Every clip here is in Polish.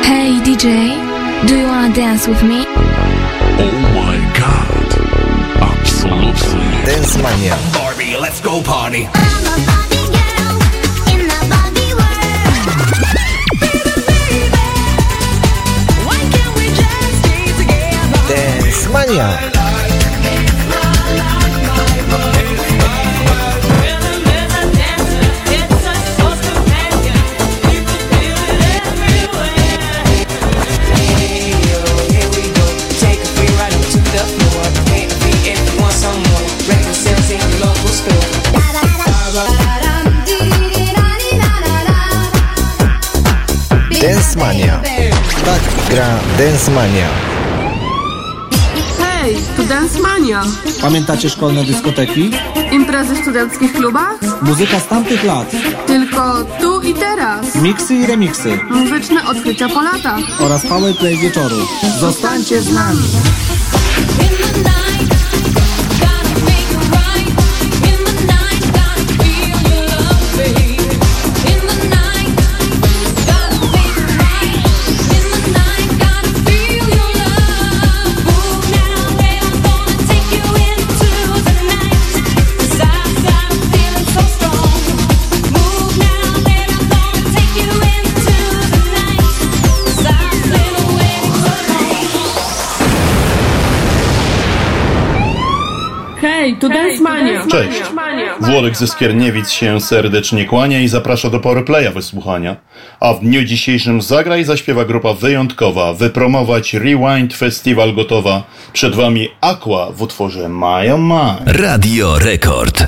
Hey DJ, do you wanna dance with me? Oh my god, absolutely. Dance Mania. Barbie, let's go party. I'm a Barbie girl in the Barbie world. Baby, baby, why can't we just stay together? Dance Mania. Dance Mania. Tak gra Dance Mania. Hej, to Dance Mania. Pamiętacie szkolne dyskoteki? Imprezy w studenckich klubach? Muzyka z tamtych lat. Tylko tu i teraz. Miksy i remiksy. Muzyczne odkrycia po latach. Oraz powerplay wieczoru. Zostańcie z nami. Hej, to Dance Mania. Cześć, Włodek ze Skierniewic się serdecznie kłania i zaprasza do Powerplaya wysłuchania. A w dniu dzisiejszym zagra i zaśpiewa grupa wyjątkowa, wypromować Rewind Festival gotowa. Przed wami Aqua w utworze My Oh My. Radio Rekord.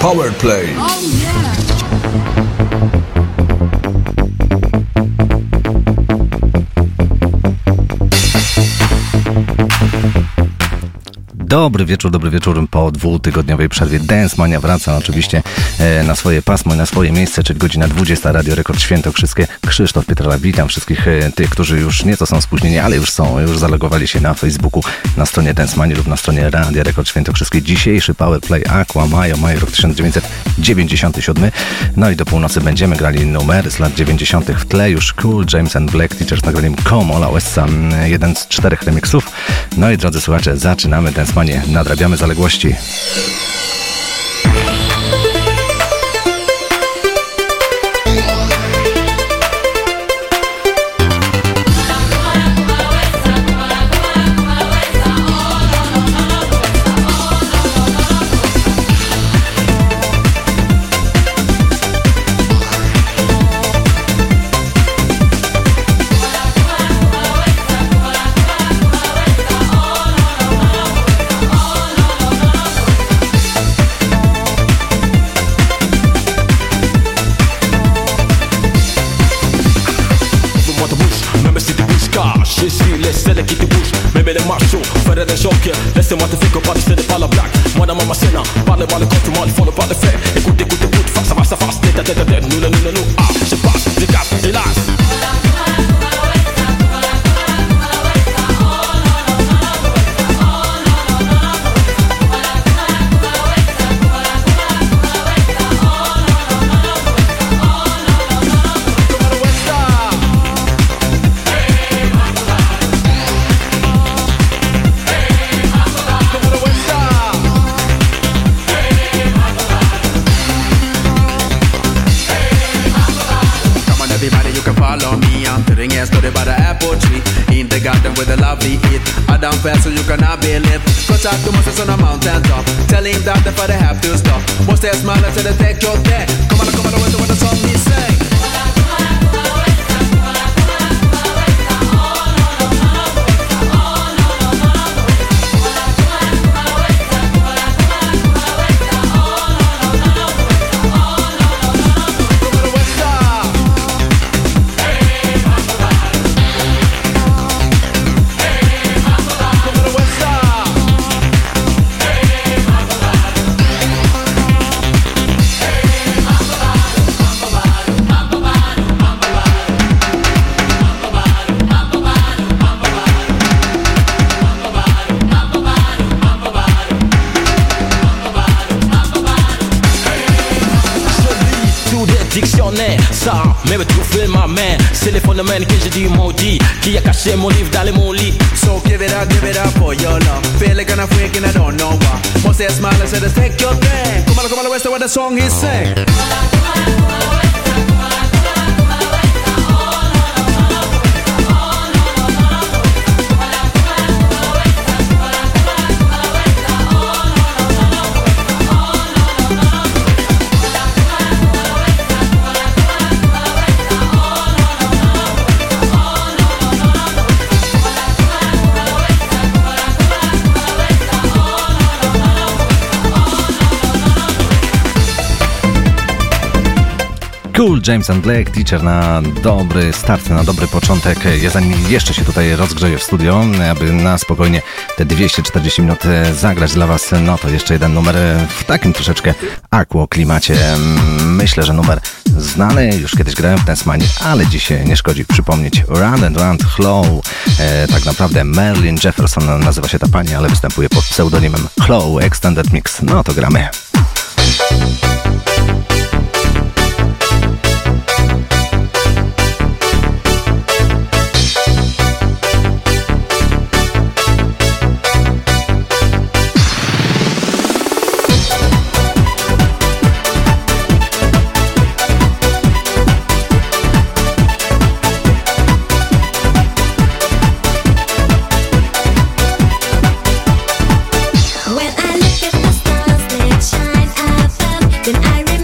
Power Play. Dobry wieczór po 2-tygodniowej przerwie. Dance Mania wraca oczywiście na swoje pasmo i na swoje miejsce, czyli godzina 20, Radio Rekord Świętokrzyskie. Krzysztof Pietrala, witam wszystkich tych, którzy już nieco są spóźnieni, ale już zalogowali się na Facebooku, na stronie Dance Mania lub na stronie Radia Rekord Świętokrzyskie. Dzisiejszy Power Play Aqua maj rok 1997. No i do północy będziemy grali numery z lat 90. W tle już Cool James and Black Teacher z nagraniem Come Ola Wessa, jeden z 4 remixów. No i drodzy słuchacze, zaczynamy Dance Manię, nadrabiamy zaległości. Laissez-moi te faire comparer, ce n'est pas la blague. Moi dans ma scène, parle mal quand tu m'en follow pas le fait. Écoute, face à face, tête à tête, nous, ah, je passe, je casse, hélas. With a lovely eat, I down fast so you cannot be lit. Cut out the monsters on a mountain top. Tell him that the father have to stop. Once they smile, I said take your day. Come on, listen what the song he say. Ça, mais me trouver ma main. C'est le phénomène que j'ai dit maudit qui a caché mon livre dans mon lit. So give it up for your love. Feel like I'm freaking, I don't know why. Once they smile, I said take your thing. Come on, West, what the song he say. Cool James and Black Teacher na dobry start, na dobry początek. Ja zanim jeszcze się tutaj rozgrzeję w studio, aby na spokojnie te 240 minut zagrać dla Was, no to jeszcze jeden numer w takim troszeczkę aqua klimacie. Myślę, że numer znany, już kiedyś grałem w Dance Manii, ale dzisiaj nie szkodzi przypomnieć Run and Run Chloe. Tak naprawdę Marilyn Jefferson nazywa się ta pani, ale występuje pod pseudonimem Chloe Extended Mix. No to gramy. When I look at the stars that shine above, then I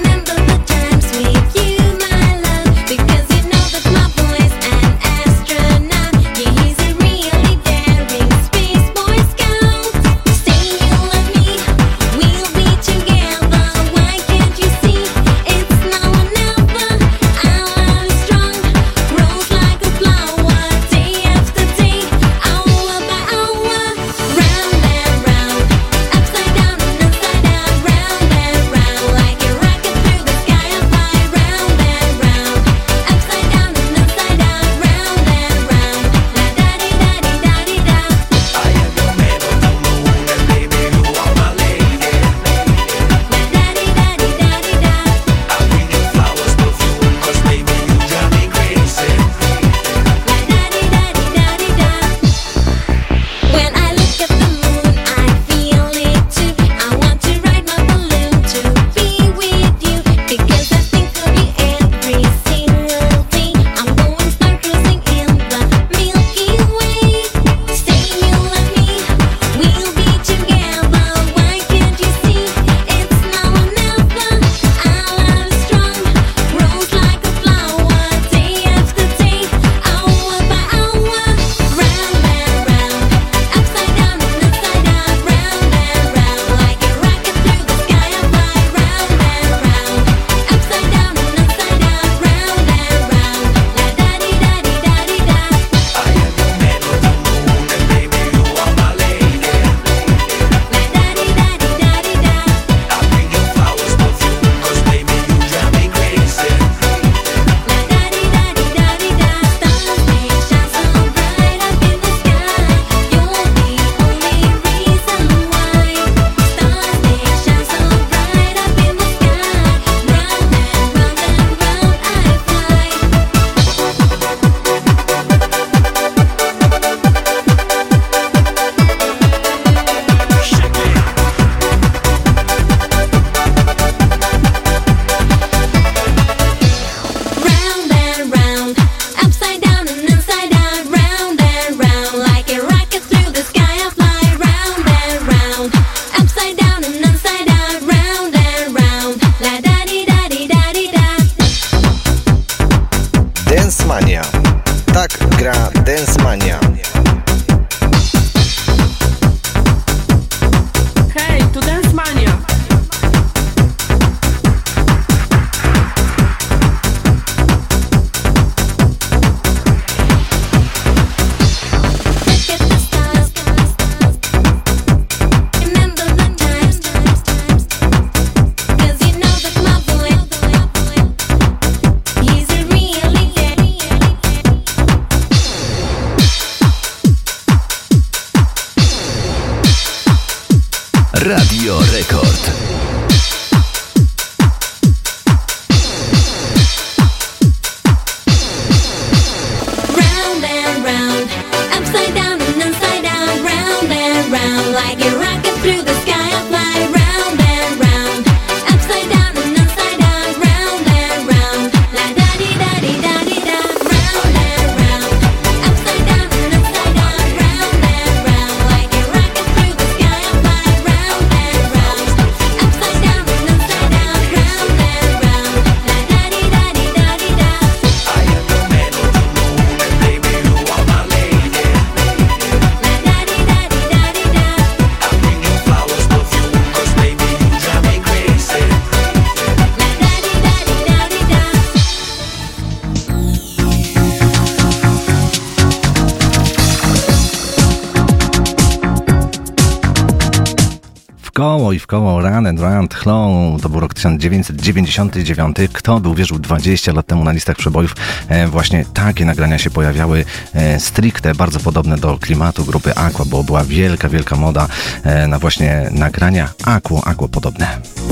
i w koło Run and Run Tchlą. To był rok 1999. Kto by uwierzył 20 lat temu na listach przebojów właśnie takie nagrania się pojawiały stricte bardzo podobne do klimatu grupy Aqua, bo była wielka moda na właśnie nagrania Aqua podobne.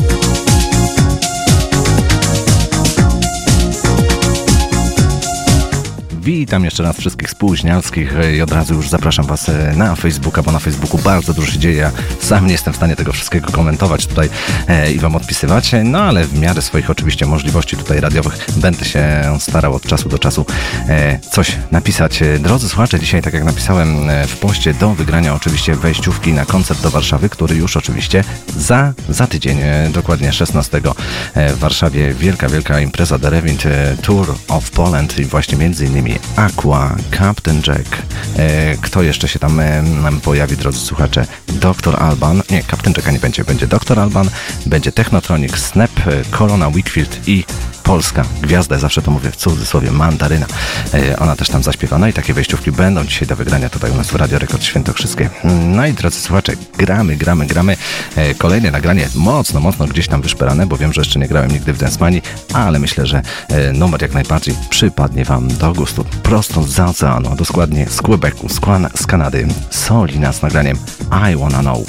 Witam jeszcze raz wszystkich spóźnialskich i od razu już zapraszam Was na Facebooka, bo na Facebooku bardzo dużo się dzieje. Ja sam nie jestem w stanie tego wszystkiego komentować tutaj i Wam odpisywać, no ale w miarę swoich oczywiście możliwości tutaj radiowych będę się starał od czasu do czasu coś napisać. Drodzy słuchacze, dzisiaj, tak jak napisałem w poście, do wygrania oczywiście wejściówki na koncert do Warszawy, który już oczywiście za tydzień, dokładnie 16 w Warszawie. Wielka impreza The Revint Tour of Poland i właśnie między innymi Aqua, Captain Jack. Kto jeszcze się tam nam pojawi, drodzy słuchacze? Dr. Alban. Nie, Captain Jacka nie będzie. Będzie Dr. Alban, będzie Technotronic, Snap, Corona Wickfield i polska gwiazda, zawsze to mówię w cudzysłowie, Mandaryna. Ona też tam zaśpiewa. No i takie wejściówki będą dzisiaj do wygrania tutaj u nas w Radio Rekord Świętokrzyskie. No i drodzy słuchacze, gramy. Kolejne nagranie mocno gdzieś tam wyszperane, bo wiem, że jeszcze nie grałem nigdy w Dance-Manii, ale myślę, że numer jak najbardziej przypadnie Wam do gustu. Prosto z oceanu, dokładnie z Quebecu, z Kanady. Solina z nagraniem I Wanna Know.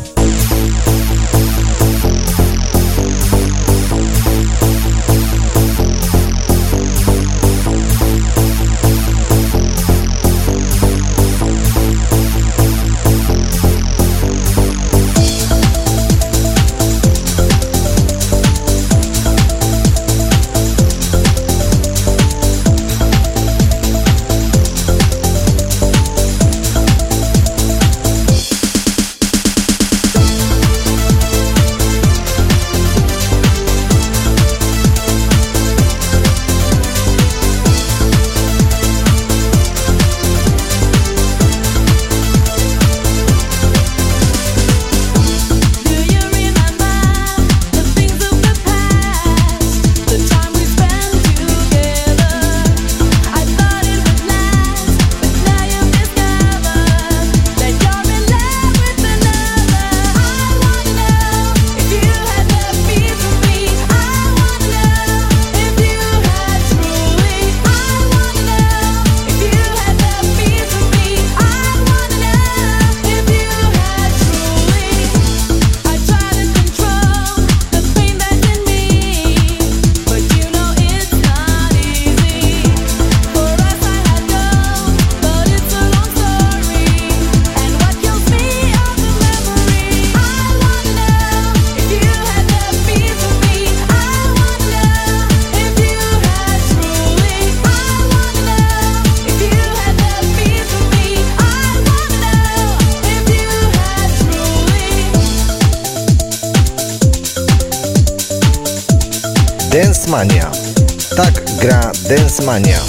Dance-Mania. Tak gra Dance-Mania.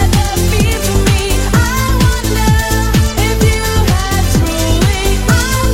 I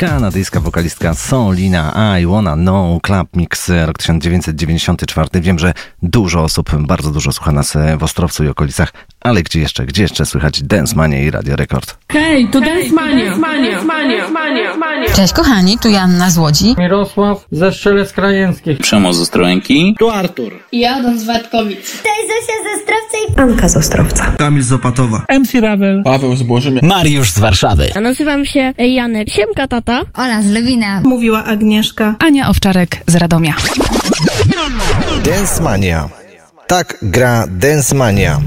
kanadyjska wokalistka Solina, I Wanna Know, Club Mix, rok 1994. Wiem, że dużo osób, bardzo dużo słucha nas w Ostrowcu i okolicach, ale gdzie jeszcze słychać Dance Mania i Radio Rekord? Hej, to Dance Mania. Cześć kochani, tu Janna z Łodzi. Mirosław ze Strzelec Krajeńskich. Przemoc z Ostrołęki. Tu Artur. I Adam z Watkowic. Cześć, Zosia ze Strawca i Anka z Ostrowca. Kamil z Opatowa. MC Ravel. Paweł z Bożymia. Mariusz z Warszawy. Ja nazywam się Janek. Siemka tata. Ola z Lewina. Mówiła Agnieszka. Ania Owczarek z Radomia. Dance Mania. Tak gra Dance Mania.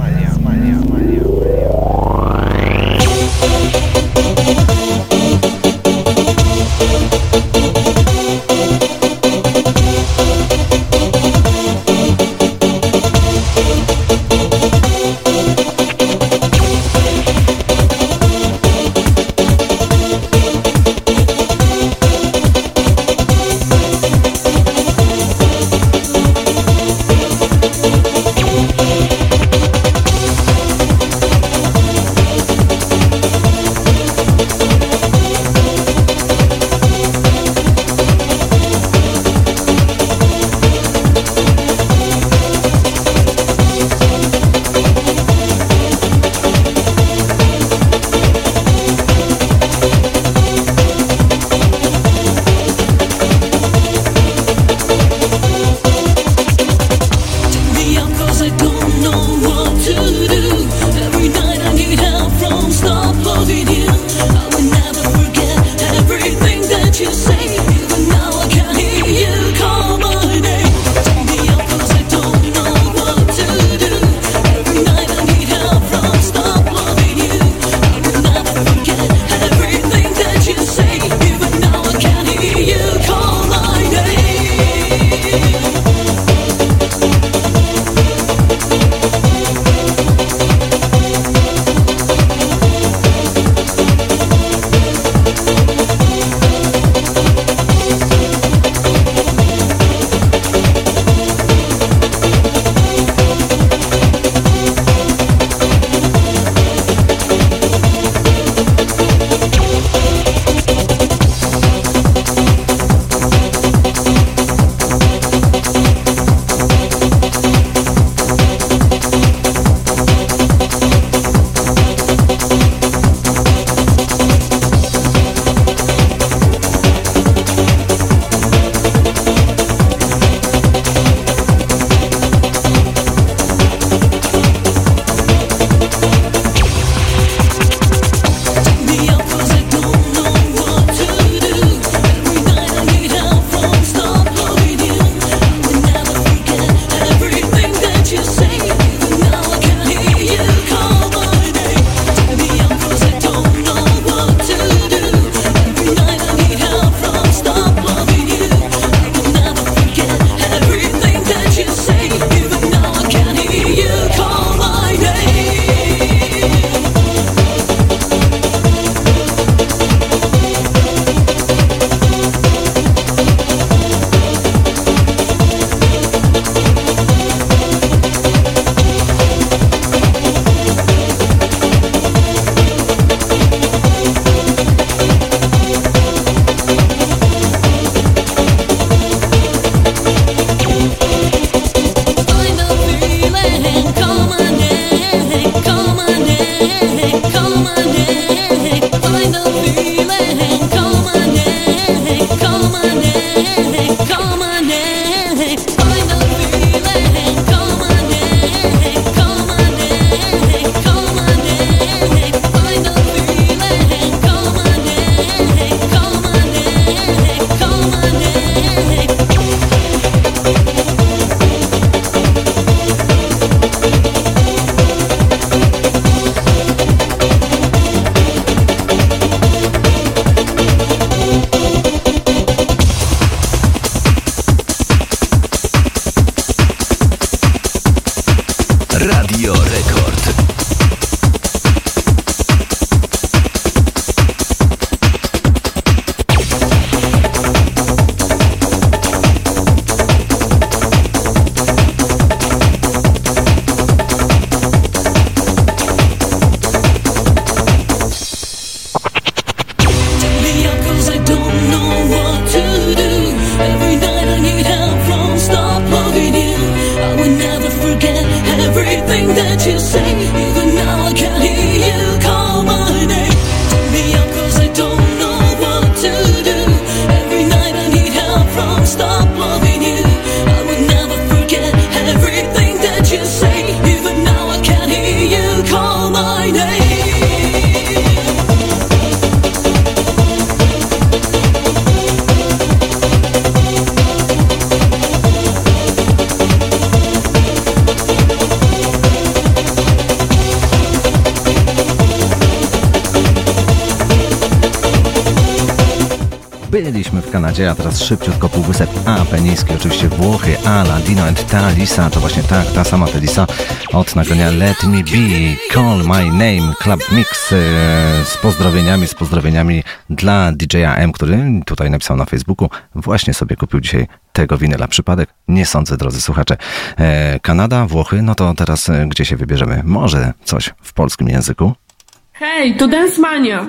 byliśmy w Kanadzie, a teraz szybciutko półwysep Apeniński, oczywiście Włochy, Ala, Dino and Talisa, to właśnie ta sama Talisa od nagrania Let Me Be, Call My Name, Club Mix z pozdrowieniami dla DJ-a M, który tutaj napisał na Facebooku, właśnie sobie kupił dzisiaj tego winyla. Przypadek? Nie sądzę, drodzy słuchacze. Kanada, Włochy, no to teraz gdzie się wybierzemy? Może coś w polskim języku? Hej, to Dance Mania.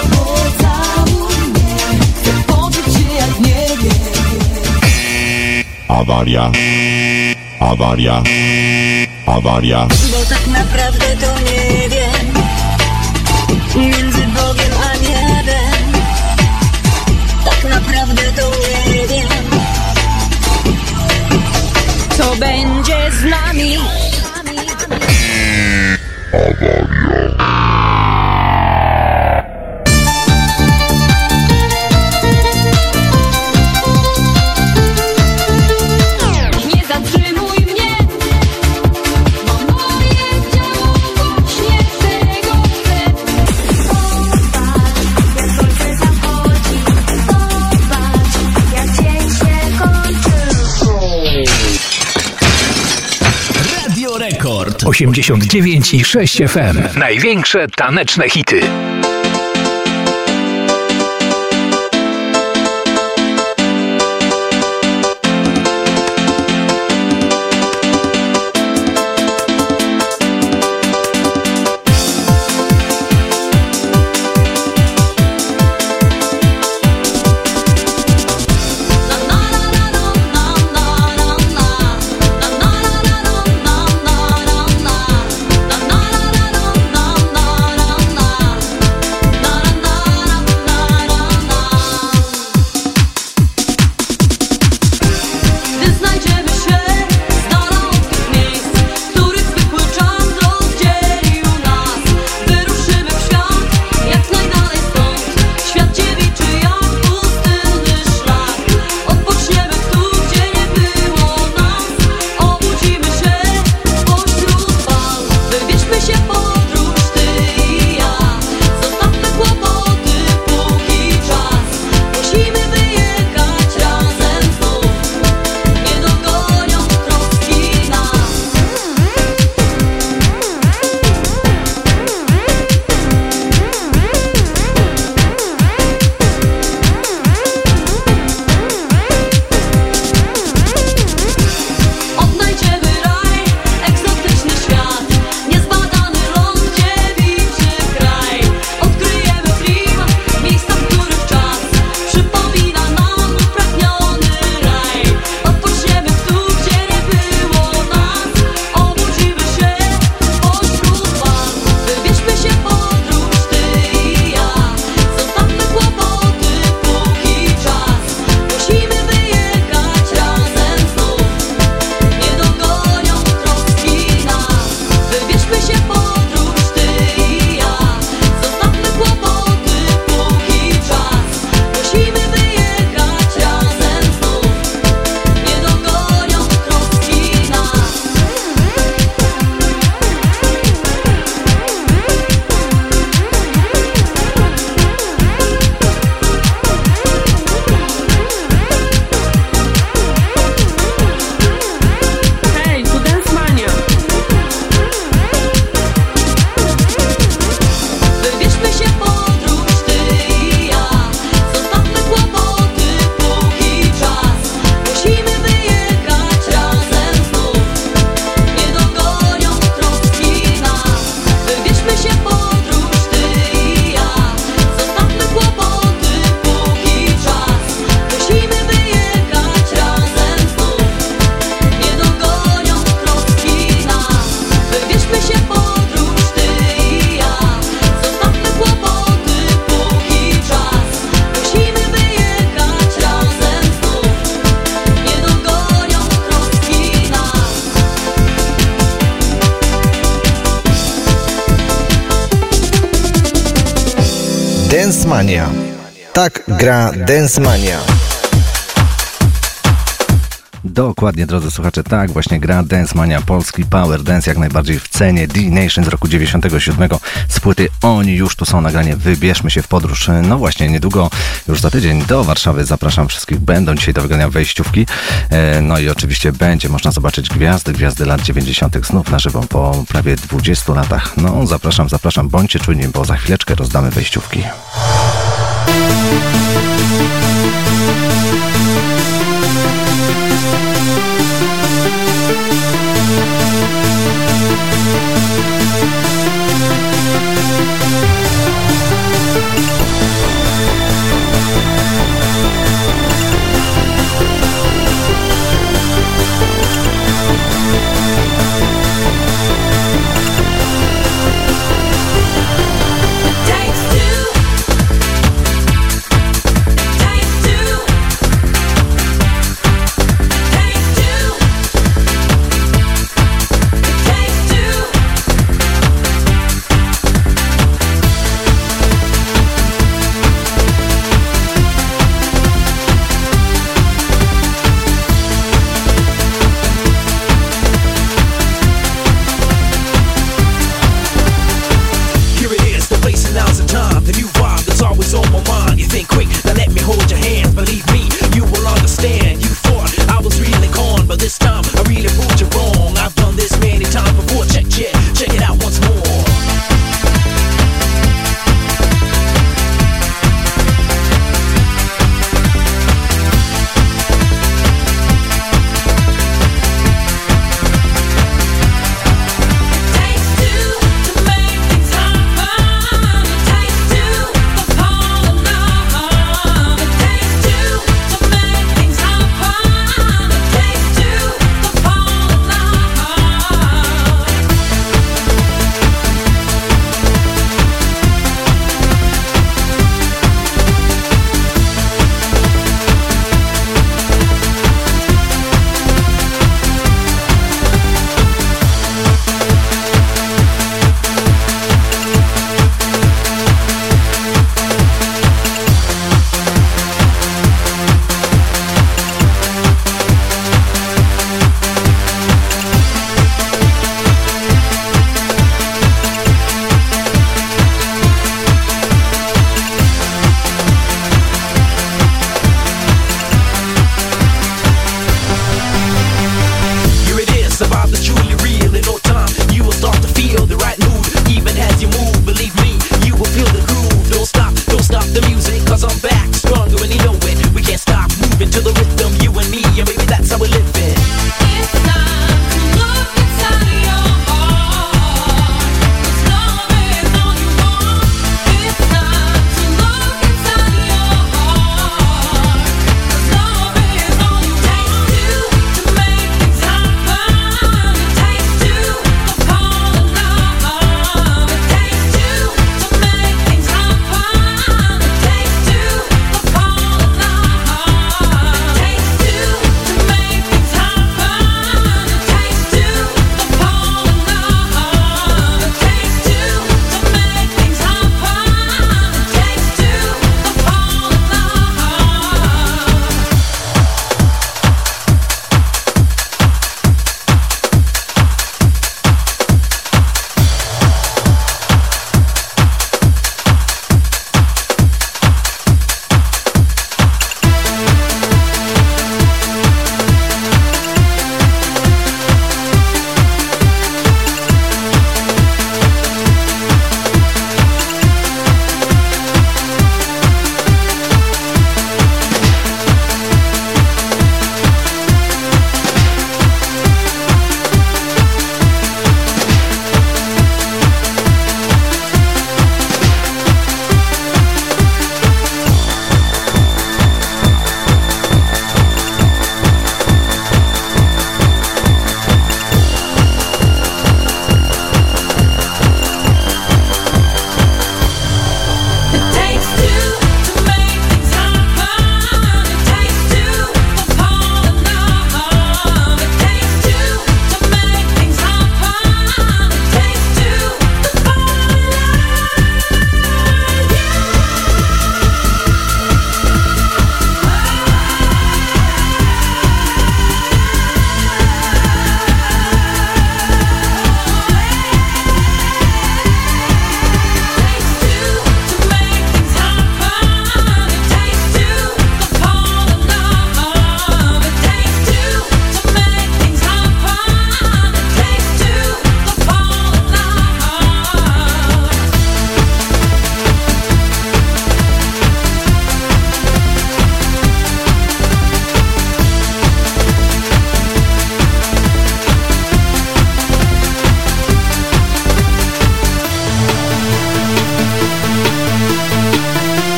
Awaria. Bo tak naprawdę to nie wiem, między Bogiem a niebem. Tak naprawdę to nie wiem, co będzie z nami. Nie zatrzymuj mnie, bo moje ciało właśnie tego chce. Popatrz, jak słońce zachodzi. Popatrz, jak dzień się kończy. Radio Rekord 89,6 FM. Największe taneczne hity. Dance Mania. Tak gra Dance Mania. Dokładnie, drodzy słuchacze, tak właśnie gra Dance Mania, polski power dance, jak najbardziej w cenie. D-Nation z roku 97 z płyty Oni już tu są, nagranie Wybierzmy się w podróż. No właśnie, niedługo, już za tydzień do Warszawy zapraszam wszystkich. Będą dzisiaj do wygrania wejściówki. No i oczywiście będzie można zobaczyć gwiazdy lat 90. znów na żywo po prawie 20 latach. No zapraszam, bądźcie czujni, bo za chwileczkę rozdamy wejściówki. Takes two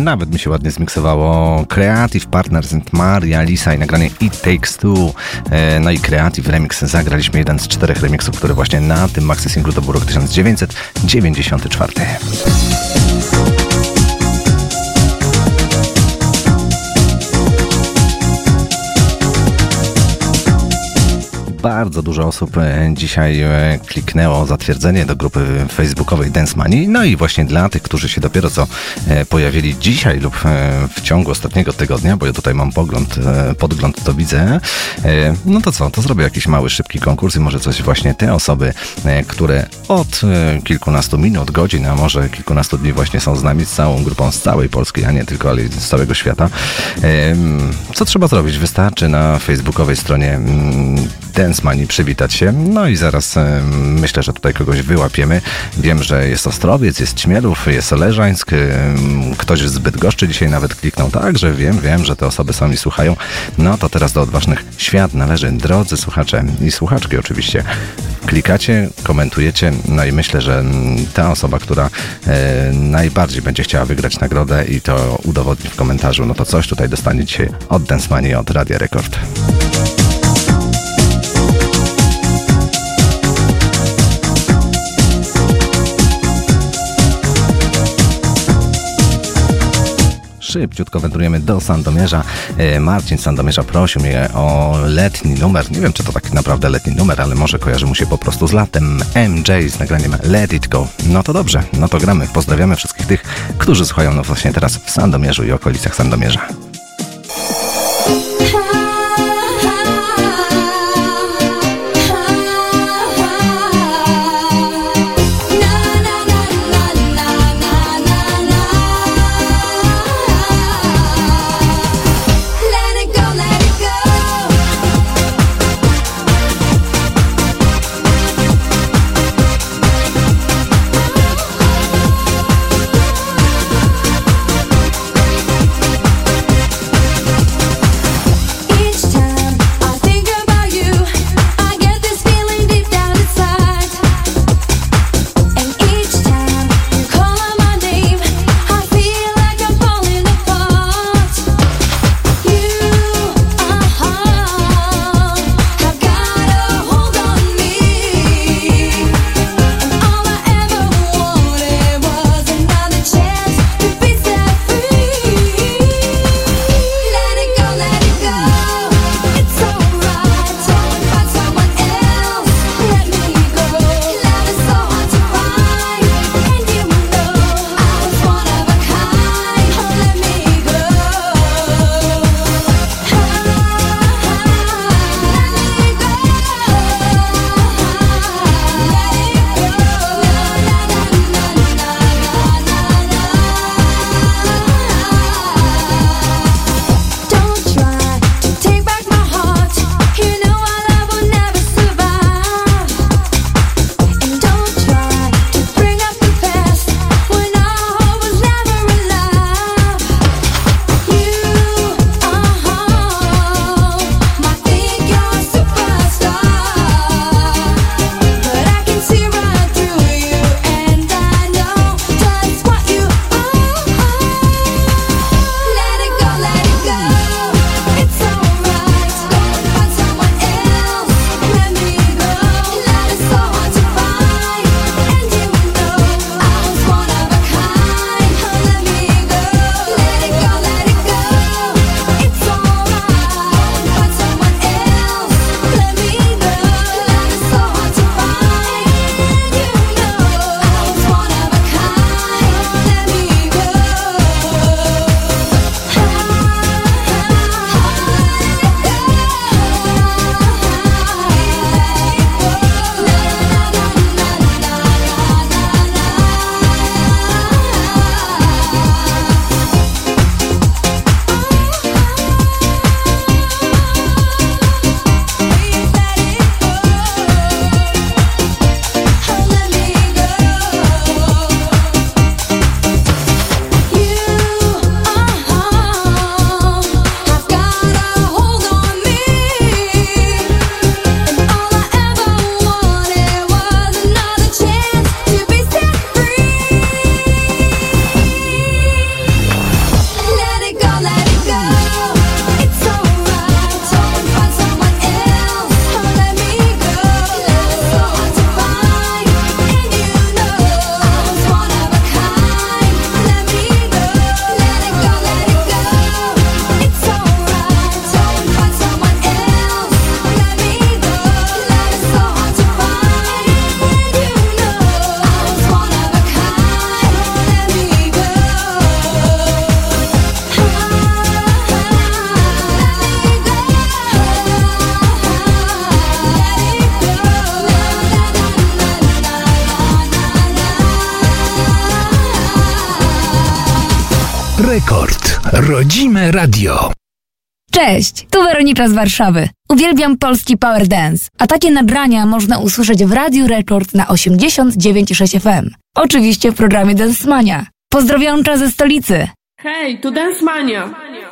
nawet mi się ładnie zmiksowało. Creative Partners and Maria Lisa i nagranie It Takes Two. No i Creative Remix. Zagraliśmy jeden z 4 remixów, który właśnie na tym maxi singlu to był rok 1994. Bardzo dużo osób dzisiaj kliknęło zatwierdzenie do grupy facebookowej Dance Money. No i właśnie dla tych, którzy się dopiero co pojawili dzisiaj lub w ciągu ostatniego tygodnia, bo ja tutaj mam podgląd to widzę, no to co, to zrobię jakiś mały, szybki konkurs i może coś właśnie te osoby, które od kilkunastu minut, godzin, a może kilkunastu dni właśnie są z nami, z całą grupą z całej Polski, a nie tylko, ale z całego świata. Co trzeba zrobić? Wystarczy na facebookowej stronie Dance Money przywitać się, no i zaraz myślę, że tutaj kogoś wyłapiemy. Wiem, że jest Ostrowiec, jest Ćmielów, jest Oleżańsk, ktoś z Bydgoszczy dzisiaj nawet kliknął, także wiem, że te osoby sami słuchają. No to teraz do odważnych świat należy, drodzy słuchacze i słuchaczki oczywiście. Klikacie, komentujecie, no i myślę, że ta osoba, która najbardziej będzie chciała wygrać nagrodę i to udowodni w komentarzu, no to coś tutaj dostanie dzisiaj od Dance Money, od Radia Rekord. Szybciutko wędrujemy do Sandomierza. Marcin z Sandomierza prosił mnie o letni numer. Nie wiem, czy to tak naprawdę letni numer, ale może kojarzy mu się po prostu z latem. MJ z nagraniem Let It Go. No to dobrze, no to gramy. Pozdrawiamy wszystkich tych, którzy słuchają nas właśnie teraz w Sandomierzu i okolicach Sandomierza. Let Rekord. Rodzime radio. Cześć, tu Weronika z Warszawy. Uwielbiam polski power dance, a takie nagrania można usłyszeć w Radiu Rekord na 89,6 FM. Oczywiście w programie Dance Mania. Pozdrowionka ze stolicy. Hej, tu Dance Mania.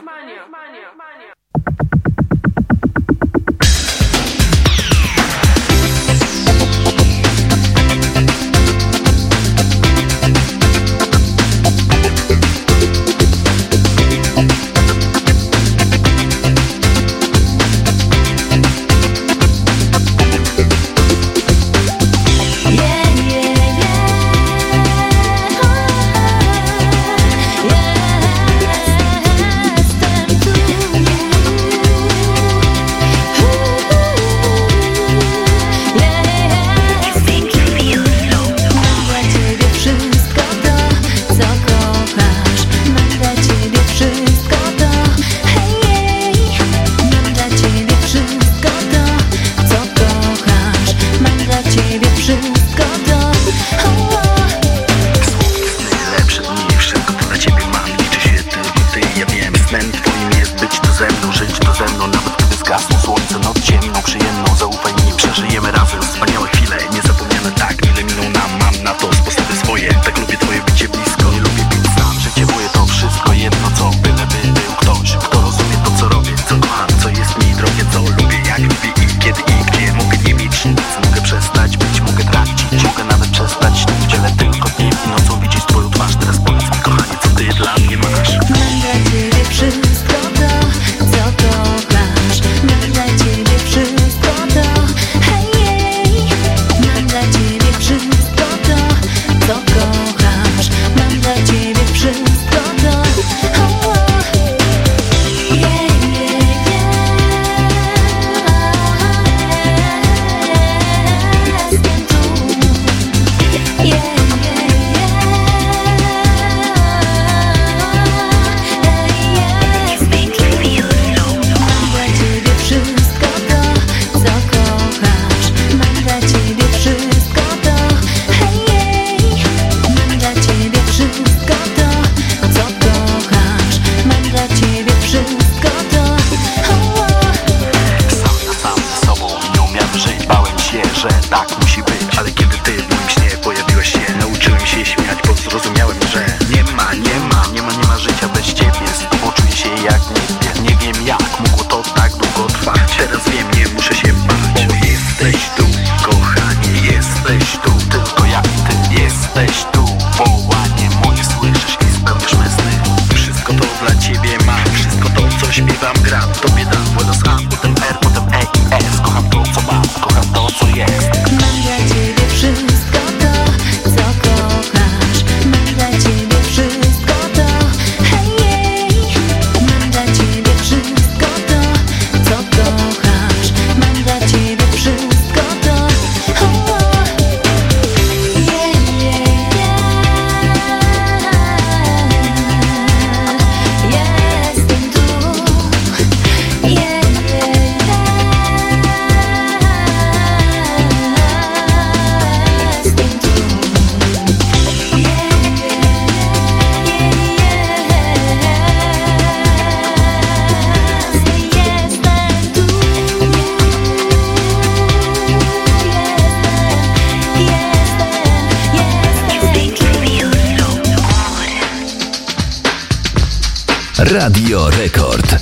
Radio Rekord.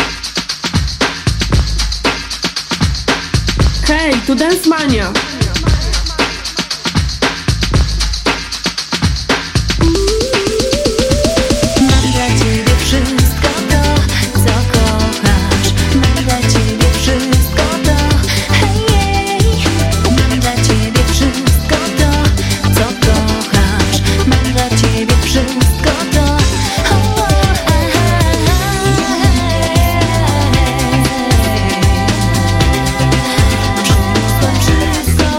Hej, tu Dance Mania. Wszystko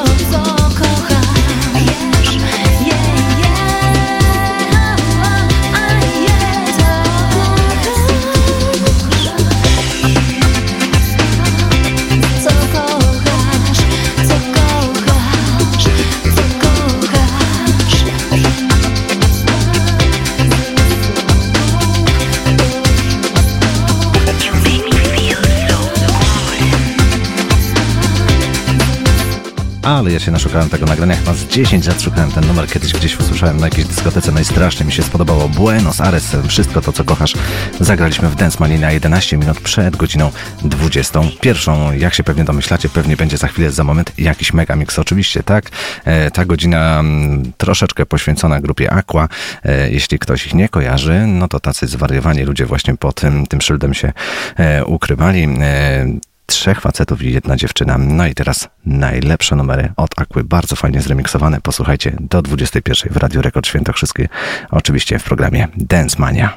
ale ja się naszukałem tego nagrania, chyba z 10 lat szukałem ten numer, kiedyś gdzieś usłyszałem na jakiejś dyskotece, najstraszniej mi się spodobało. Buenos Aires, wszystko to, co kochasz, zagraliśmy w Dance Mania na 11 minut przed godziną 21. Jak się pewnie domyślacie, pewnie będzie za chwilę, za moment jakiś megamix, oczywiście, tak? Ta godzina troszeczkę poświęcona grupie Aqua. Jeśli ktoś ich nie kojarzy, no to tacy zwariowani ludzie właśnie pod tym szyldem się ukrywali. 3 facetów i 1 dziewczyna. No i teraz najlepsze numery od Aquy, bardzo fajnie zremiksowane. Posłuchajcie do 21 w Radiu Rekord Świętokrzyskie, oczywiście w programie Dance Mania.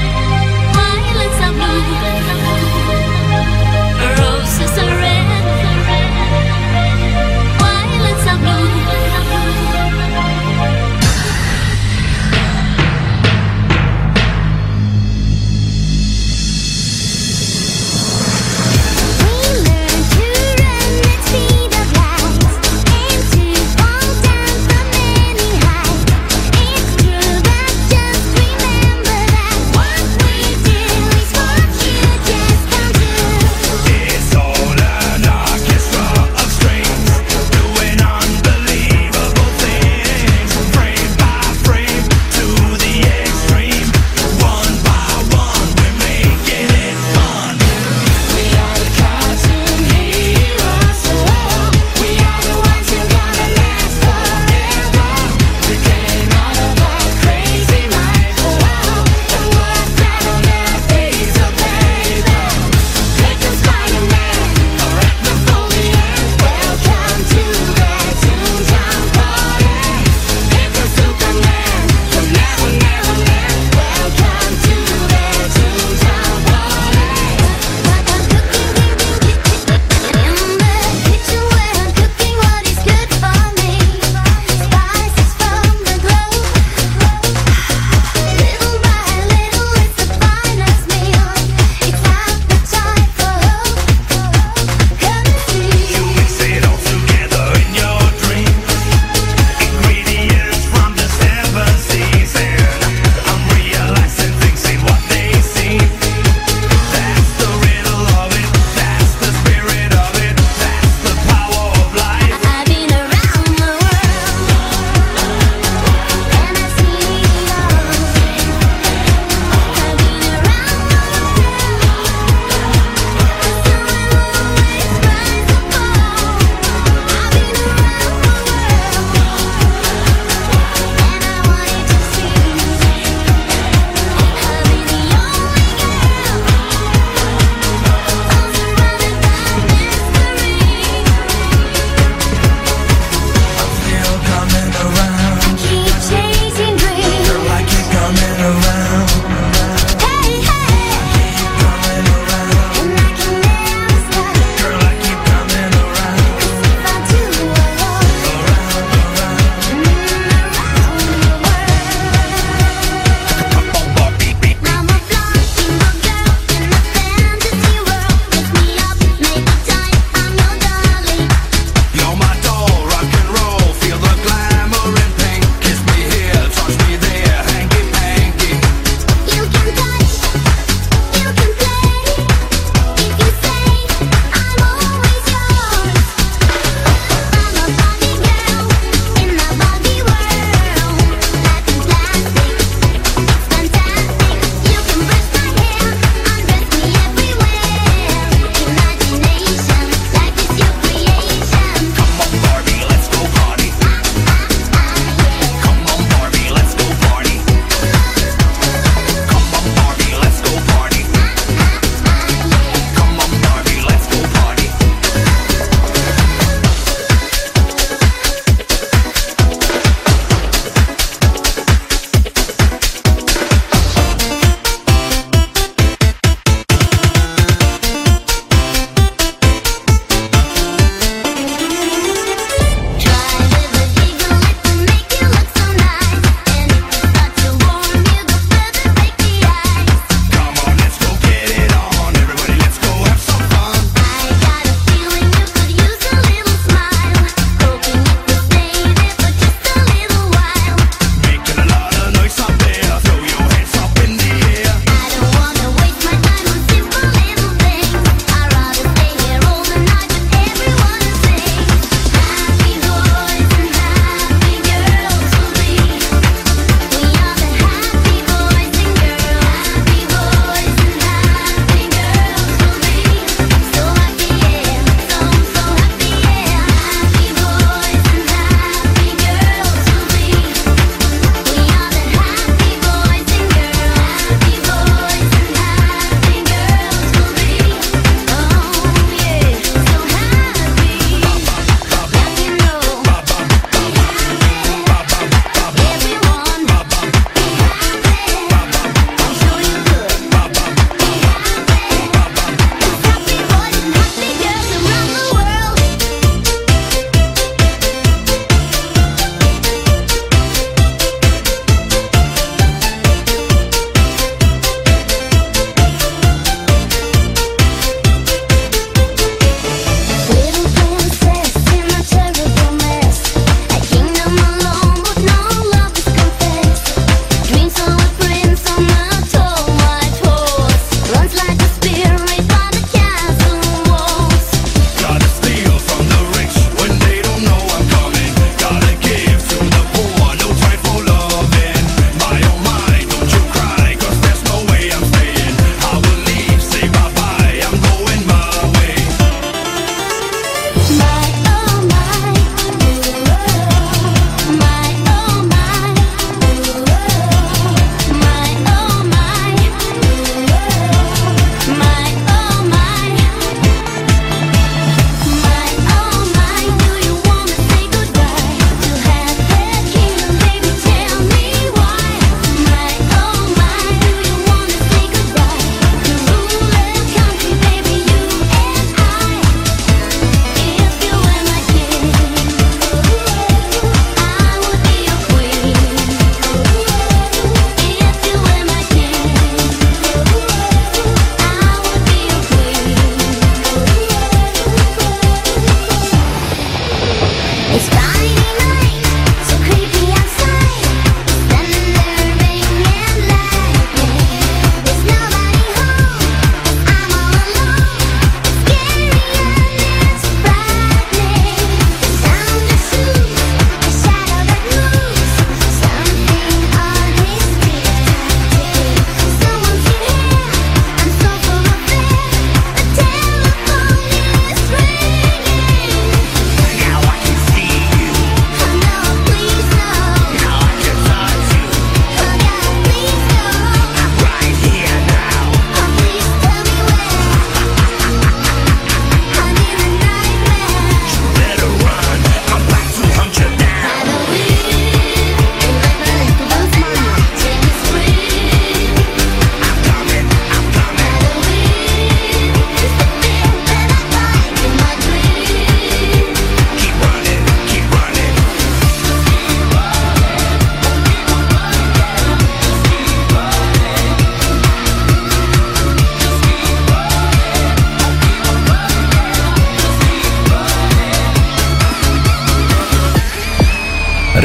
Roses are red,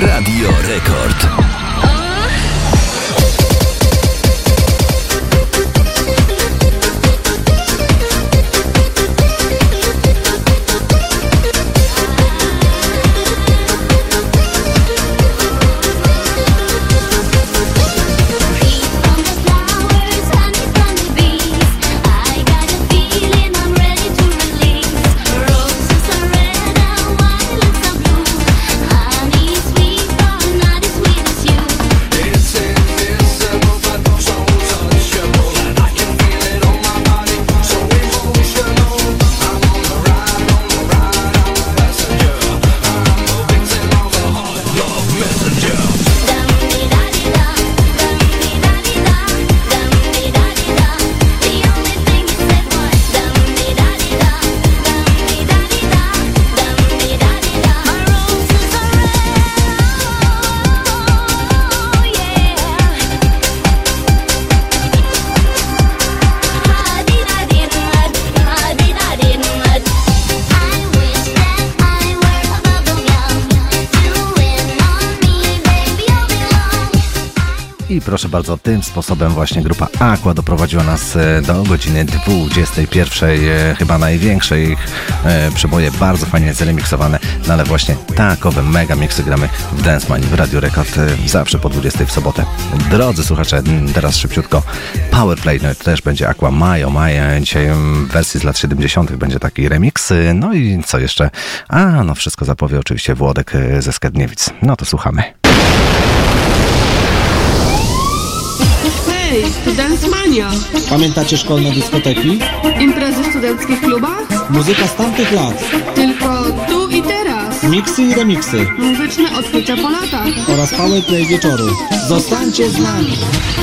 Radio Rekord. I proszę bardzo, tym sposobem właśnie grupa Aqua doprowadziła nas do godziny 21, chyba największej ich przeboje, bardzo fajnie zremiksowane, no ale właśnie takowe mega miksy gramy w Dance Mania w Radio Rekord zawsze po 20 w sobotę. Drodzy słuchacze, teraz szybciutko Powerplay, no to też będzie Aqua Majo, dzisiaj w wersji z lat 70. będzie taki remix, no i co jeszcze? No wszystko zapowie oczywiście Włodek ze Skierniewic, no to słuchamy. Hej, to Dance Mania. Pamiętacie szkolne dyskoteki? Imprezy w studenckich klubach? Muzyka z tamtych lat. Tylko tu i teraz. Miksy i remiksy. Muzyczne odkrycia po latach. Oraz Powerplay wieczoru. Zostańcie z nami.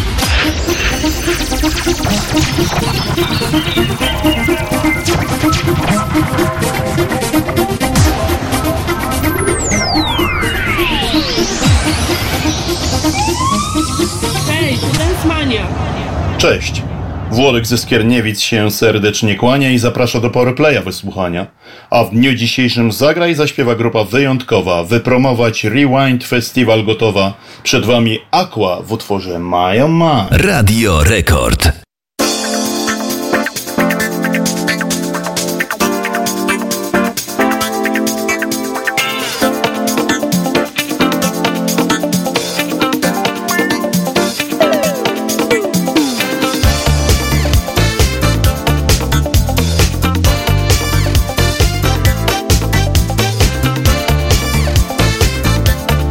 Hej, to Dance Mania. Cześć! Włodek ze Skierniewic się serdecznie kłania i zaprasza do Powerplaya wysłuchania. A w dniu dzisiejszym zagra i zaśpiewa grupa wyjątkowa, wypromować Rewind Festiwal gotowa. Przed wami Aqua w utworze Majo Ma. Radio Rekord.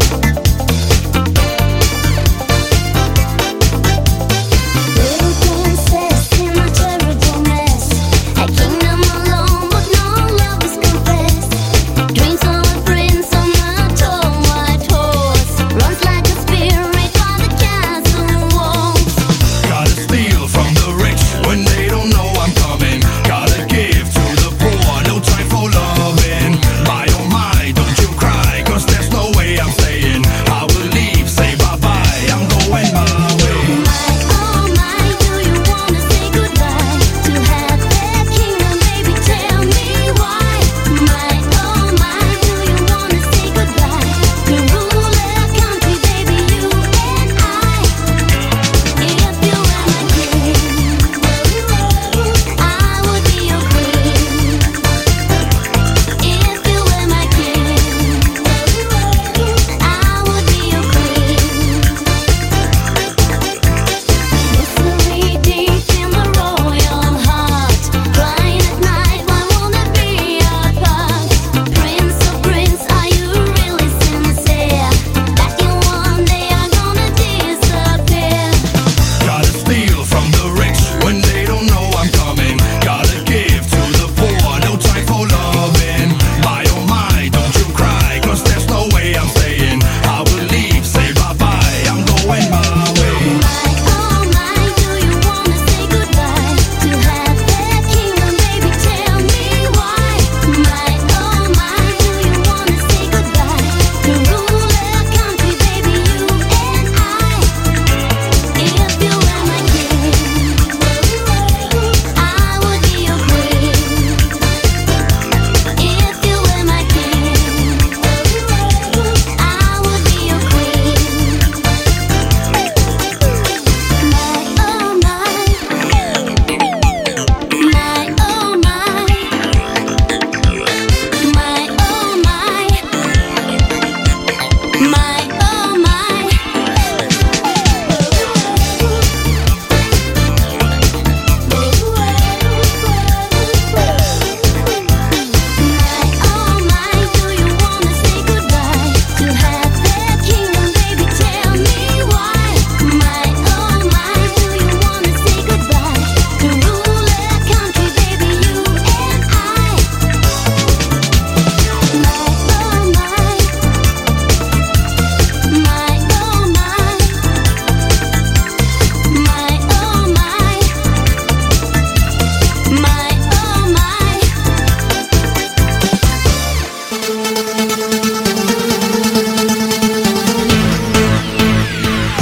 Little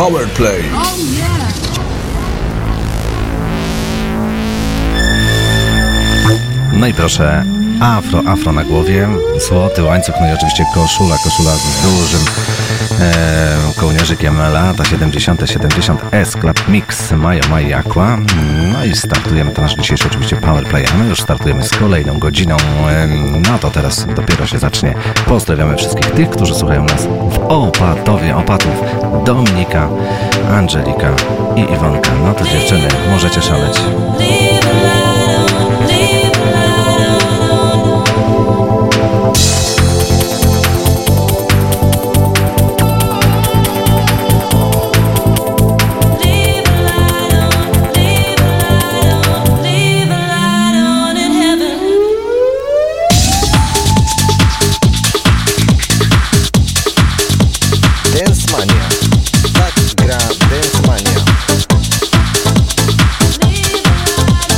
Powerplay. No i proszę, afro na głowie, złoty łańcuch, no i oczywiście koszula z dużym kołnierzykiem, lata 70 S-Club Mix Maja Aqua. No i startujemy, to nasz dzisiejszy oczywiście Powerplay, a my już startujemy z kolejną godziną, no to teraz dopiero się zacznie. Pozdrawiamy wszystkich tych, którzy słuchają nas w Opatowie, Opatów, Dominika, Angelika i Iwonka. No to dziewczyny, możecie szaleć. Tak gra Dance Mania.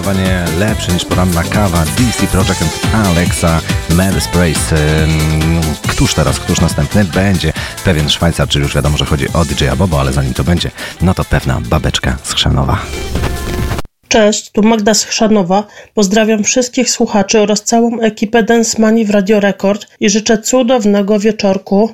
zdecydowanie lepszy niż poranna kawa. DC Projekt and Alexa Mary Sprace. Któż następny? Będzie pewien Szwajcar, czyli już wiadomo, że chodzi o DJ-a Bobo, ale zanim to będzie, no to pewna babeczka z Chrzanowa. Cześć, tu Magda z Chrzanowa. Pozdrawiam wszystkich słuchaczy oraz całą ekipę Dance Manii w Radio Rekord i życzę cudownego wieczorku.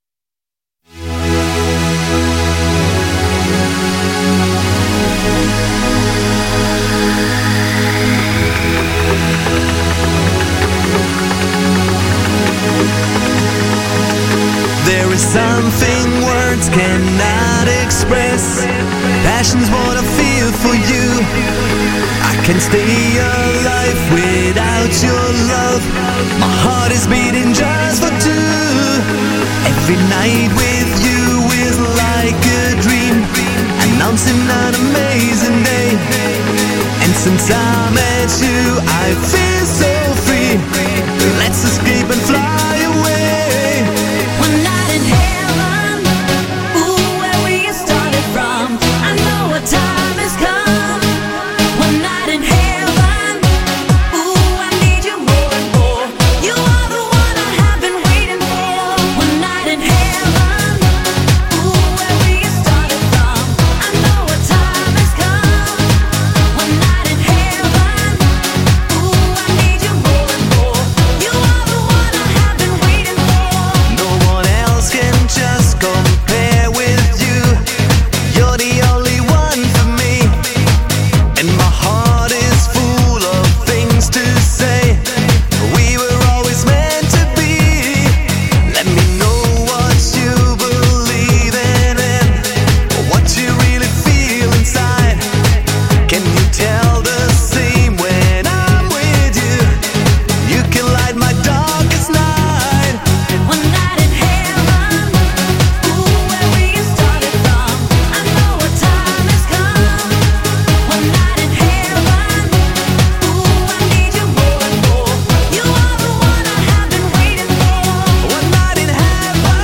There is something words cannot express. Passion's what I feel for you. I can't stay alive without your love. My heart is beating just for two. Every night with you is like a dream, announcing an amazing day. And since I met you, I feel so free. Let's escape and fly away. One night in heaven, ooh, where we started from. I know what time has come. One night in heaven, ooh, I need you more and more. You are the one I have been waiting for. One night in heaven, ooh, where we started from. I know what time has come. One night in heaven, ooh, I need you more and more. You are the one I have been waiting for. No one else can just compare with you. You're the only one for me. And my heart is full of things to say. We were always meant to be. Let me know what you believe in and what you really feel inside. Can you tell the same when I'm with you? You can light my darkest night. One night in heaven, ooh, where we started from. I know what time has come. One night in heaven, ooh, I need you more and more. You are the one I have been waiting for. One night in heaven,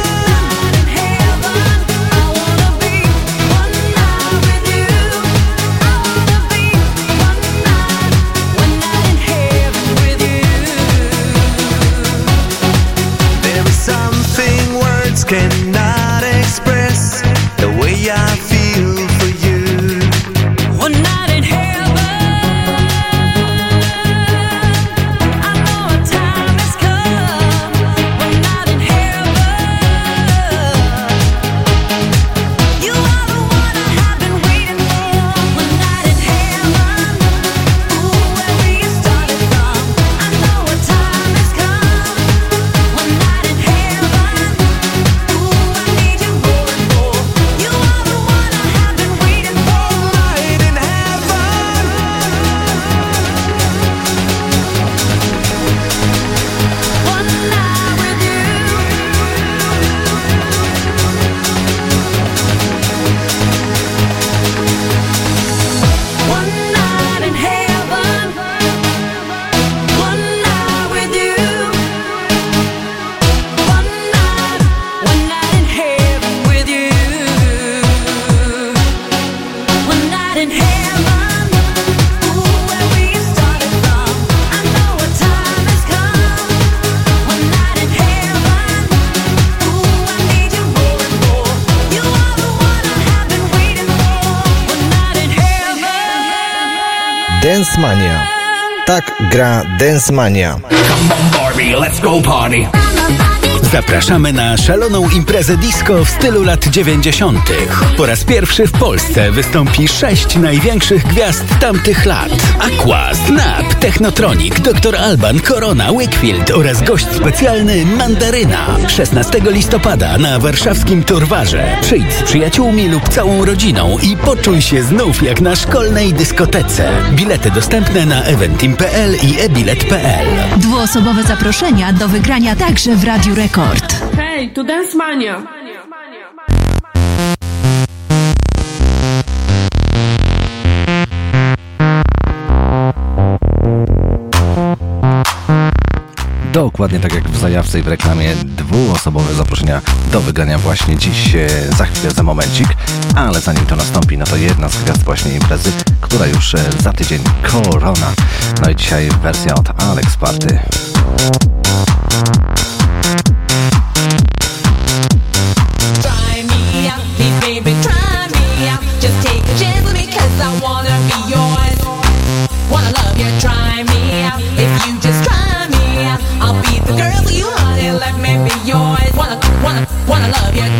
I wanna be one night with you. I wanna be one night in heaven with you. there is something words cannot express. The way I feel for you. One night in heaven, I know a time has come. One night in heaven, you are the one I have been waiting for. One night in heaven, ooh, where we started from. I know a time has come. One night in heaven, ooh, I need you more and more. You are the one I have been waiting for. Night in heaven. One night with you. One night in heaven. One night with you. One night in heaven with you. One night in heaven. Ooh, where we started from. I know what time has come. One night in heaven. Ooh, I need you more and more. You are the one I have been waiting for. One night in heaven. Dance Mania. Tak gra Dance Mania. Come on, Barbie, let's go party. Zapraszamy na szaloną imprezę disco w stylu lat 90. Po raz pierwszy w Polsce wystąpi 6 największych gwiazd tamtych lat. Aqua, Snap, Technotronic, Dr. Alban, Corona, Wakefield oraz gość specjalny Mandaryna. 16 listopada na warszawskim Torwarze. Przyjdź z przyjaciółmi lub całą rodziną i poczuj się znów jak na szkolnej dyskotece. Bilety dostępne na eventim.pl i ebilet.pl. Dwuosobowe zaproszenia do wygrania także w Radiu Rekord. Hej, tu Dance Mania. dokładnie tak jak w zajawce i w reklamie, dwuosobowe zaproszenia do wygrania właśnie dziś, za chwilę, za momencik. Ale zanim to nastąpi, no to jedna z gwiazd właśnie imprezy, która już za tydzień, Corona. No i dzisiaj wersja od Alex Party. Wanna love you.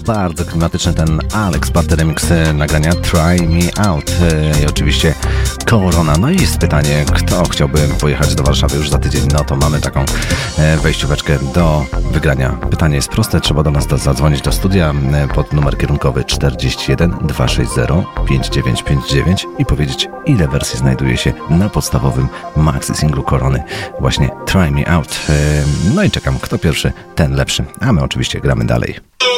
Bardzo klimatyczny ten Alex Party Remix nagrania Try Me Out i oczywiście Korona. No i jest pytanie, kto chciałby pojechać do Warszawy już za tydzień? No to mamy taką wejścióweczkę do wygrania. Pytanie jest proste, trzeba do nas zadzwonić do studia pod numer kierunkowy 41 260 5959 i powiedzieć, ile wersji znajduje się na podstawowym maxi singlu Korony, właśnie Try Me Out. No i czekam, kto pierwszy, ten lepszy, a my oczywiście gramy dalej.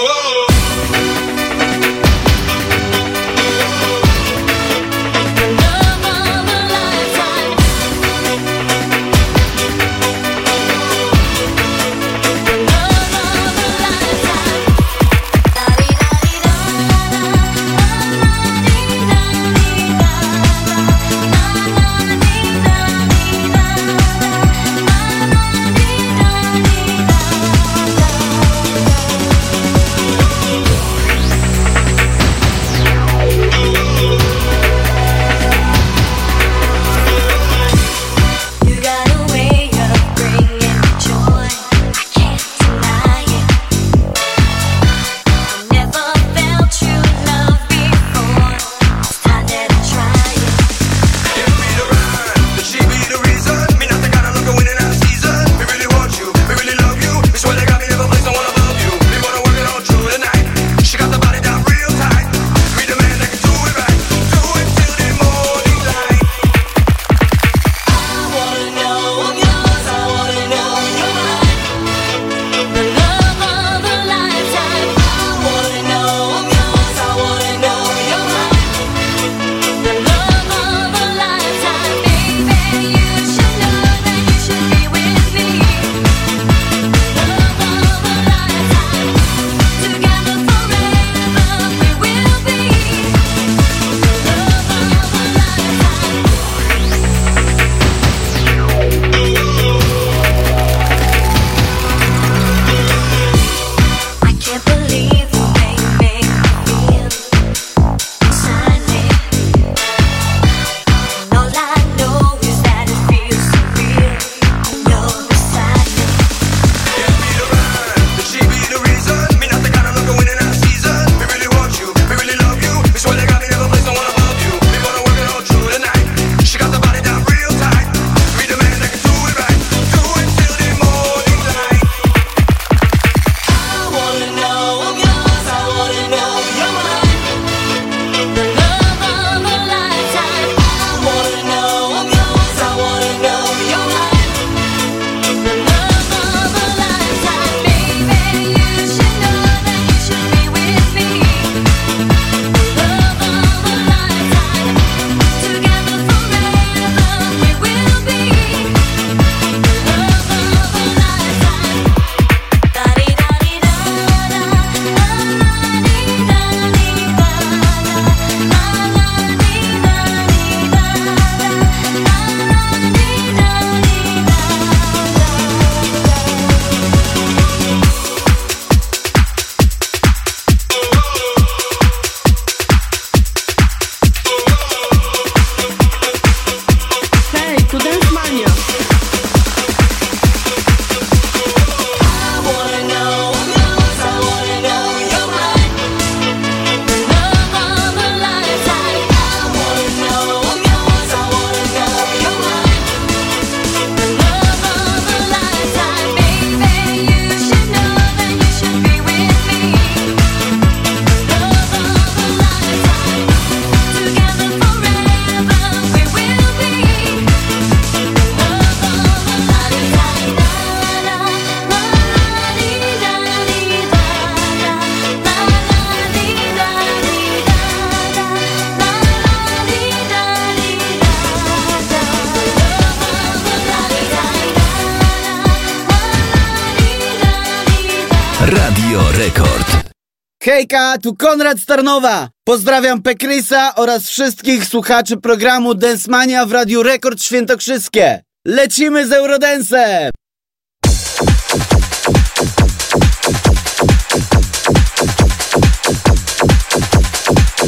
Radio Rekord. Hejka, tu Konrad z Tarnowa. Pozdrawiam Pekrysa oraz wszystkich słuchaczy programu Dance Mania w Radiu Rekord Świętokrzyskie. Lecimy z Eurodance!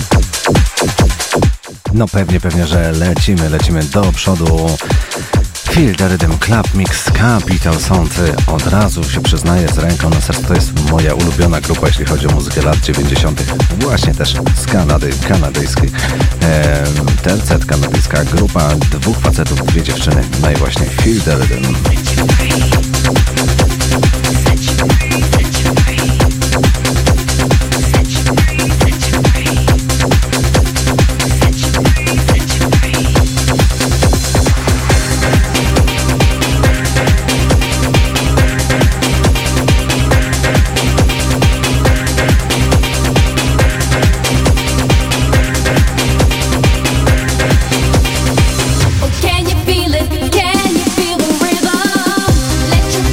No pewnie, że lecimy do przodu. Feel the Rhythm Club Mix Capital Sound. Od razu się przyznaję z ręką na sercu, to jest moja ulubiona grupa, jeśli chodzi o muzykę lat 90. Właśnie też z Kanady, kanadyjskiej. Tercet, kanadyjska grupa, 2 facetów, 2 dziewczyny. No i właśnie Feel the Rhythm. Can you feel it? Can you feel the rhythm? Let your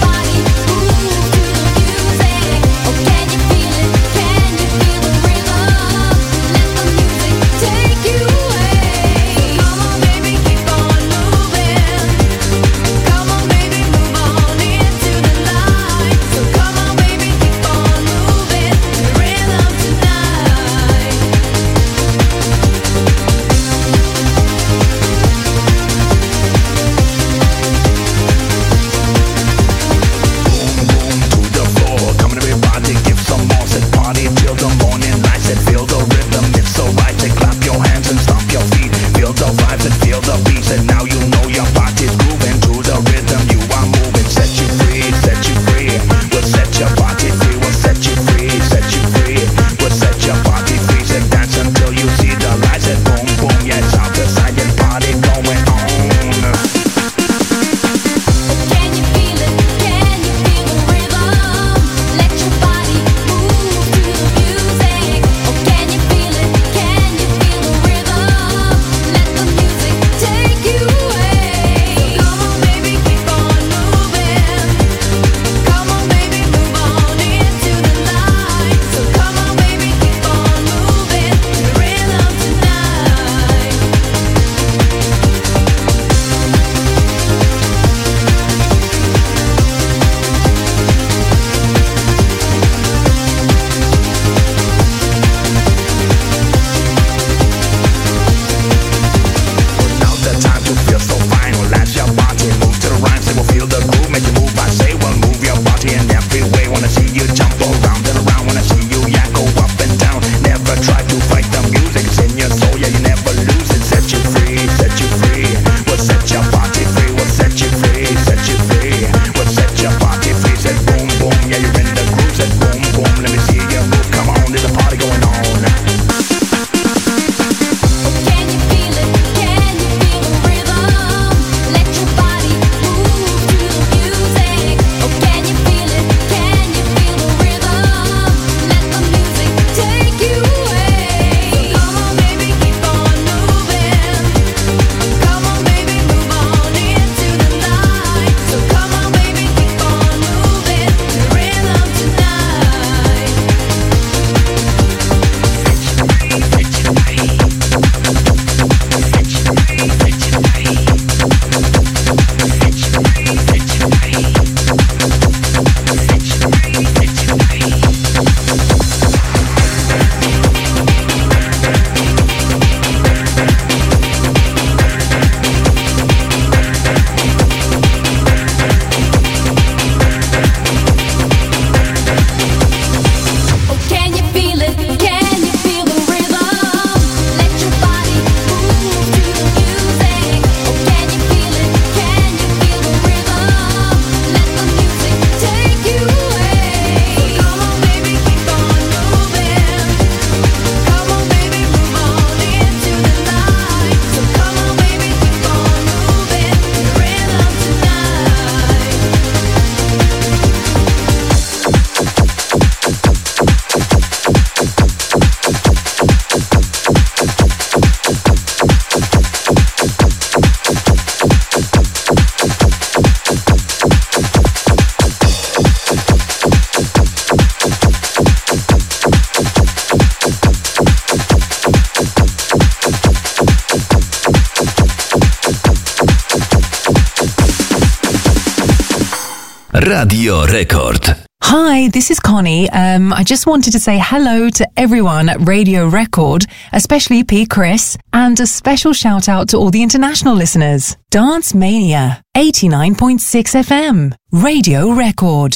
Radio Rekord. Hi, this is Connie. I just wanted to say hello to everyone at Radio Record, especially P. Chris, and a special shout out to all the international listeners. Dance Mania, 89.6 FM, Radio Record.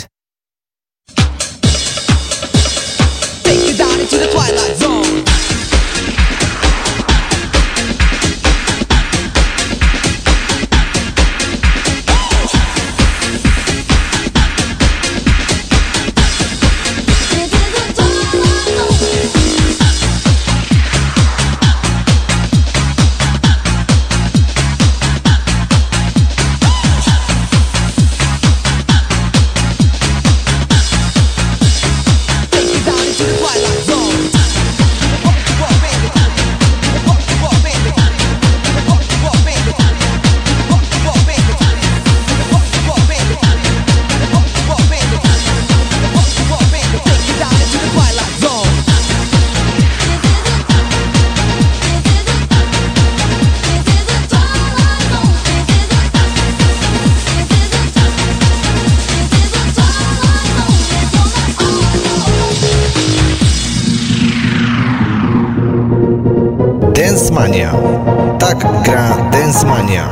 Take you down into the twilight zone. Dance Mania. Tak gra Dance Mania.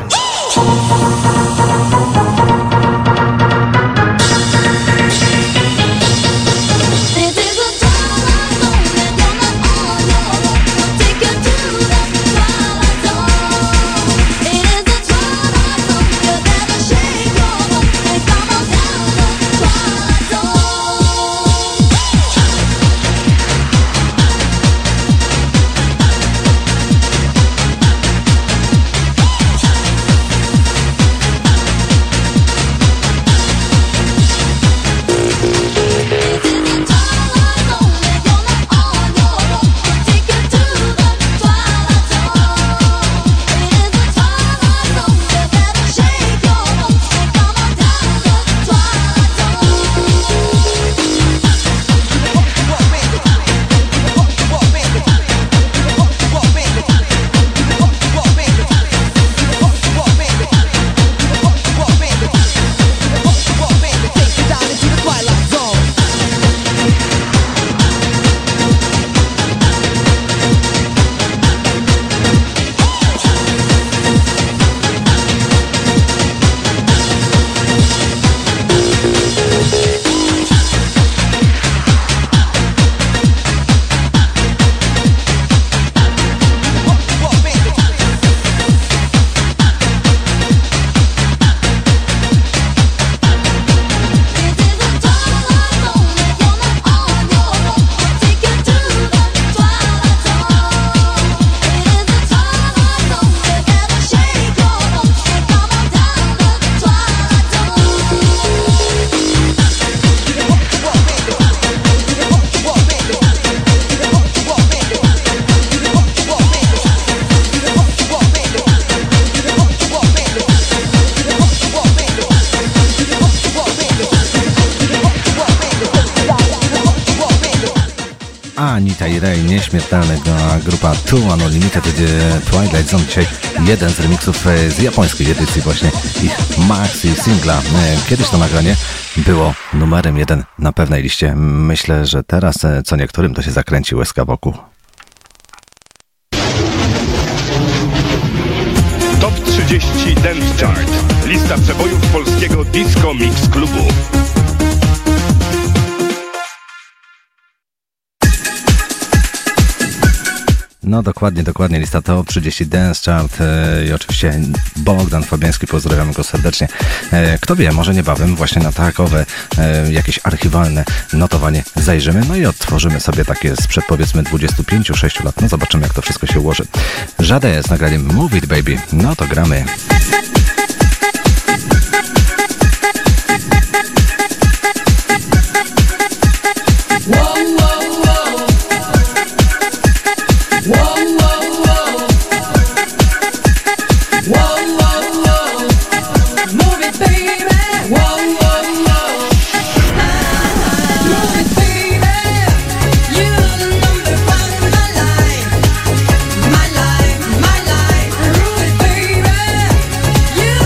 Anita i Ray, nieśmiertelna grupa Two Unlimited Twilight Zone. Dzisiaj jeden z remixów z japońskiej edycji właśnie ich maxi singla. Kiedyś to nagranie było numerem 1 na pewnej liście. Myślę, że teraz co niektórym to się zakręci łezka wokół. Top 30 Dance Chart. Lista przebojów polskiego Disco Mix Klubu. No dokładnie, lista Top 30 Dance Chart i oczywiście Bogdan Fabiański, pozdrawiamy go serdecznie. Kto wie, może niebawem właśnie na takowe jakieś archiwalne notowanie zajrzymy, no i odtworzymy sobie takie sprzed powiedzmy 25-6 lat, no zobaczymy jak to wszystko się ułoży. Żadę z nagraniem Move It Baby, no to gramy. You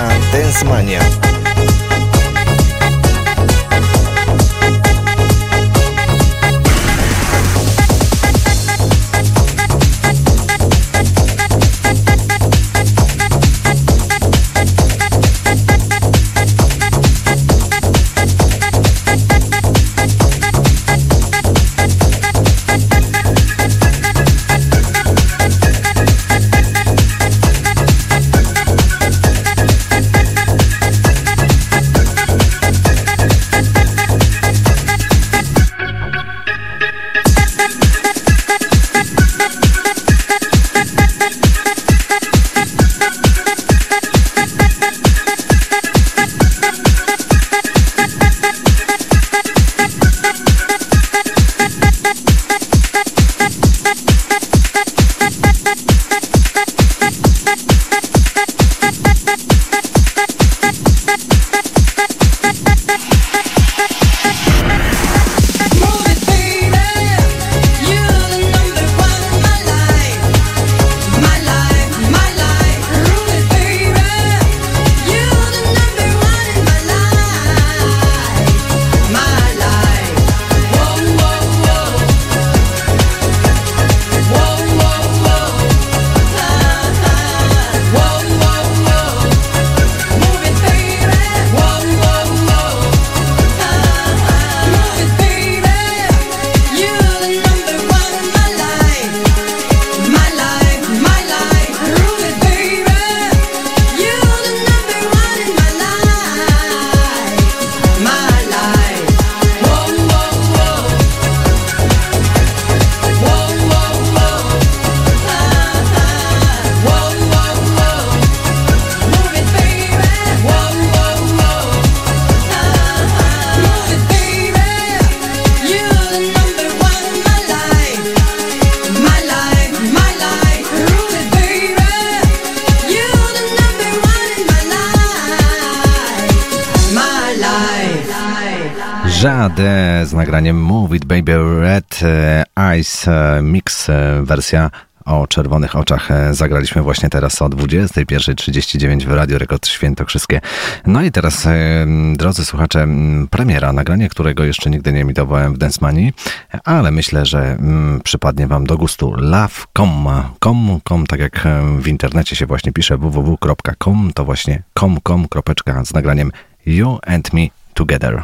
Dance Mania. Jade z nagraniem Move It Baby Red Eyes Mix wersja o czerwonych oczach. Zagraliśmy właśnie teraz o 21:39 w Radio Rekord Świętokrzyskie. No i teraz, drodzy słuchacze, premiera, nagranie, którego jeszcze nigdy nie emitowałem w Dance Manii, ale myślę, że przypadnie wam do gustu. Love.com, tak jak w internecie się właśnie pisze www.com, to właśnie com, kropeczka z nagraniem You and Me Together.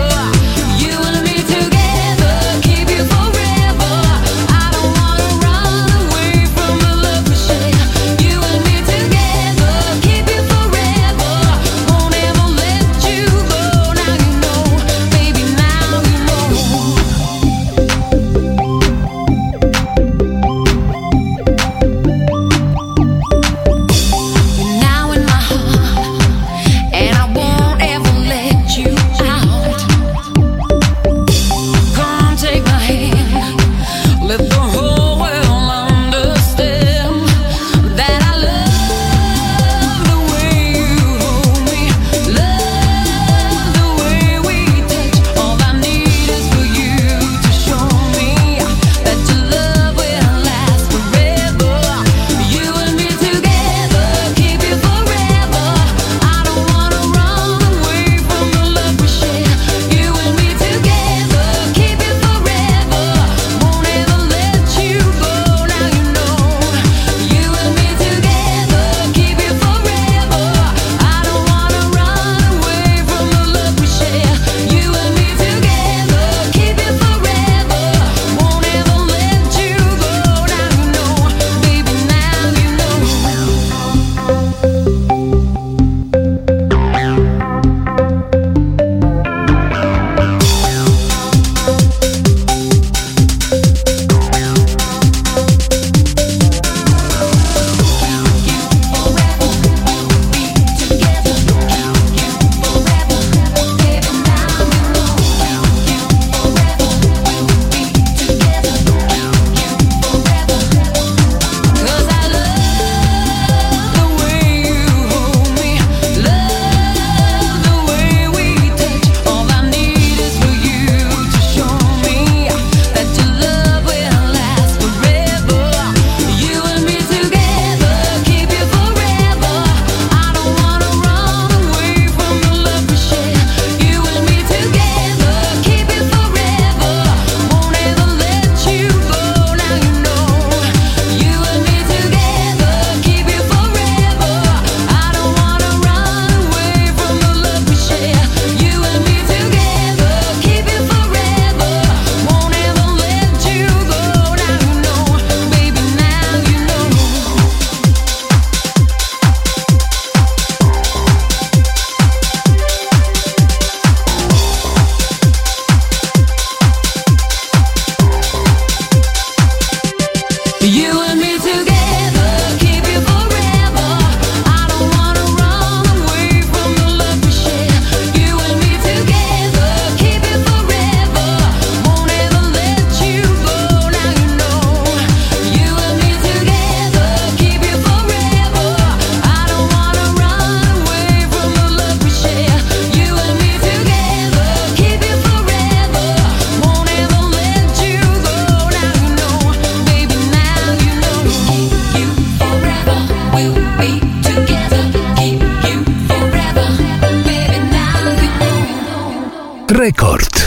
Run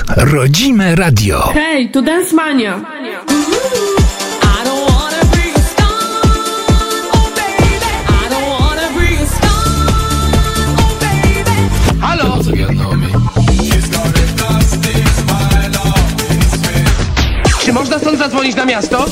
Rodzime radio. Hej, tu Dance Mania. Halo? Czy można stąd zadzwonić na miasto?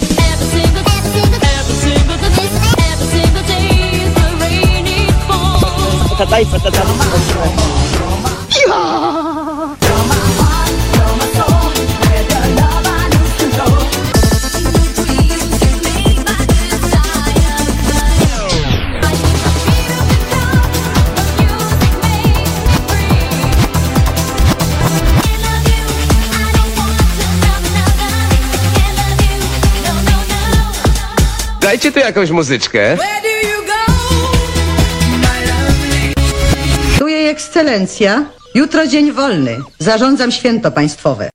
Dajcie tu jakąś muzyczkę. Tu jej ekscelencja. Jutro dzień wolny. Zarządzam święto państwowe.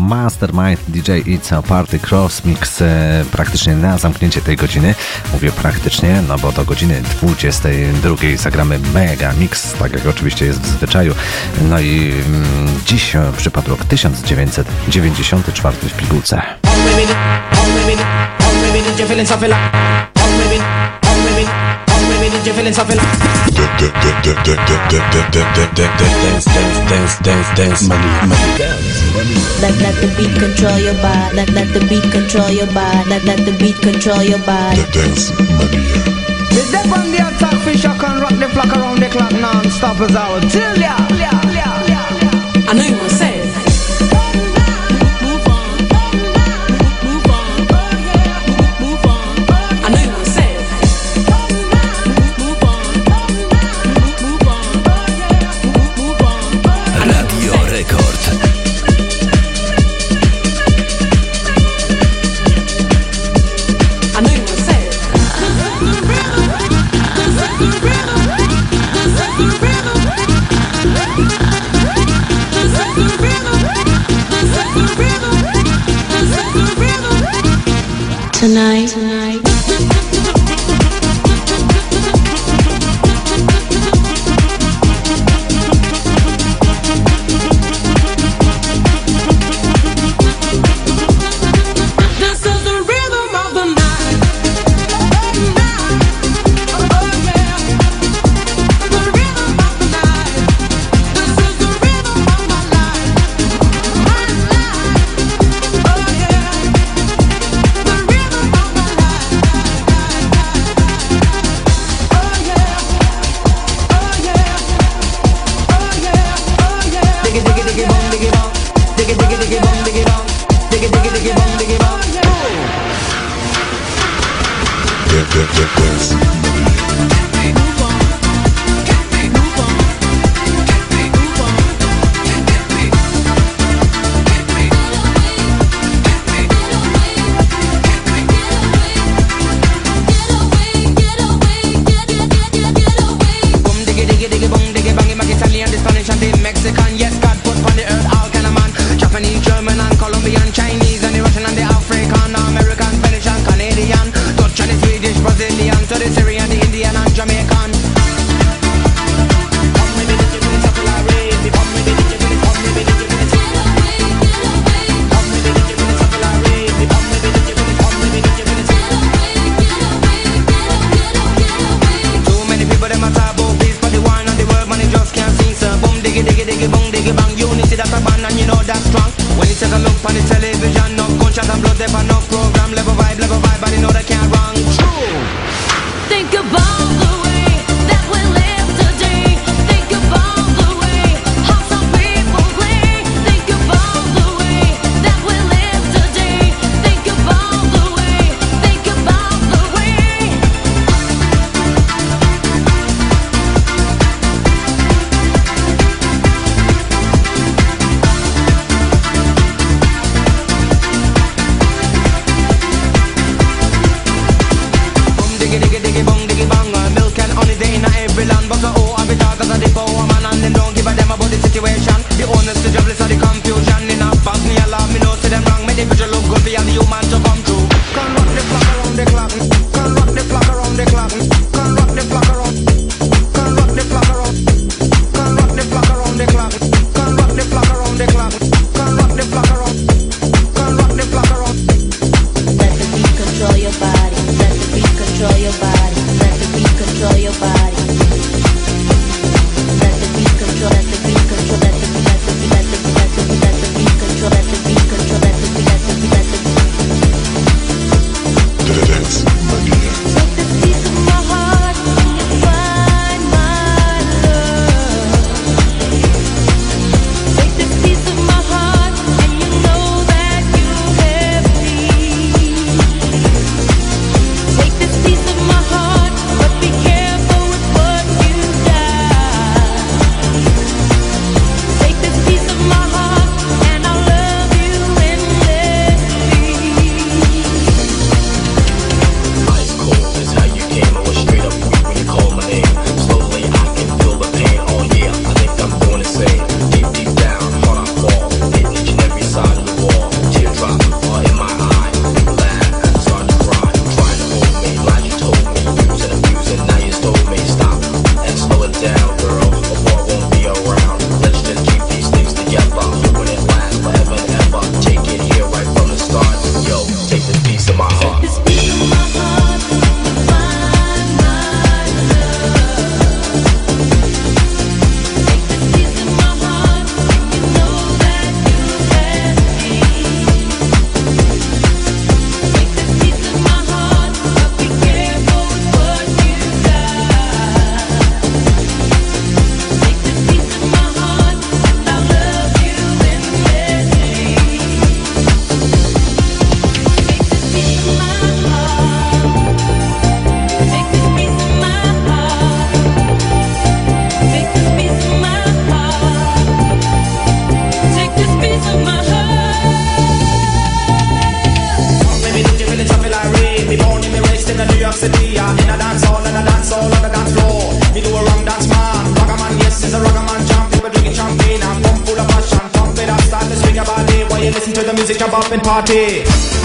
Mastermind DJ It's a Party Cross Mix praktycznie na zamknięcie tej godziny. Mówię praktycznie, no bo do godziny 22 zagramy mega mix, tak jak oczywiście jest w zwyczaju. No i dziś przypadł rok 1994 w pigułce. Let the beat control your body. Let the beat control your body. Let the beat control your body. Dance mania. The deaf on the attack fish, I can rock the flock around the clock non-stop as I would tell ya. I know you wanna say it. Tonight. to the music of up and party.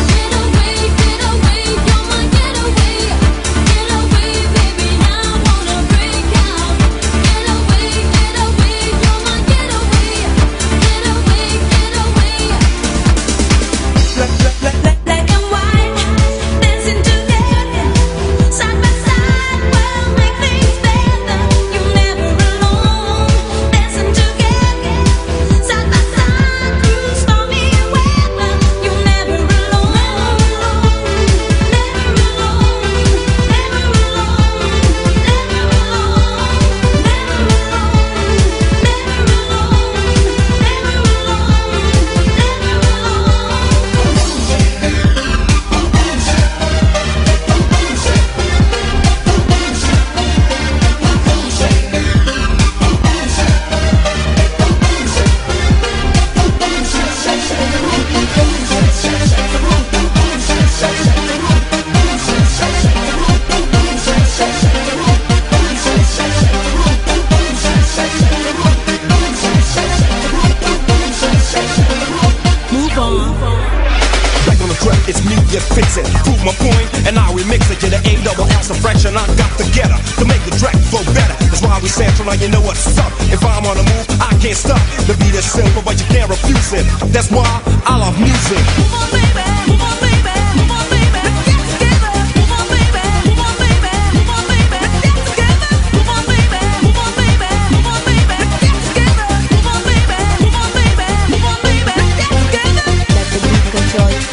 It's me, you fix it. Prove my point, and I remix it to the A-double-L fraction. I got together to make the track flow better. That's why we sample, now you know what's up. If I'm on the move, I can't stop. The beat is simple, but you can't refuse it. That's why I love music. Move on, baby, move on, baby, move on, baby. Let's get together. Move on, baby, move on, baby, move on, baby. Let's get together. Move on, baby, move on, baby, move on, baby. Let's get together. Move on, baby, move on, baby, move on, baby. Let's get together. Let the beat control you.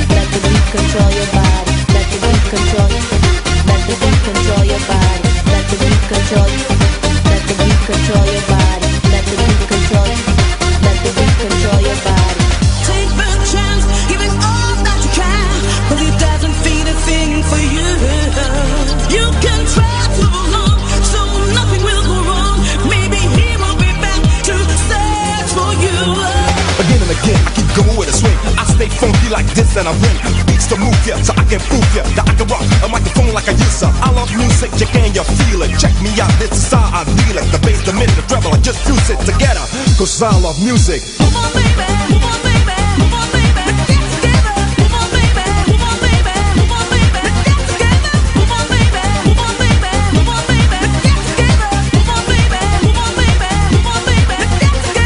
Control your body, let the beat control you. Let the beat control your body, let the beat control you. Let the beat control your body, let the beat control you. Let the beat control your body. Take the chance, give it all that you can, but it doesn't feed a thing for you. You can try to belong, so nothing will go wrong. Maybe he will be back to search for you. Again and again, I keep going with a swing. I stay funky like this and I win. Beats to move ya, so I can prove ya that I can rock a microphone like I used to. I love music, you can you feel it? Check me out, this is how I feel it. The bass, the mid, the treble, I just fuse it together. Cause I love music. Move on, baby, move on, baby, move on, baby. Let's get together. Move on, baby, move on, baby, move on, baby. Let's get together. Move on, baby, move on, baby, move on, baby. Let's get together. Move on, baby, move on, baby, move on, baby. Let's get together.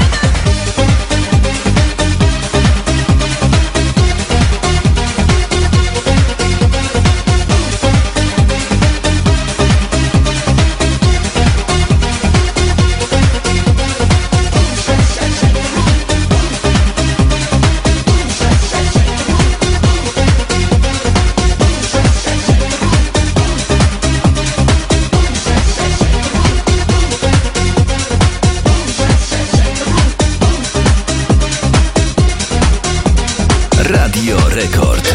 Radio Rekord.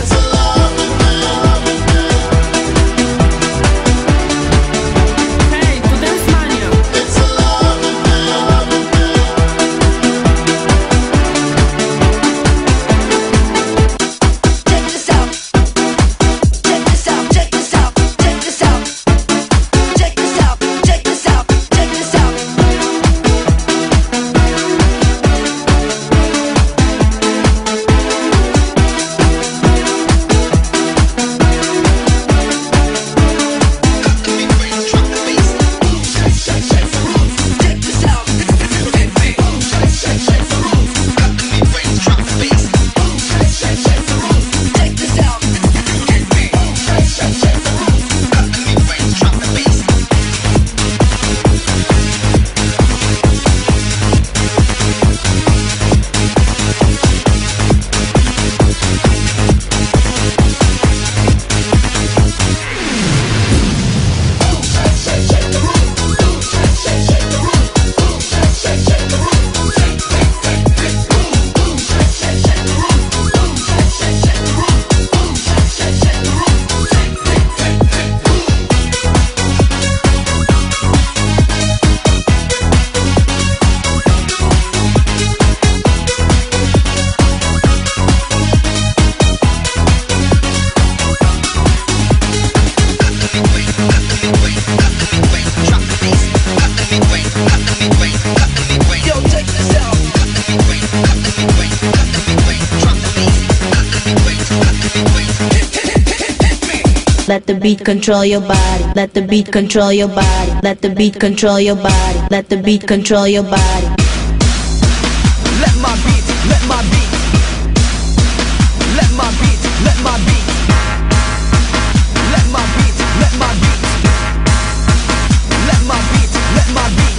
Let the beat control your body. Let the beat control your body. Let the beat control your body. Let the beat control your body. Let my beat, let my beat. Let my beat, let my beat. Let my beat, let my beat. Let my beat, let my beat.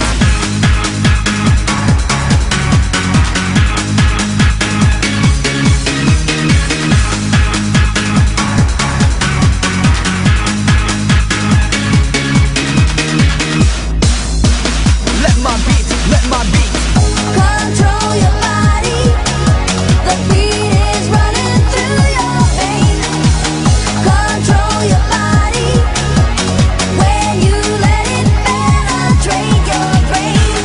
Let my beat, let my beat. Control your body. The beat is running through your veins. Control your body. When you let it penetrate your brain.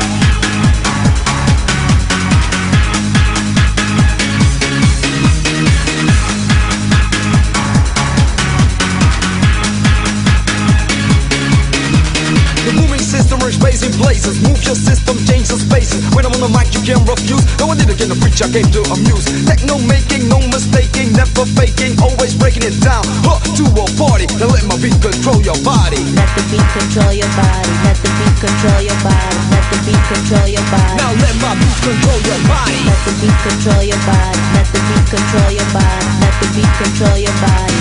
The moving system is raising blazes. Move your system, change the spaces. When I'm on the mic, you can't refuse. No, I didn't get a preach, I came to amuse. Techno making, no mistaking, never faking, always breaking it down. To a party, now let my beat control your body. Let the beat control your body. Let the beat control your body. Let the beat control your body. Now let my beat control your body. Let the beat control your body. Let the beat control your body. Let the beat control your body.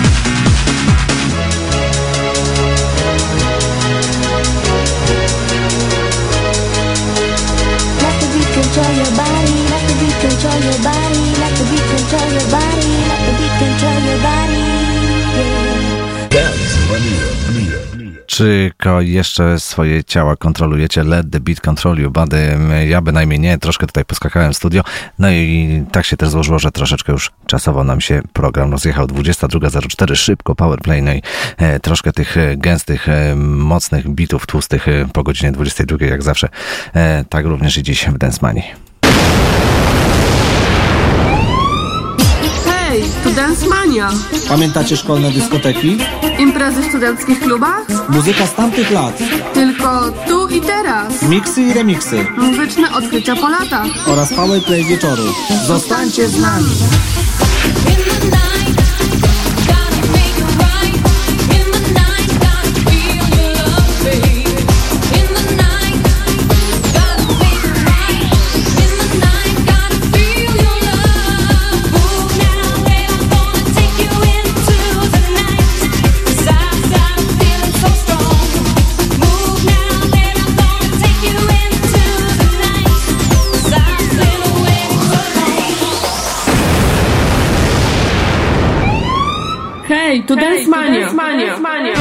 Let the beat control your body. Let the beat control your body. Let the beat control your body. Let the beat control your body. Czy jeszcze swoje ciała kontrolujecie? Let the beat control your body. Ja bynajmniej nie, troszkę tutaj poskakałem w studio. No i tak się też złożyło, że troszeczkę już czasowo nam się program rozjechał. 22:04, szybko, powerplay. No i troszkę tych gęstych, mocnych bitów, tłustych po godzinie 22, jak zawsze. Tak również i dziś w Dance Money. Hej, tu Dance Mania. Pamiętacie szkolne dyskoteki? Imprezy w studenckich klubach? Muzyka z tamtych lat. Tylko tu i teraz. Miksy i remiksy. Muzyczne odkrycia po latach. Oraz powerplay wieczoru. Zostańcie z nami. Hej, tu Dance Mania.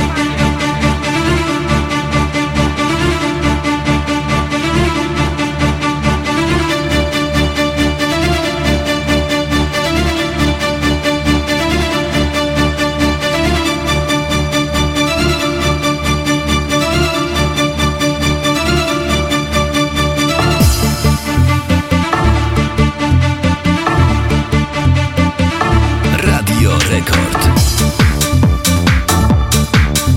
Radio Rekord.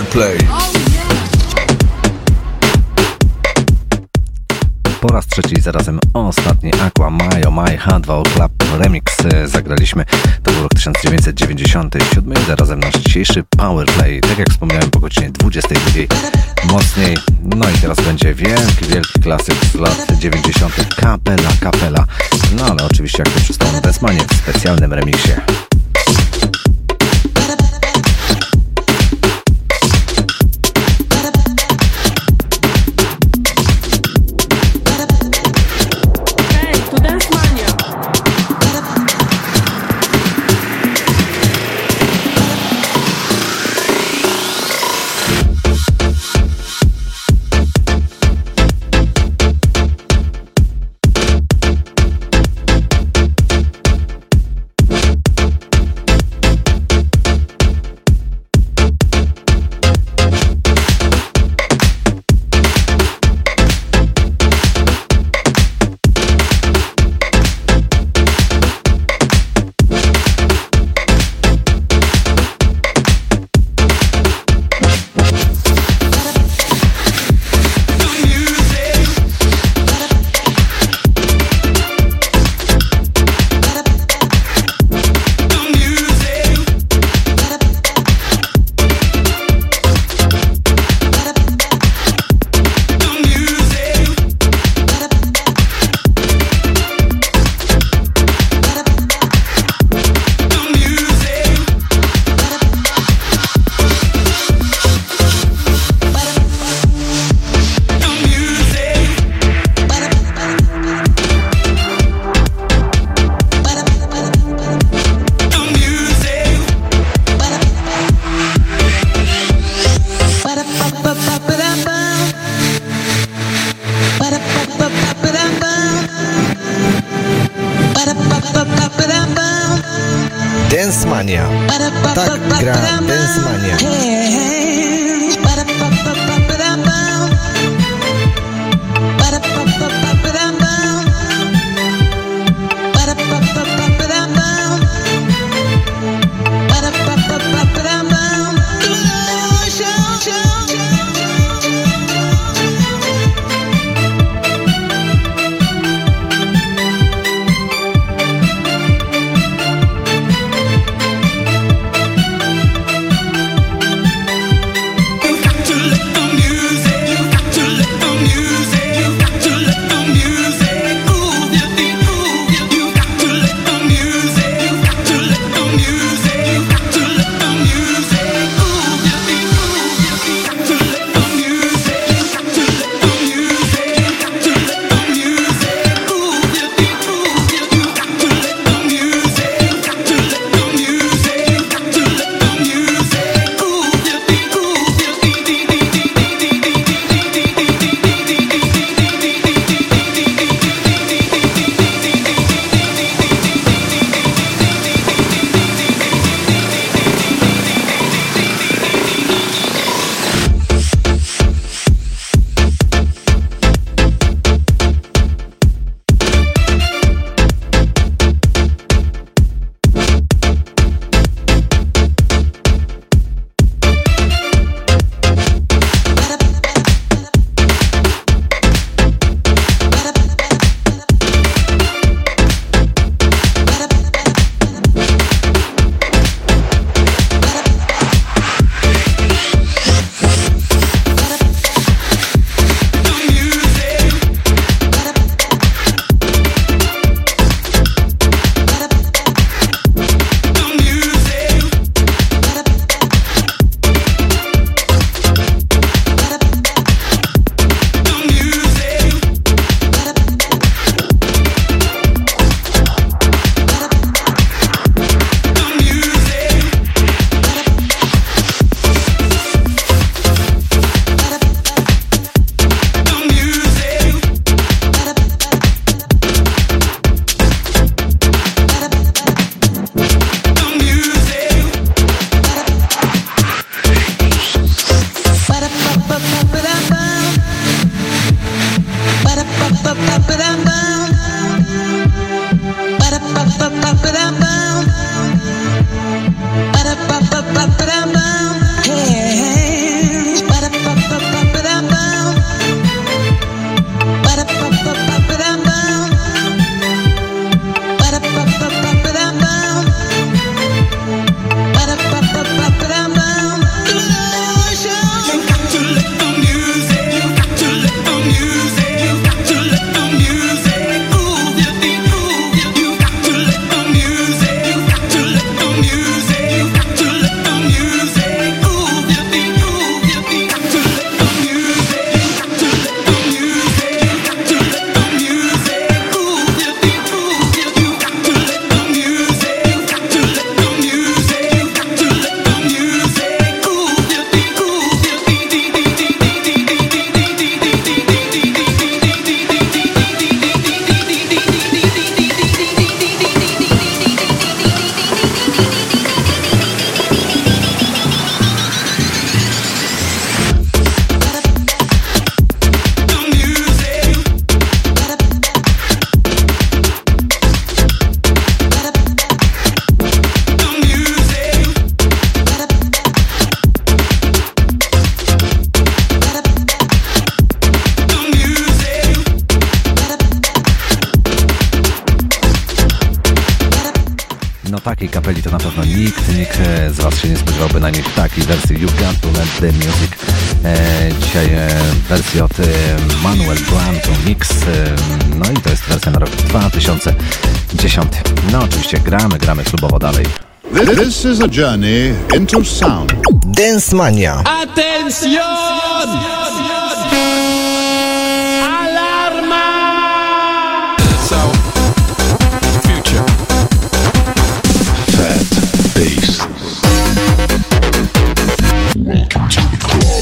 Powerplay. Po raz trzeci i zarazem ostatni Aqua My Oh My H2O Club Remix zagraliśmy. To był rok 1997 i zarazem nasz dzisiejszy Powerplay. Tak jak wspomniałem, po godzinie 22 mocniej. No i teraz będzie wielki klasyk z lat 90. Kapela. No ale oczywiście jak to przystało na Densmanie w specjalnym remiksie. Densmania. Tak gra Densmania. No takiej kapeli to na pewno nikt z Was się nie spodziewałby na niej takiej wersji You Got To Let The Music. Dzisiaj wersja od Manuel Blanco Mix. No i to jest wersja na rok 2010. No oczywiście gramy klubowo dalej. This is a journey into sound. Dance Mania. ¡Atención! ¡Alarma! So, future. Fat bass. Welcome to the club.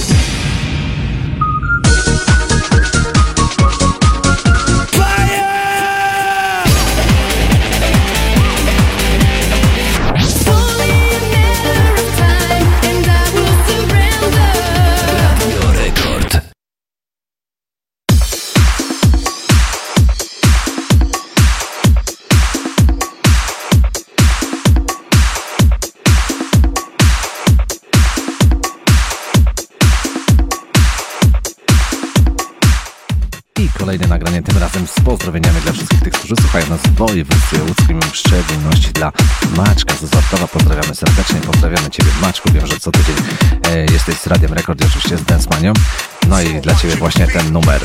Kolejne nagranie, tym razem z pozdrowieniami dla wszystkich tych, którzy słuchają nas w województwie łódzkim, w szczególności dla Maczka z Zortowa. Pozdrawiamy serdecznie, pozdrawiamy Ciebie, Maczku. Wiem, że co tydzień jesteś z Radiem Rekord i oczywiście z Dance Manią. No i dla Ciebie właśnie ten numer.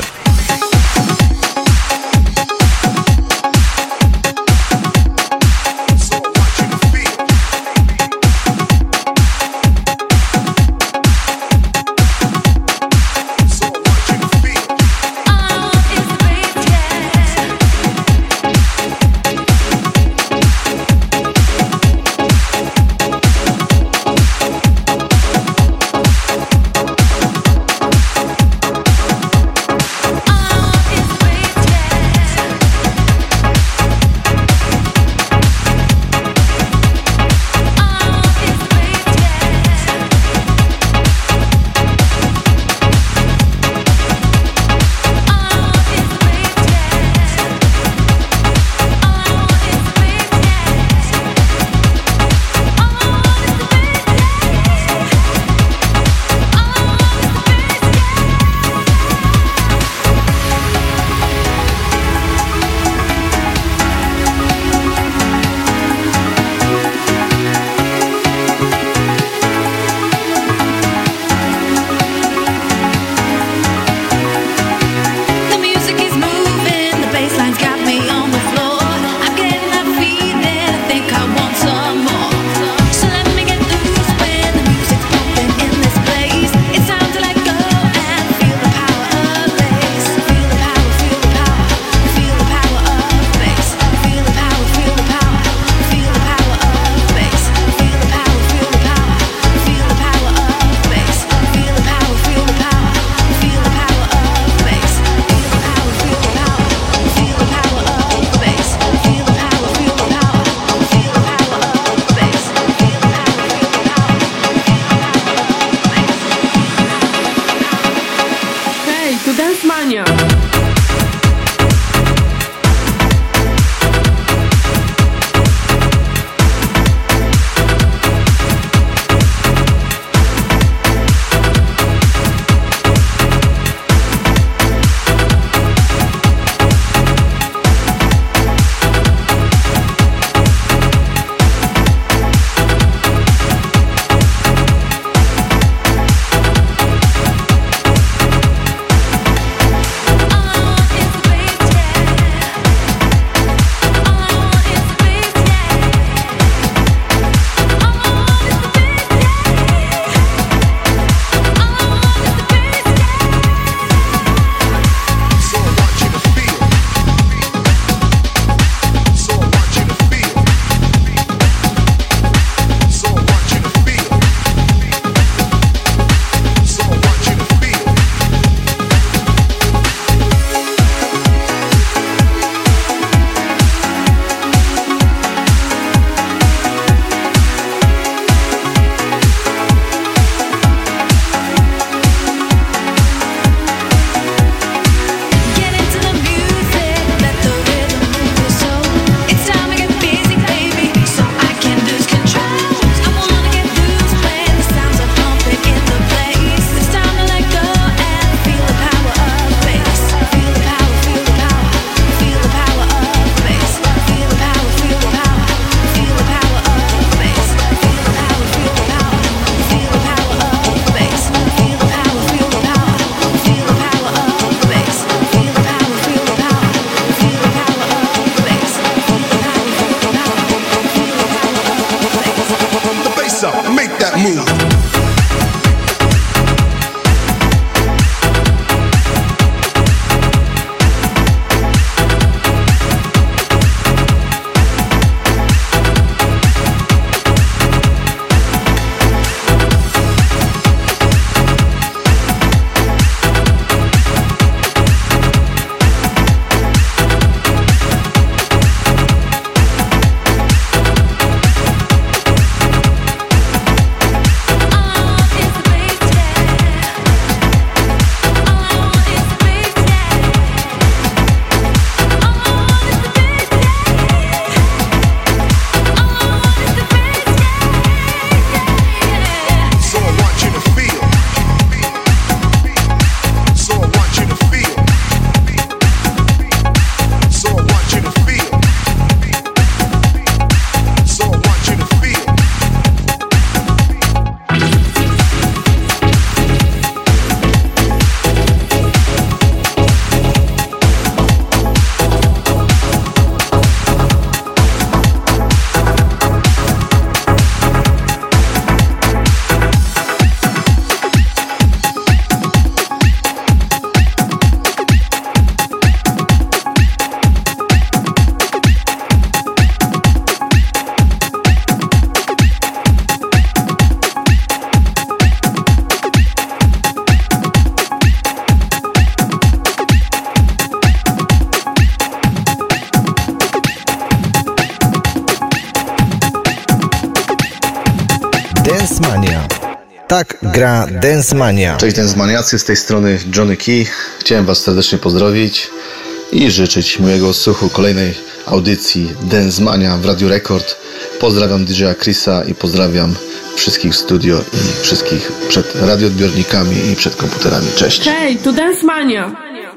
Mania. Tak gra Dance Mania. Cześć Dance Maniacy, z tej strony Johnny Key. Chciałem Was serdecznie pozdrowić i życzyć miłego słuchu kolejnej audycji Dance Mania w Radio Rekord. Pozdrawiam DJ-a Chrisa i pozdrawiam wszystkich w studio i wszystkich przed radioodbiornikami i przed komputerami. Cześć! Hej, tu Dance Mania!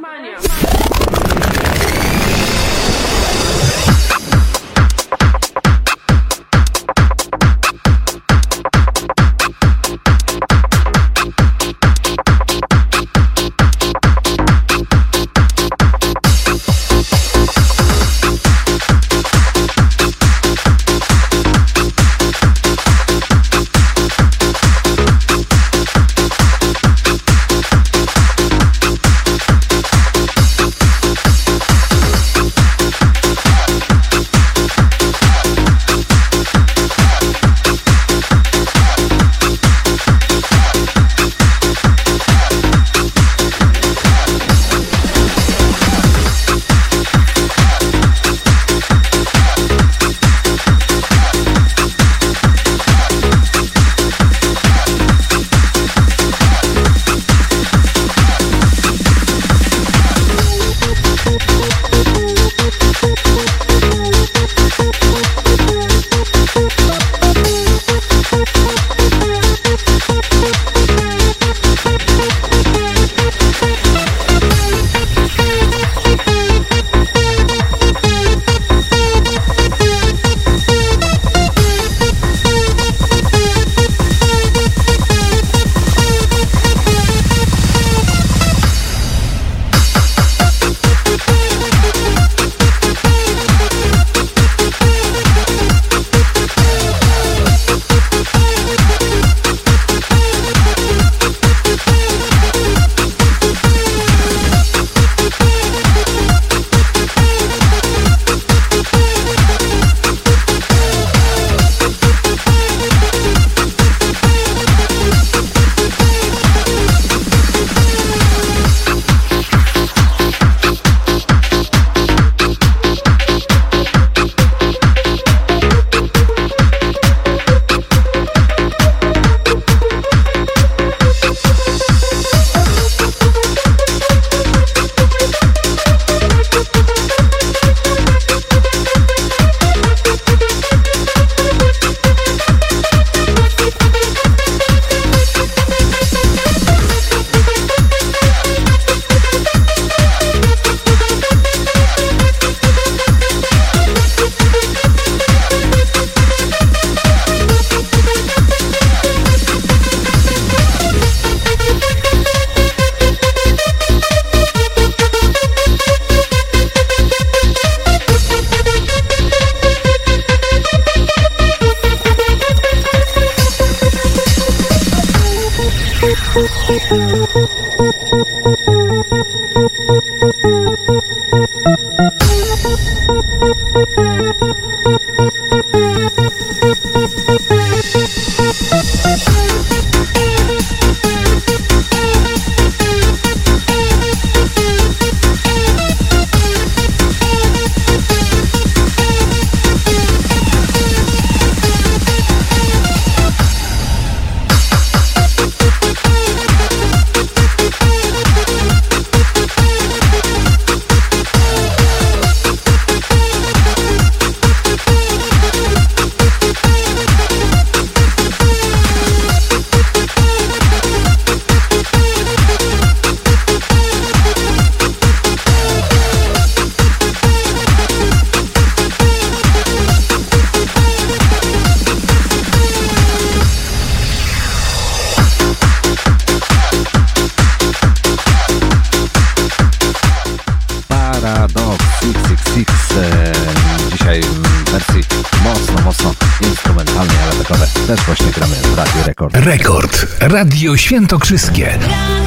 Dzisiaj w wersji mocno instrumentalnej, ale takowe też właśnie gramy w Radio Rekord. Rekord. Radio Świętokrzyskie.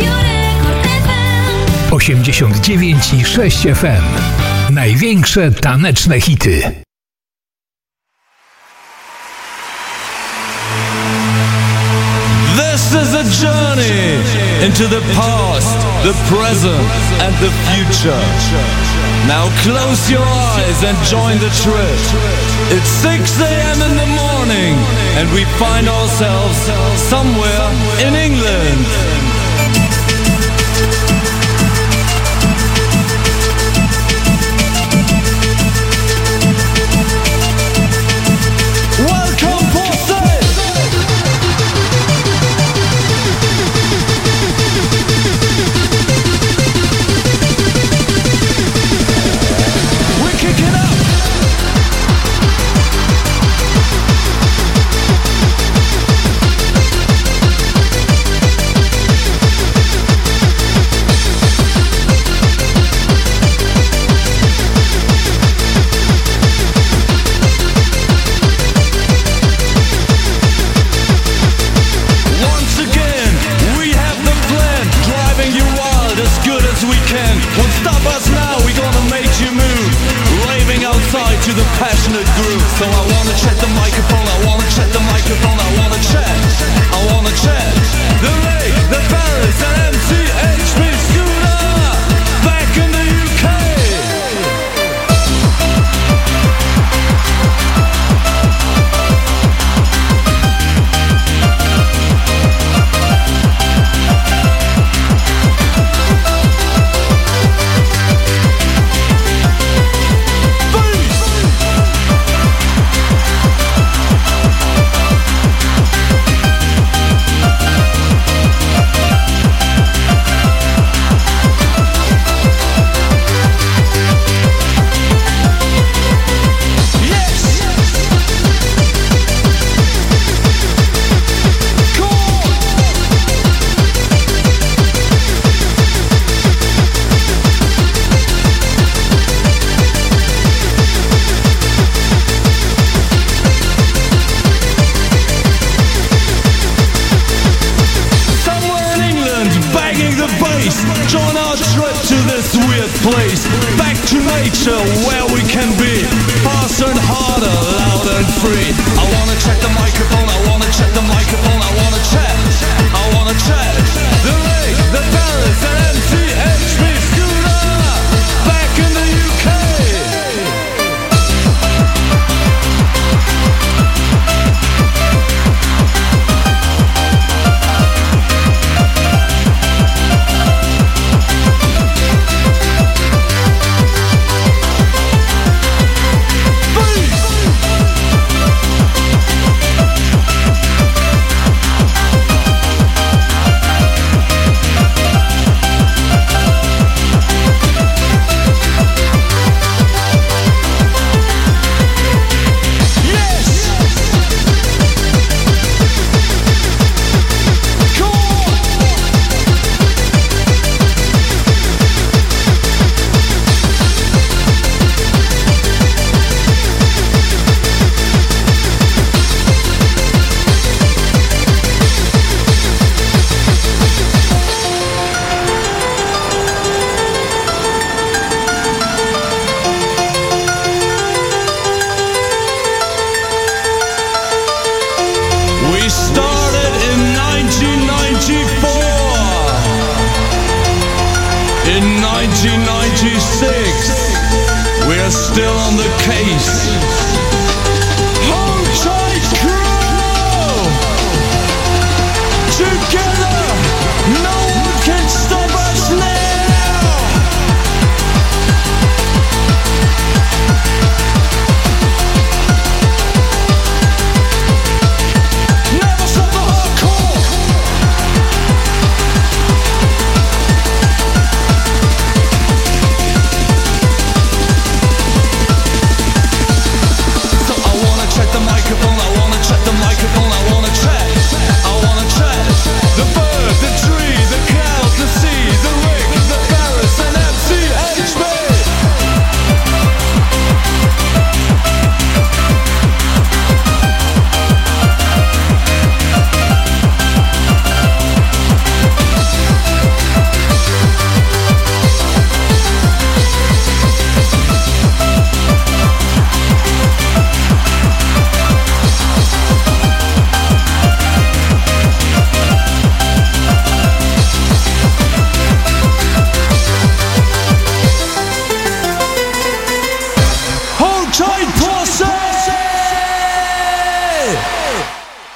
89,6 FM. Największe taneczne hity. This is a journey into the past, the present, and the future. Now close your eyes and join the trip. It's 6 a.m. in the morning, and we find ourselves somewhere in England. To the passionate groove. So I wanna check the microphone, I wanna check the microphone, I wanna check the Ray, the Paris, and MCHP Scooter back in the UK. Join our trip to this weird place. Back to nature where we can be faster and harder, loud and free. I wanna check the microphone, I wanna check the microphone, I wanna check the Ray, the Paris, and MCHP Scooter back in the UK.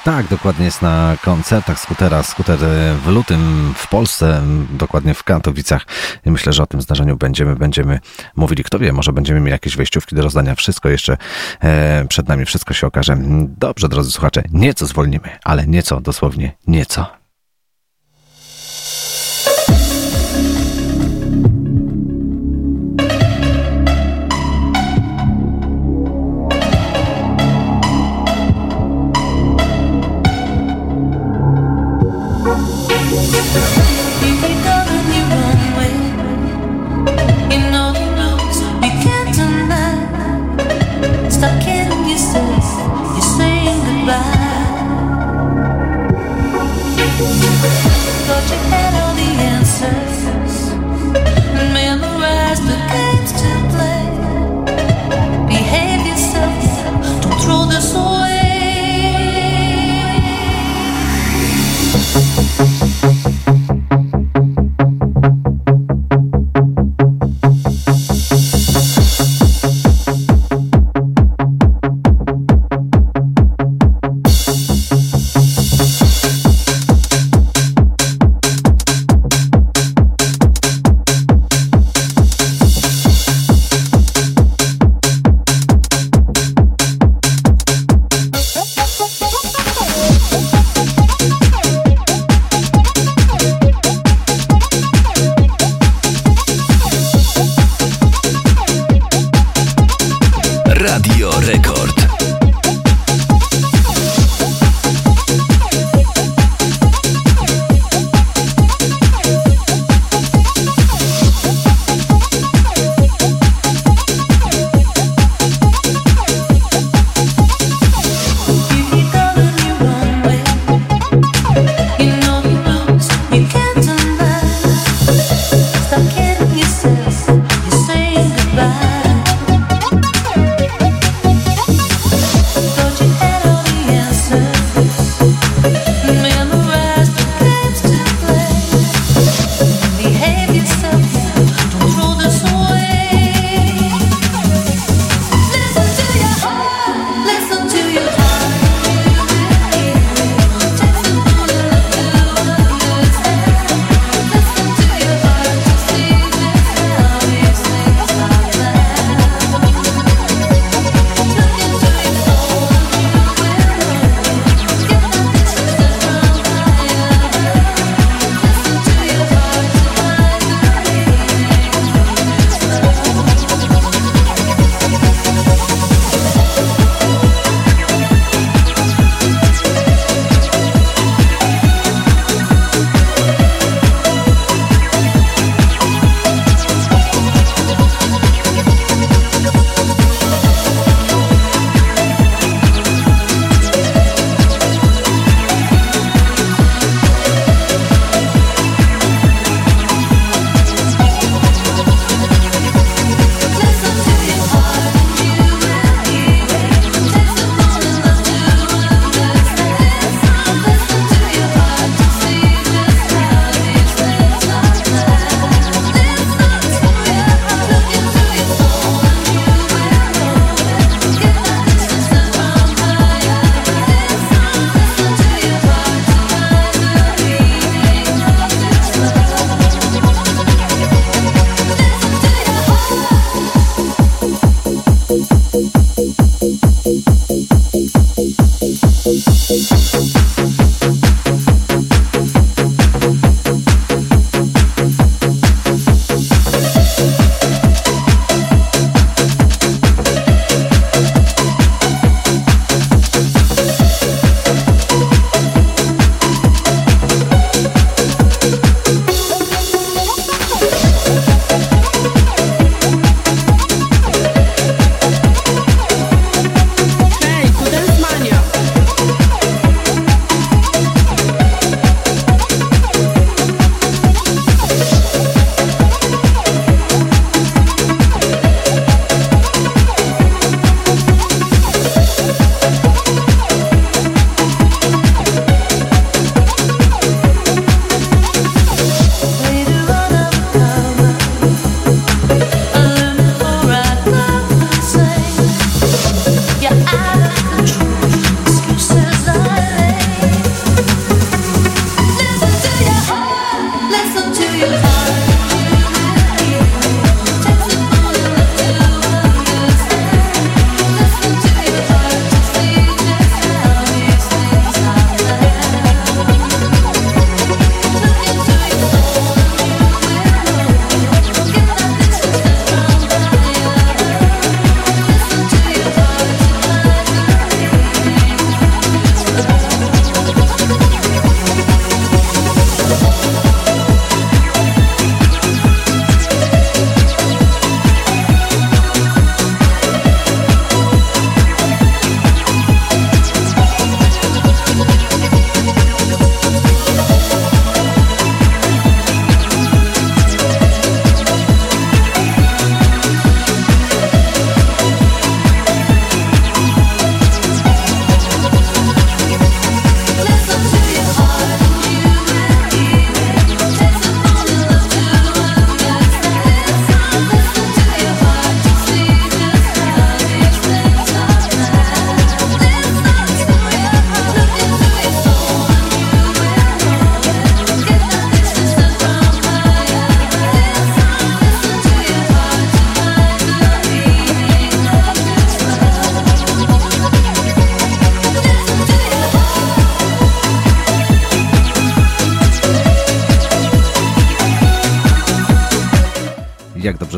Tak, dokładnie jest na koncertach Skutera. Skuter w lutym w Polsce, dokładnie w Katowicach. I myślę, że o tym zdarzeniu będziemy mówili. Kto wie, może będziemy mieli jakieś wejściówki do rozdania. Wszystko jeszcze przed nami, wszystko się okaże. Dobrze, drodzy słuchacze, nieco zwolnimy, ale nieco, dosłownie nieco.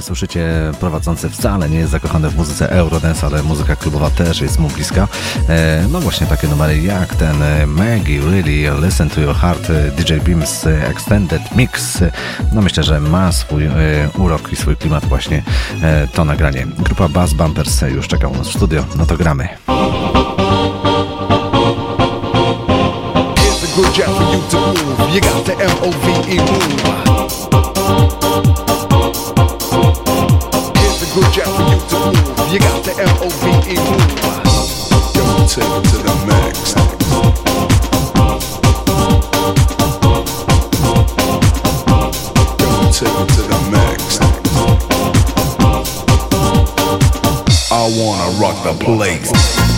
słyszycie, prowadzący wcale nie jest zakochany w muzyce Eurodance, ale muzyka klubowa też jest mu bliska. No właśnie takie numery jak ten Maggie, Really, Listen to Your Heart, DJ Beams Extended Mix. No myślę, że ma swój urok i swój klimat właśnie to nagranie. Grupa Bass Bumpers już czeka u nas w studio, no to gramy. Good job for you to move. You got the M-O-V-E move. Here's a good job for you to move. You got the M-O-V-E move. Yo, take it to the max. Yo, take it to the max. I wanna rock the place.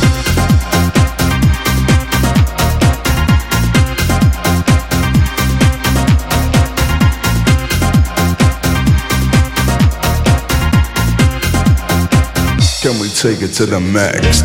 Can we take it to the max?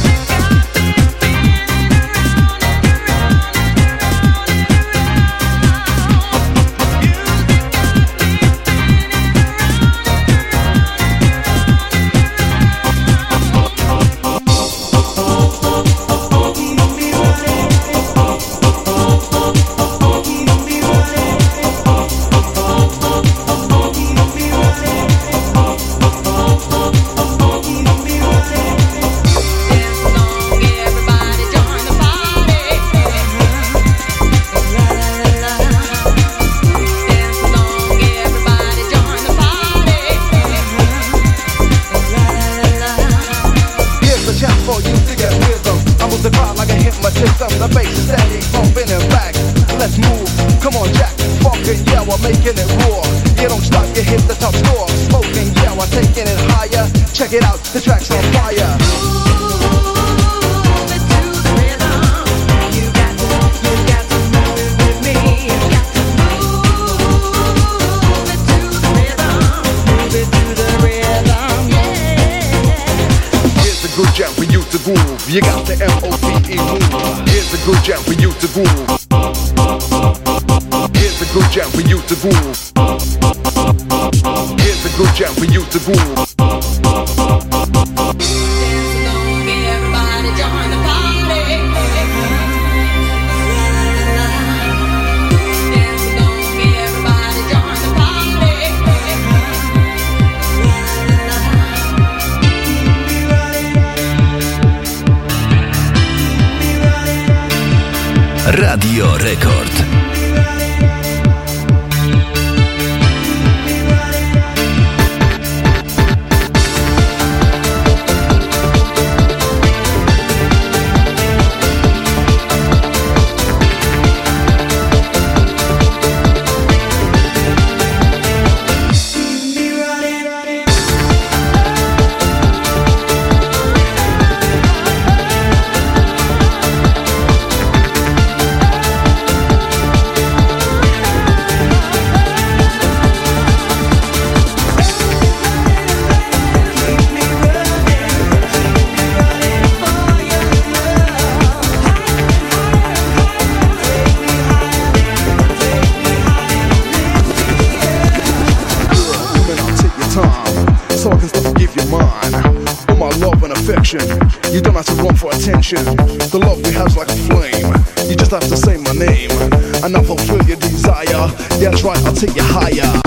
You got the M-O-V-E move. Here's a good jam for you to groove. Here's a good jam for you to groove. Here's a good jam for you to groove. Everybody join the party. Radio Rekord. You don't have to run for attention. The love we have's like a flame. You just have to say my name, and I'll fulfill your desire. Yeah, that's right, I'll take you higher.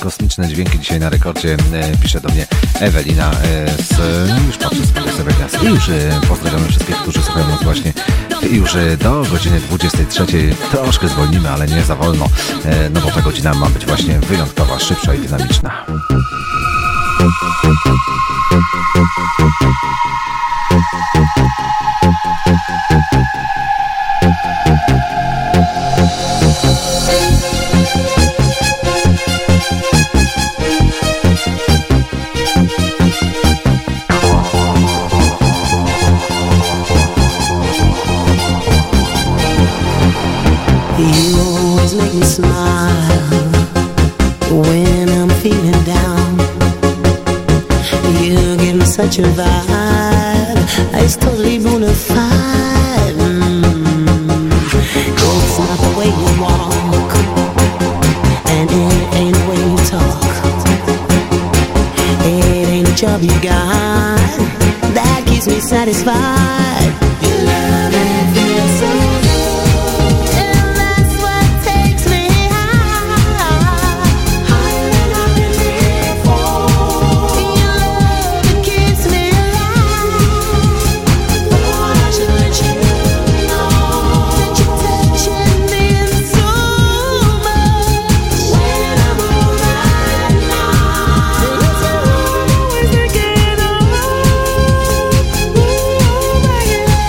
kosmiczne dźwięki dzisiaj na rekordzie, pisze do mnie Ewelina już patrzę z Ewelina i już pozdrawiamy wszystkich, którzy słuchają nas właśnie już do godziny 23. Troszkę zwolnimy, ale nie za wolno, no bo ta godzina ma być właśnie wyjątkowa, szybsza i dynamiczna. You always make me smile when I'm feeling down. You give me such a vibe, it's totally bona fide. It's not the way you walk, and it ain't the way you talk. It ain't a job you got that keeps me satisfied. Your love and it feels so good. Yeah.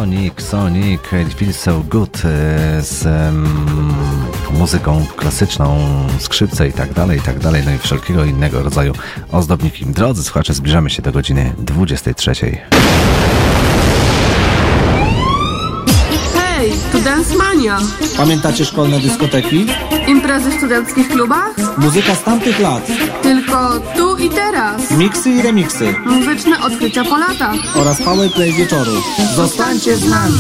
Sonic, It Feels So Good z muzyką klasyczną, skrzypce i tak dalej, no i wszelkiego innego rodzaju ozdobniki. Drodzy słuchacze, zbliżamy się do godziny 23. Hej, tu Dance Mania. Pamiętacie szkolne dyskoteki? Imprezy w studenckich klubach? Muzyka z tamtych lat. Tylko tu i teraz. Miksy i remiksy. Muzyczne odkrycia po latach. Oraz powerplay wieczoru. Zostańcie z nami.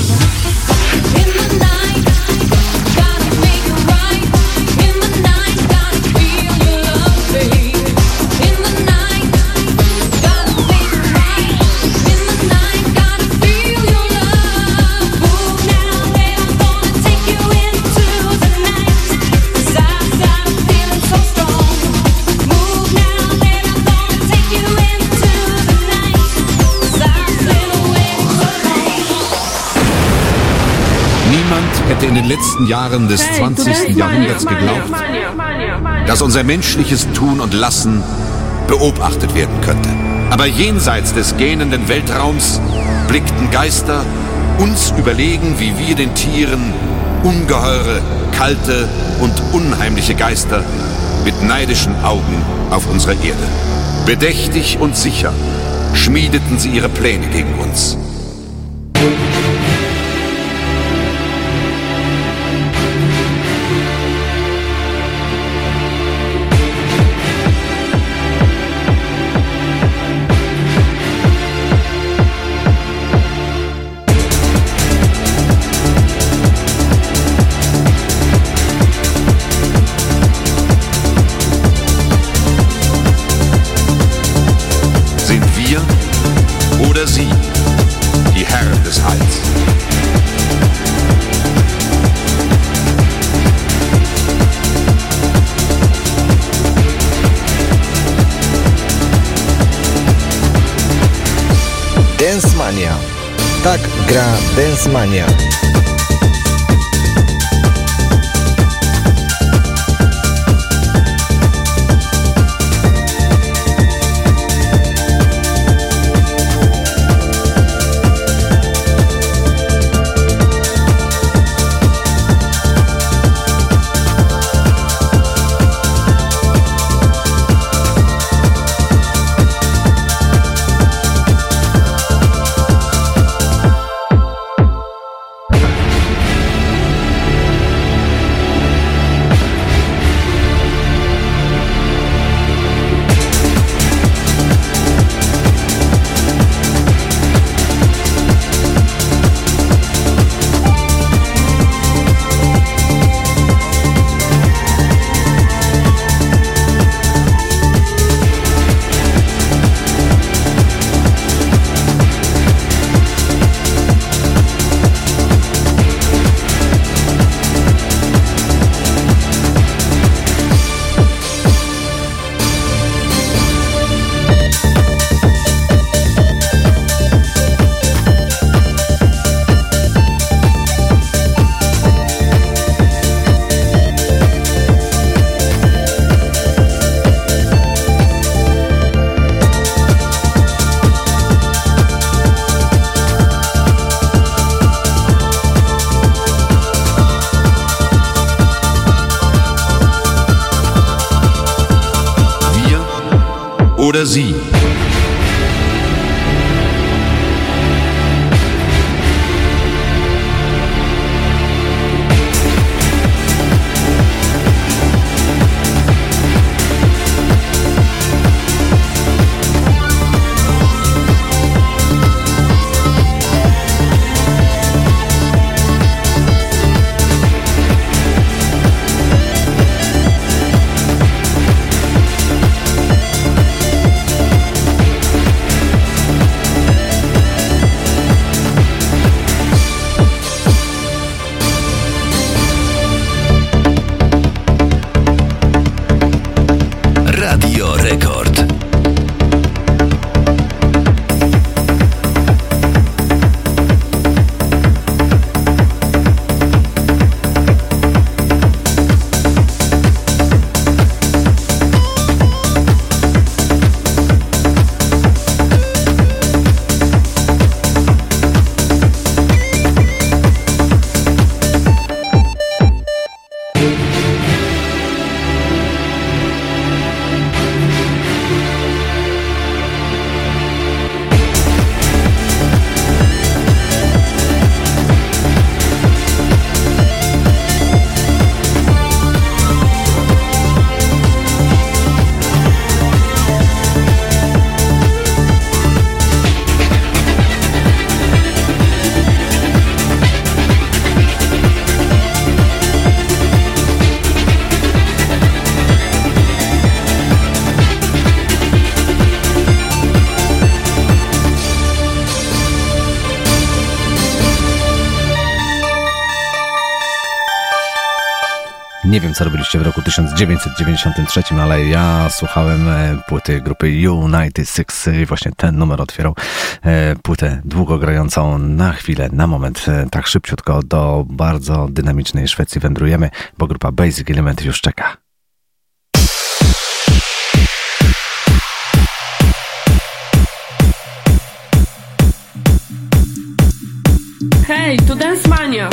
Hätte in den letzten Jahren des 20. Jahrhunderts geglaubt, dass unser menschliches Tun und Lassen beobachtet werden könnte. Aber jenseits des gähnenden Weltraums blickten Geister, uns überlegen wie wir den Tieren, ungeheure, kalte und unheimliche Geister mit neidischen Augen auf unsere Erde. Bedächtig und sicher schmiedeten sie ihre Pläne gegen uns. Oder sie, die Herren des Heils. Dance Mania. Tak gra Dance Mania. Oder sie. Nie wiem, co robiliście w roku 1993, ale ja słuchałem płyty grupy United Six i właśnie ten numer otwierał płytę długo grającą. Na chwilę, na moment, tak szybciutko do bardzo dynamicznej Szwecji wędrujemy, bo grupa Basic Element już czeka. Hej, tu Dance Mania!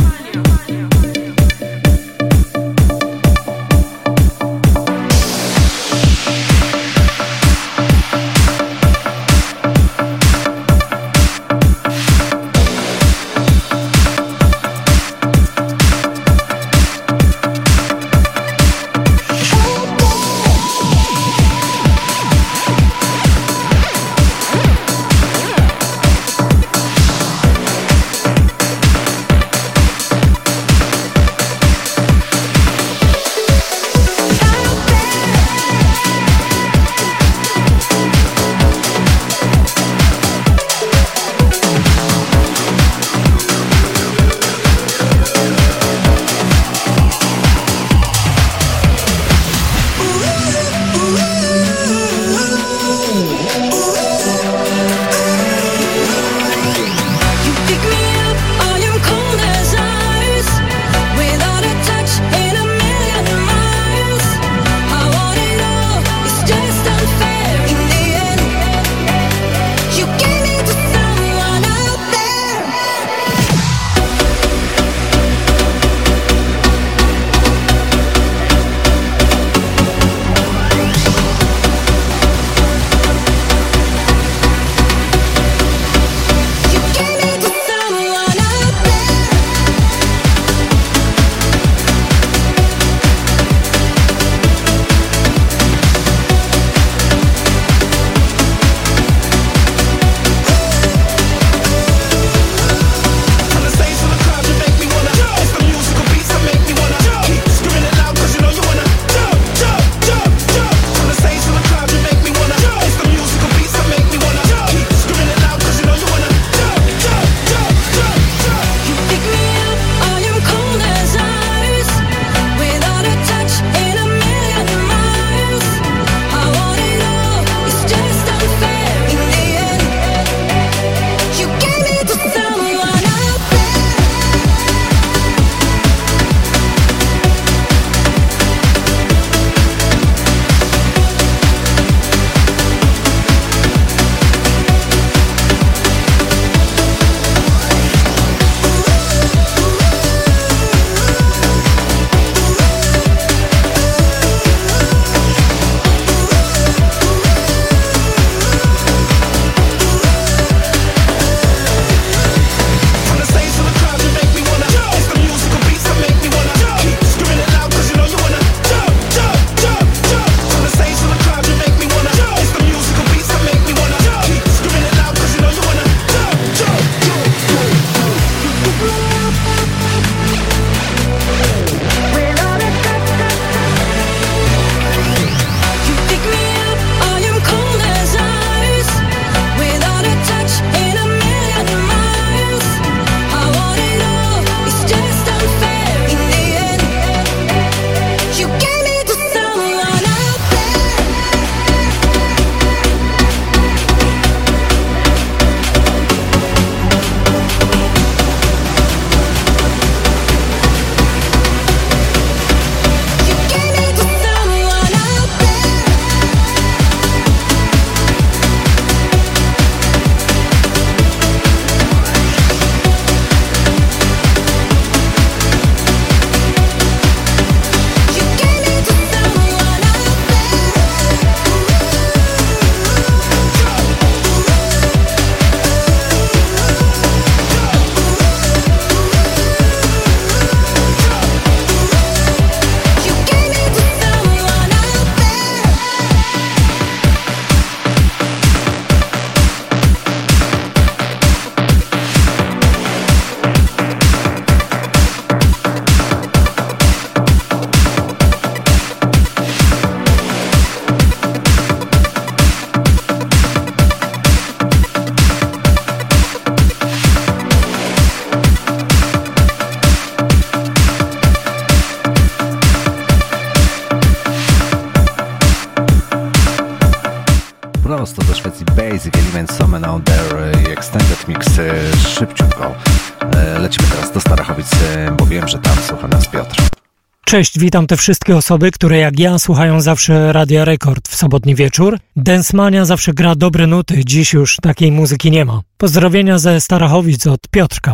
Element Summon Out There i Extended Mix szybciutko. Lecimy teraz do Starachowic, bo wiem, że tam słucha nas Piotr. Cześć, witam te wszystkie osoby, które jak ja słuchają zawsze Radia Rekord w sobotni wieczór. Dance Mania zawsze gra dobre nuty, dziś już takiej muzyki nie ma. Pozdrowienia ze Starachowic od Piotrka.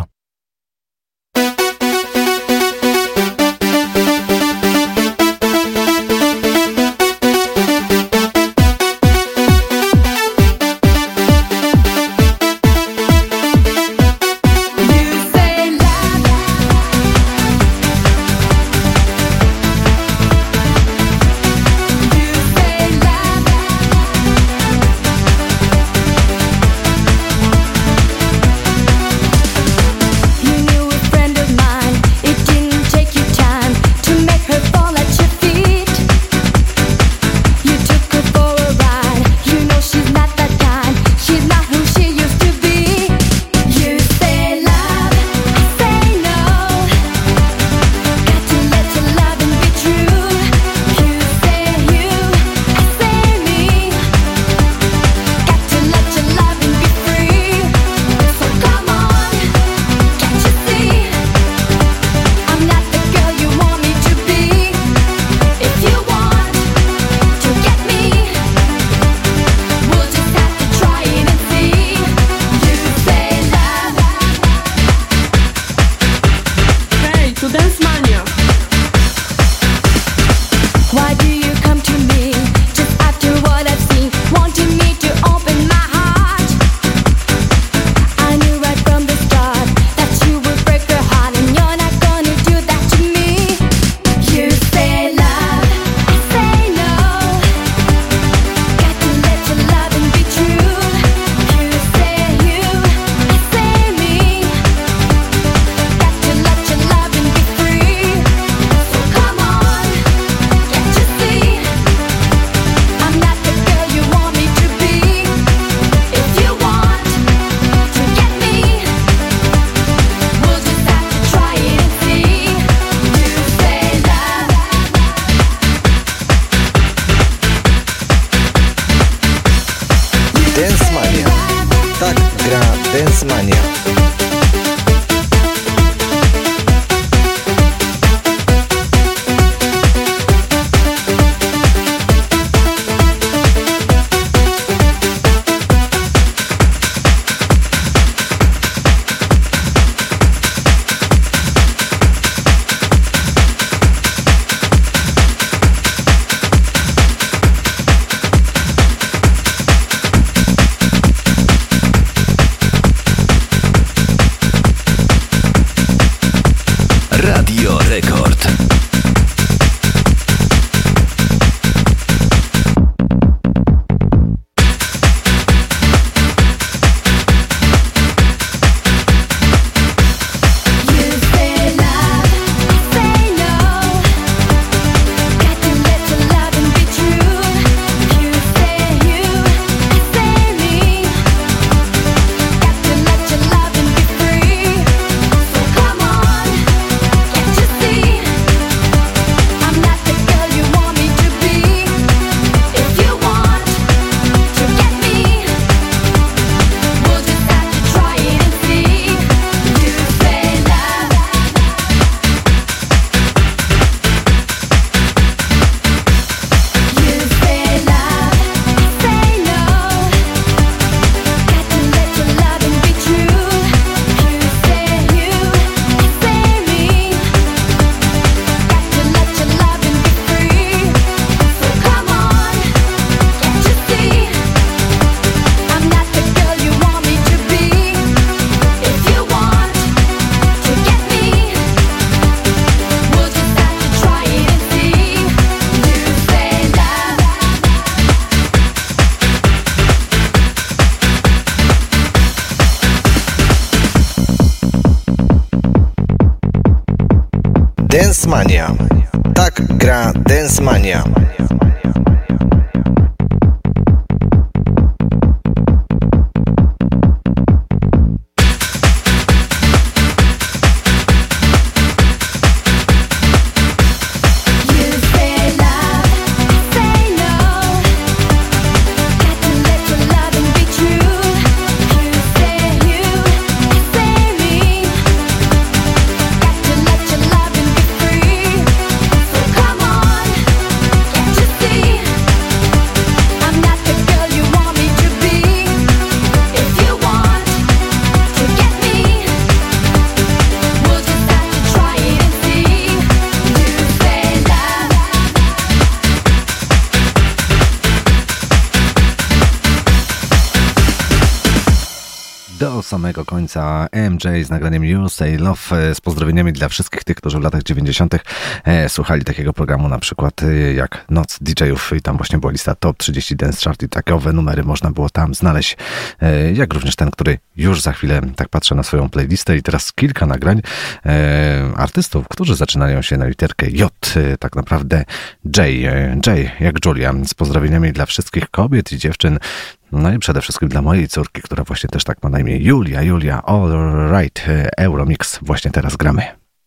Dance Mania. Tak gra Dance Mania. True. samego końca MJ z nagraniem You Say Love, z pozdrowieniami dla wszystkich tych, którzy w latach 90. słuchali takiego programu na przykład jak Noc DJ-ów i tam właśnie była lista Top 30 Dance Chart i takowe numery można było tam znaleźć, jak również ten, który już za chwilę tak patrzę na swoją playlistę i teraz kilka nagrań artystów, którzy zaczynają się na literkę J, tak naprawdę J jak Julia, z pozdrowieniami dla wszystkich kobiet i dziewczyn, no i przede wszystkim dla mojej córki, która właśnie też tak ma na imię Julia, all right, Euromix właśnie teraz gramy.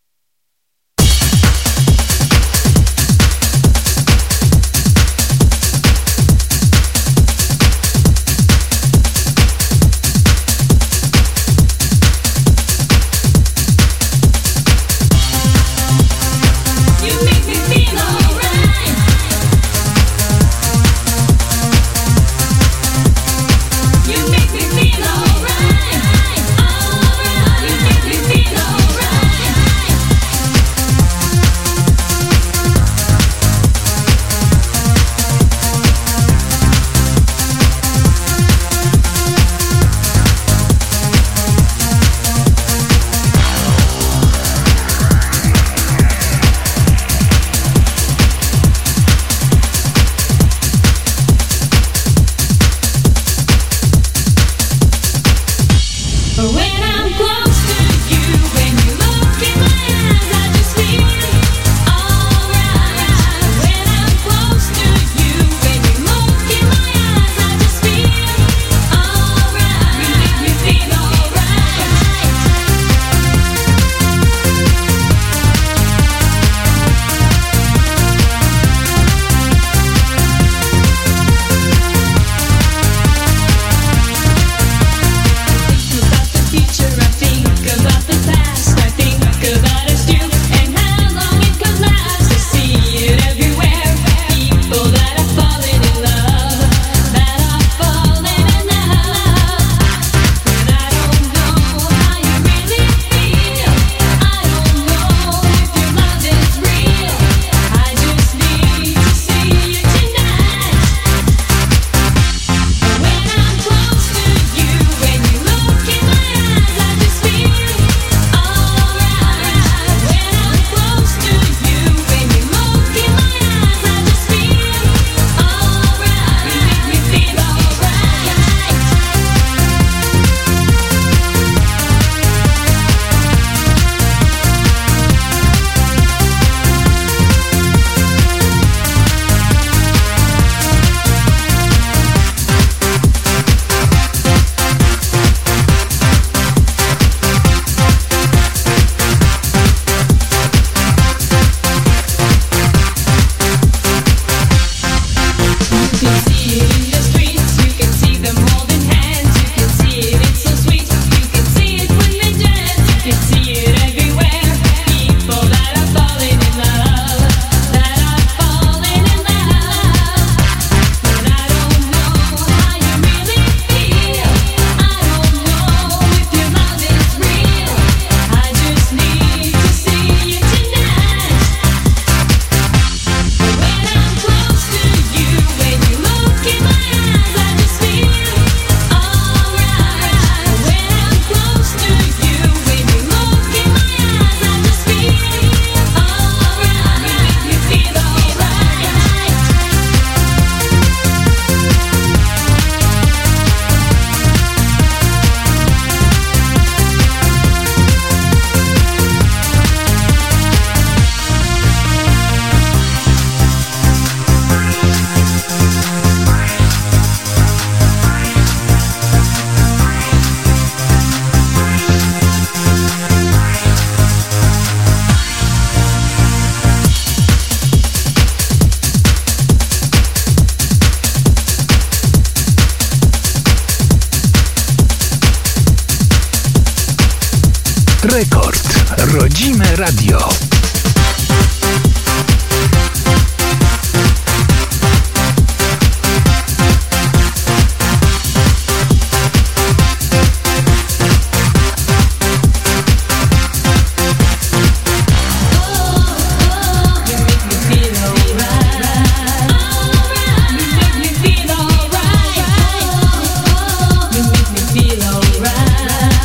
Rekord. Rodzime radio. Feel alright.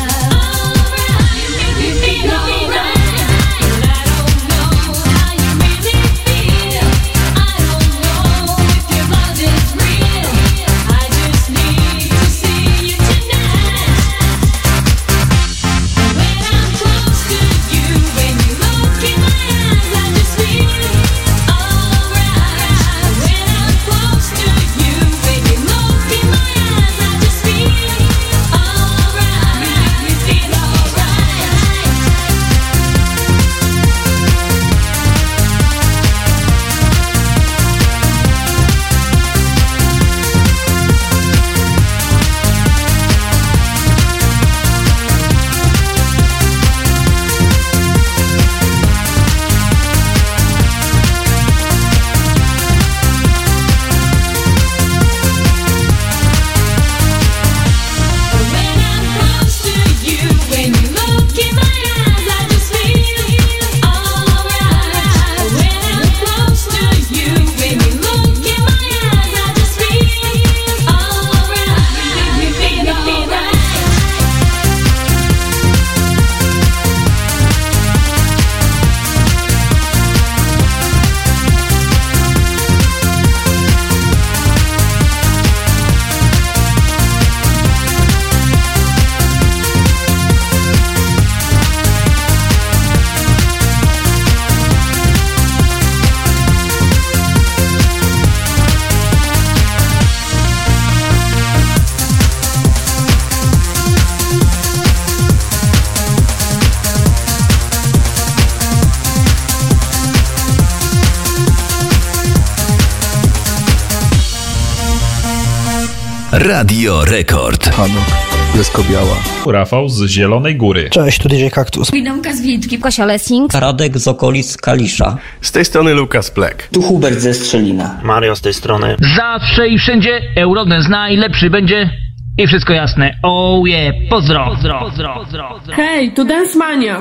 Radio Rekord. Hanuk, Bielsko-Biała. Rafał z Zielonej Góry. Cześć, tu DJ Kaktus. Widomka z Wilczki. Kosia Lessing. Radek z okolic Kalisza. Z tej strony Lukas Plek. Tu Hubert ze Strzelina. Mario z tej strony. Zawsze i wszędzie Eurodance najlepszy będzie i wszystko jasne. Oh yeah, pozdro. Hej, tu Dance Mania.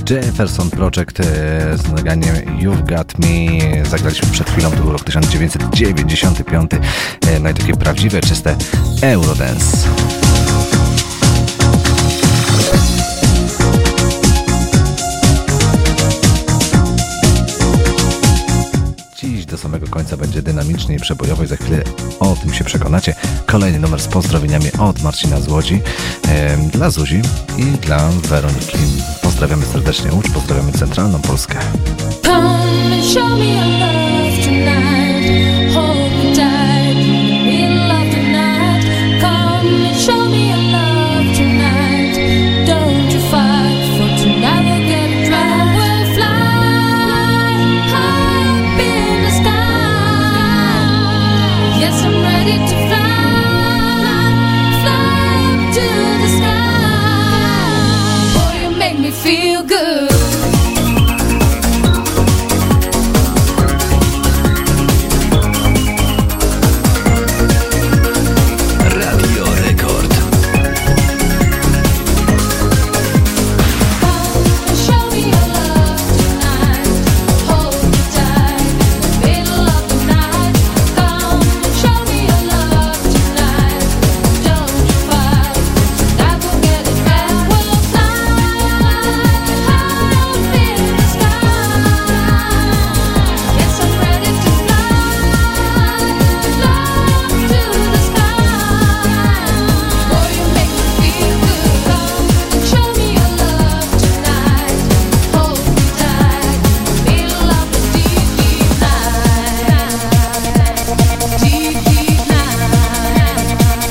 Jefferson Project z naganiem You've Got Me. Zagraliśmy przed chwilą, to był rok 1995. No i takie prawdziwe, czyste Eurodance. Dziś do samego końca będzie dynamicznie i przebojowo i za chwilę o tym się przekonacie. Kolejny numer z pozdrowieniami od Marcina z Łodzi dla Zuzi i dla Weroniki. Pozdrawiamy serdecznie Łódź, pozdrawiamy Centralną Polskę. Feel good. Radio Rekord. Show me your love tonight. Hold me tight in the middle of the night. Come, show me your love tonight. Don't you fight, I will get it back. We'll fly high in the sky. Yes, I'm ready to fly, fly to the sky. Boy, you make me feel good. Come and show me your love tonight. Hold me tight in the middle of the deep, deep night. Deep, deep night.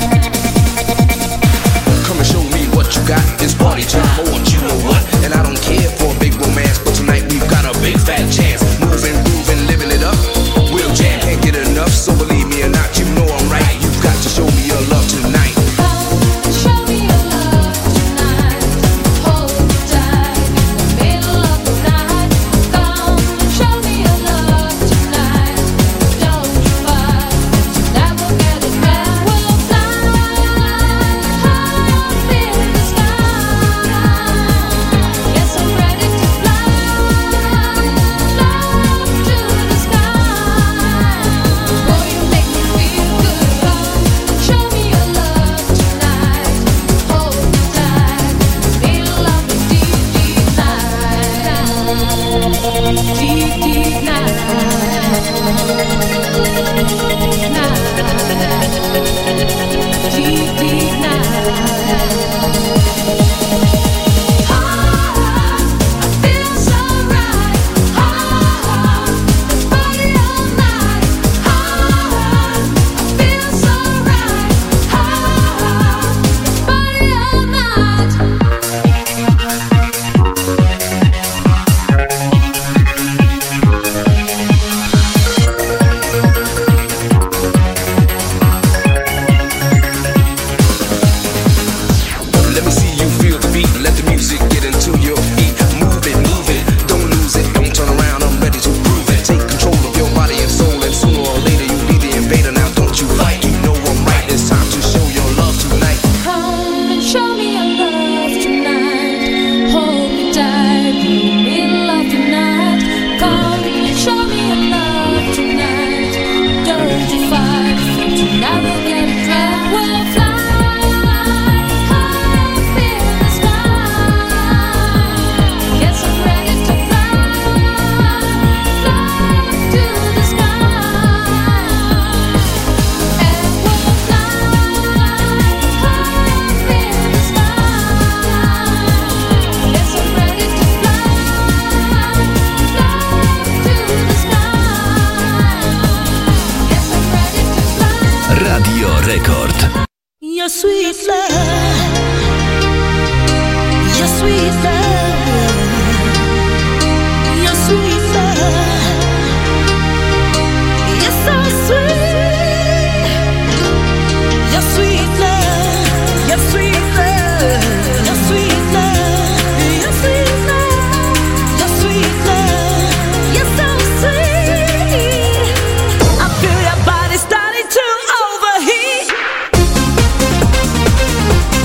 Come and show me what you got. It's party time, I want you know what. And I don't care for a big romance, but tonight we've got a big fat chance. Moving, grooving, living it up. We'll jam, can't get enough, so believe me or not, you know I'm right. You've got to show me your love tonight. Show me your love tonight. Hold me tight in the middle of the night. Come, show me your love tonight. Don't you fight, I will get it back. We'll fly high in the sky. Yes, I'm ready to fly, fly to the sky. Boy, you make me feel good. Come, show me your love tonight. Hold me tight in the middle of the deep, deep night. Deep, deep night. Deep, deep night. I feel so right. Let's party all night. I feel so right. Let's party all night. Let me see you feel the beat. Let the music get into your feet. Move it, don't lose it. Don't turn around, I'm ready to prove it. Take control of your body and soul, and sooner or later you'll be the invader. Now don't you fight, you know I'm right. It's time to show your love tonight. Come and show me your love tonight. Hold me tight in the middle of the night. Come and show me your love tonight. Don't you fight, tonight we'll get it right. We'll fly high in the sky. Yes, I'm ready to fly, fly to the sky. And we'll fly high in the sky. Yes, I'm ready to fly, fly to the sky. Yes, I'm ready to fly. Radio Rekord. Your sweet love, your sweet love, your sweet love, you're so sweet. Your sweet love, your sweet love, your sweet love, your sweet love, your sweet love, you're so sweet. I feel your body starting to overheat.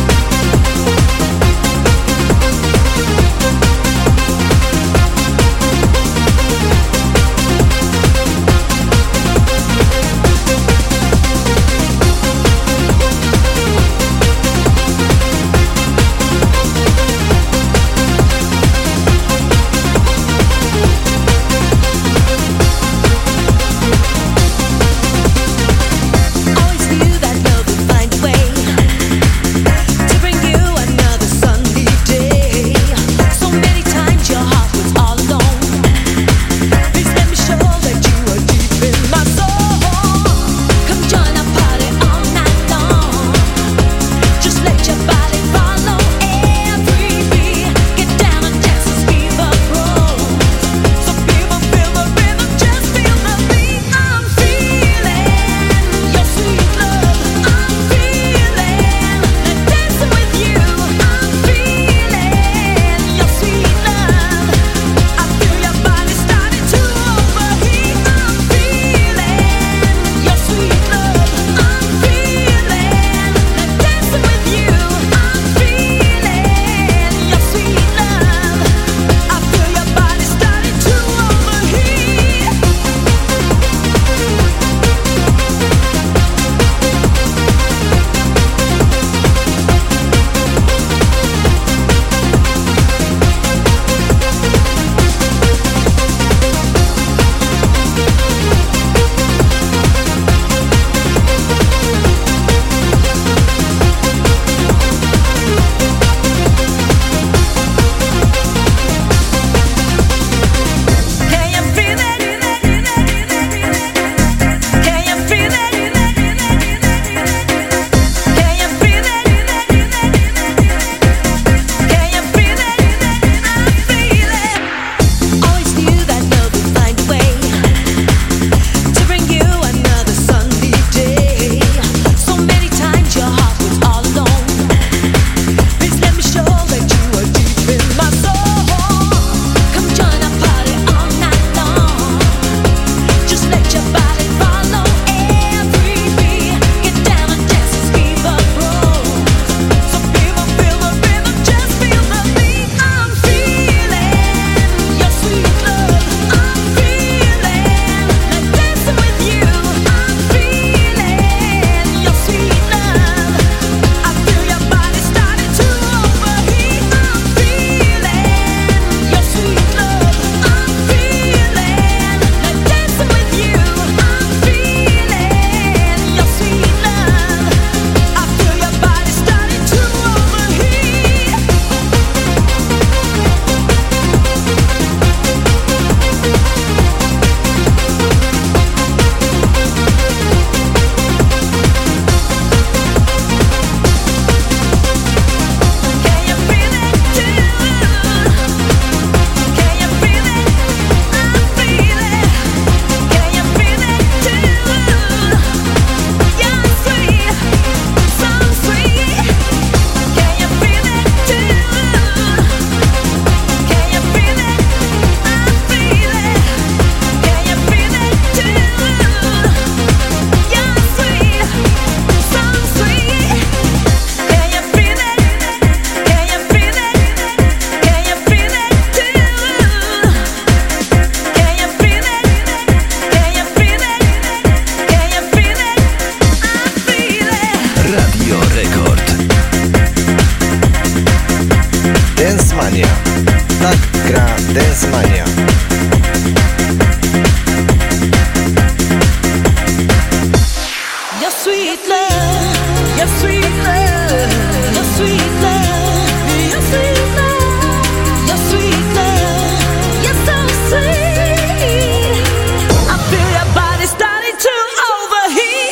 sweet love, your sweet love, your sweet love, your sweet love, your sweet love, you're so sweet. I feel your body starting to overheat.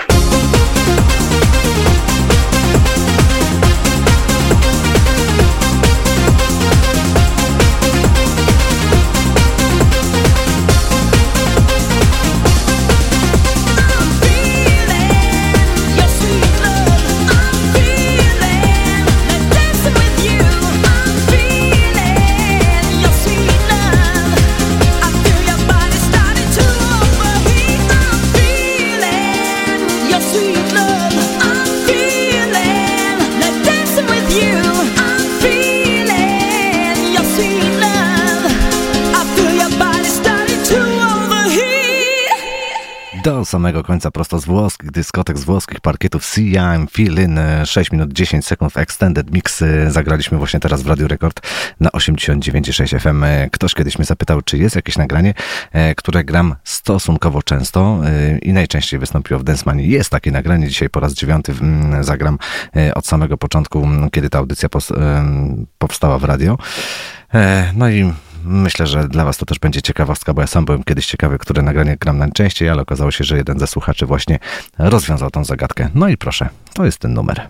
Do samego końca prosto z włoskich dyskotek, z włoskich parkietów See I'm Feeling, 6 minut 10 sekund w Extended Mix zagraliśmy właśnie teraz w Radio Rekord na 89,6 FM. Ktoś kiedyś mnie zapytał, czy jest jakieś nagranie, które gram stosunkowo często i najczęściej wystąpiło w Dance Manii. Jest takie nagranie, dzisiaj po raz 9 zagram od samego początku, kiedy ta audycja powstała w radio. No i myślę, że dla was to też będzie ciekawostka, bo ja sam byłem kiedyś ciekawy, które nagranie gram najczęściej, ale okazało się, że jeden ze słuchaczy właśnie rozwiązał tą zagadkę. No i proszę, to jest ten numer.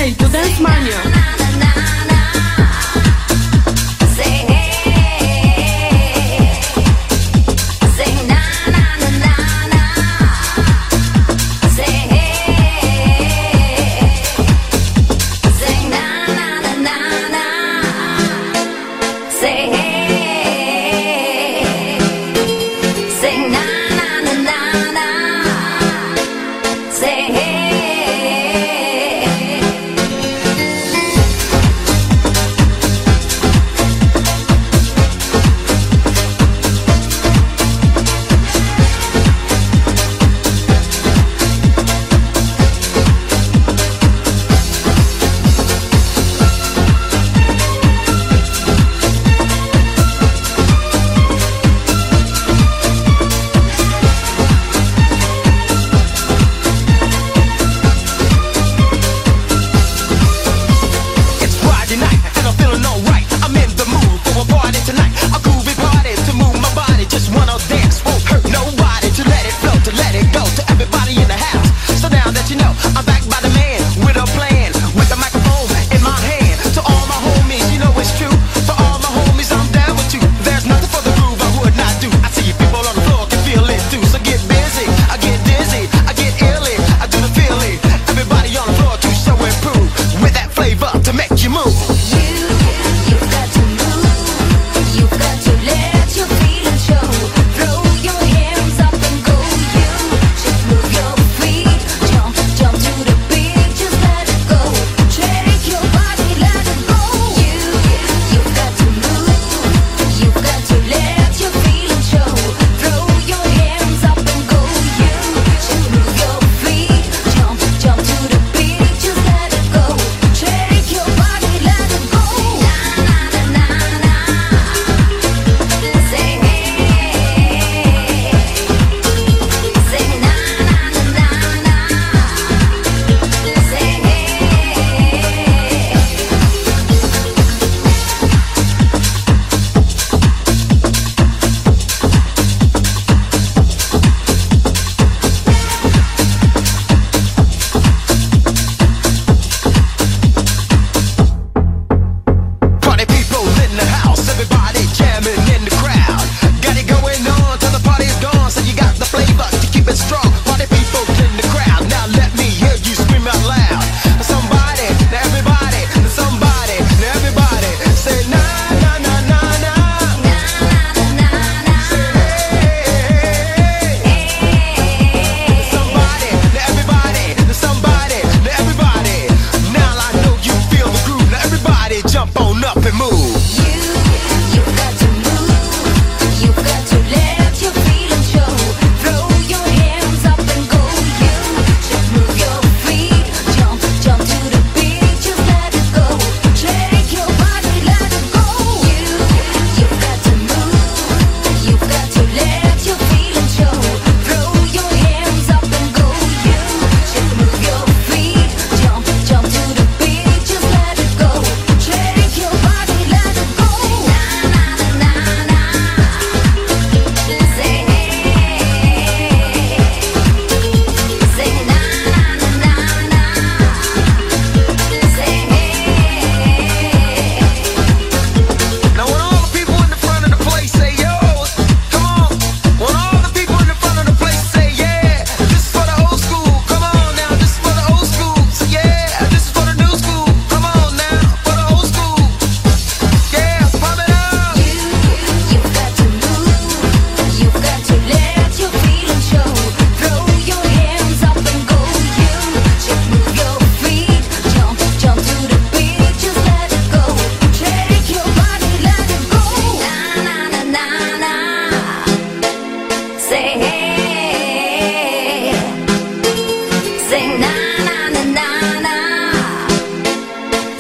Dance Mania. Say hey.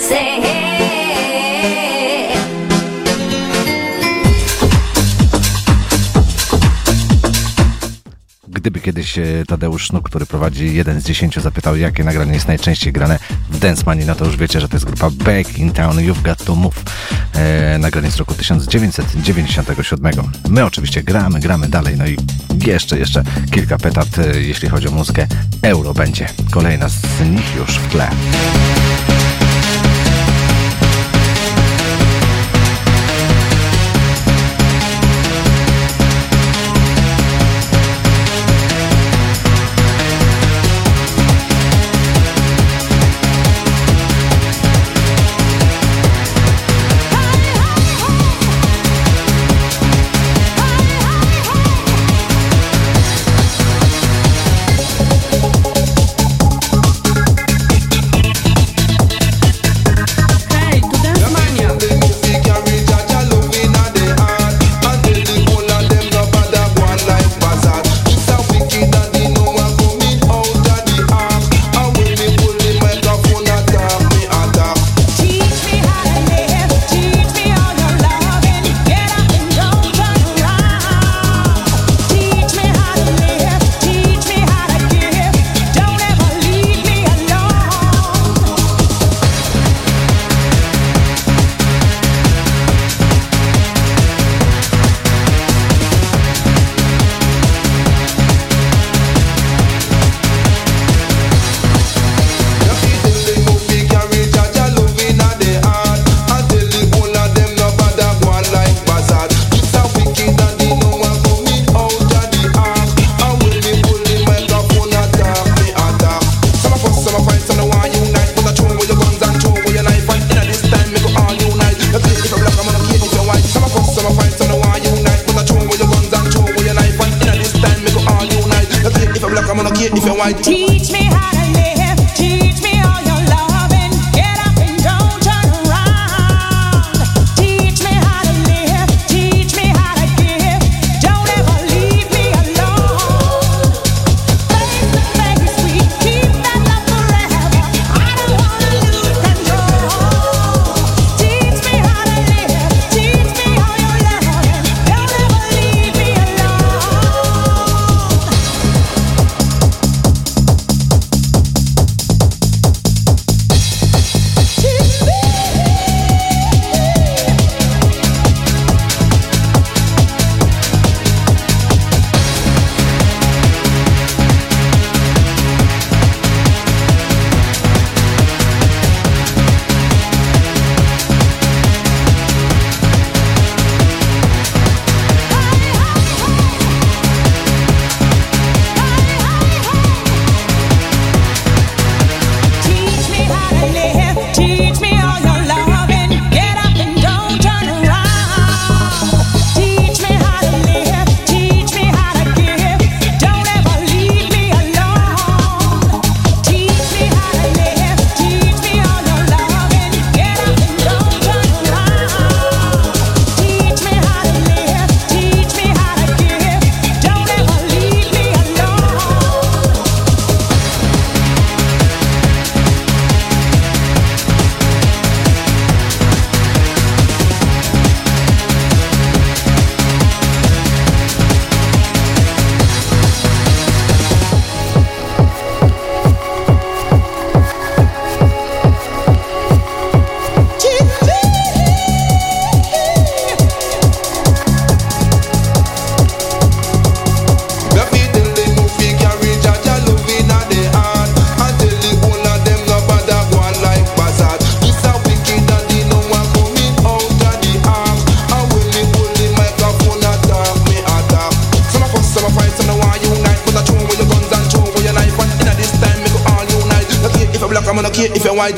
Say hey. Gdyby kiedyś Tadeusz Sznuk, który prowadzi 1 z 10, zapytał, jakie nagranie jest najczęściej grane w Dance Manii, no to już wiecie, że to jest grupa Back in Town, You've Got to Move. Nagranie z roku 1997. My oczywiście gramy dalej, no i jeszcze kilka petard, jeśli chodzi o muzykę euro będzie. Kolejna z nich już w tle. Teach me how to live, teach me all your loving. Get up and don't turn around. Teach me how to live, teach me how to give. Don't ever leave me alone. Face to face, sweet, keep that love forever. I don't wanna lose control. Teach me how to live, teach me all your loving. Don't ever leave me alone. Teach me how to live, teach me all your loving. Get up and don't turn around. Teach me how to live, teach me how to give. Don't ever leave me alone. Teach me how to live, teach me all your loving. Get up and don't turn around. Teach me how to live, teach me how to give. Don't ever leave me alone. I'm gonna care if you're white.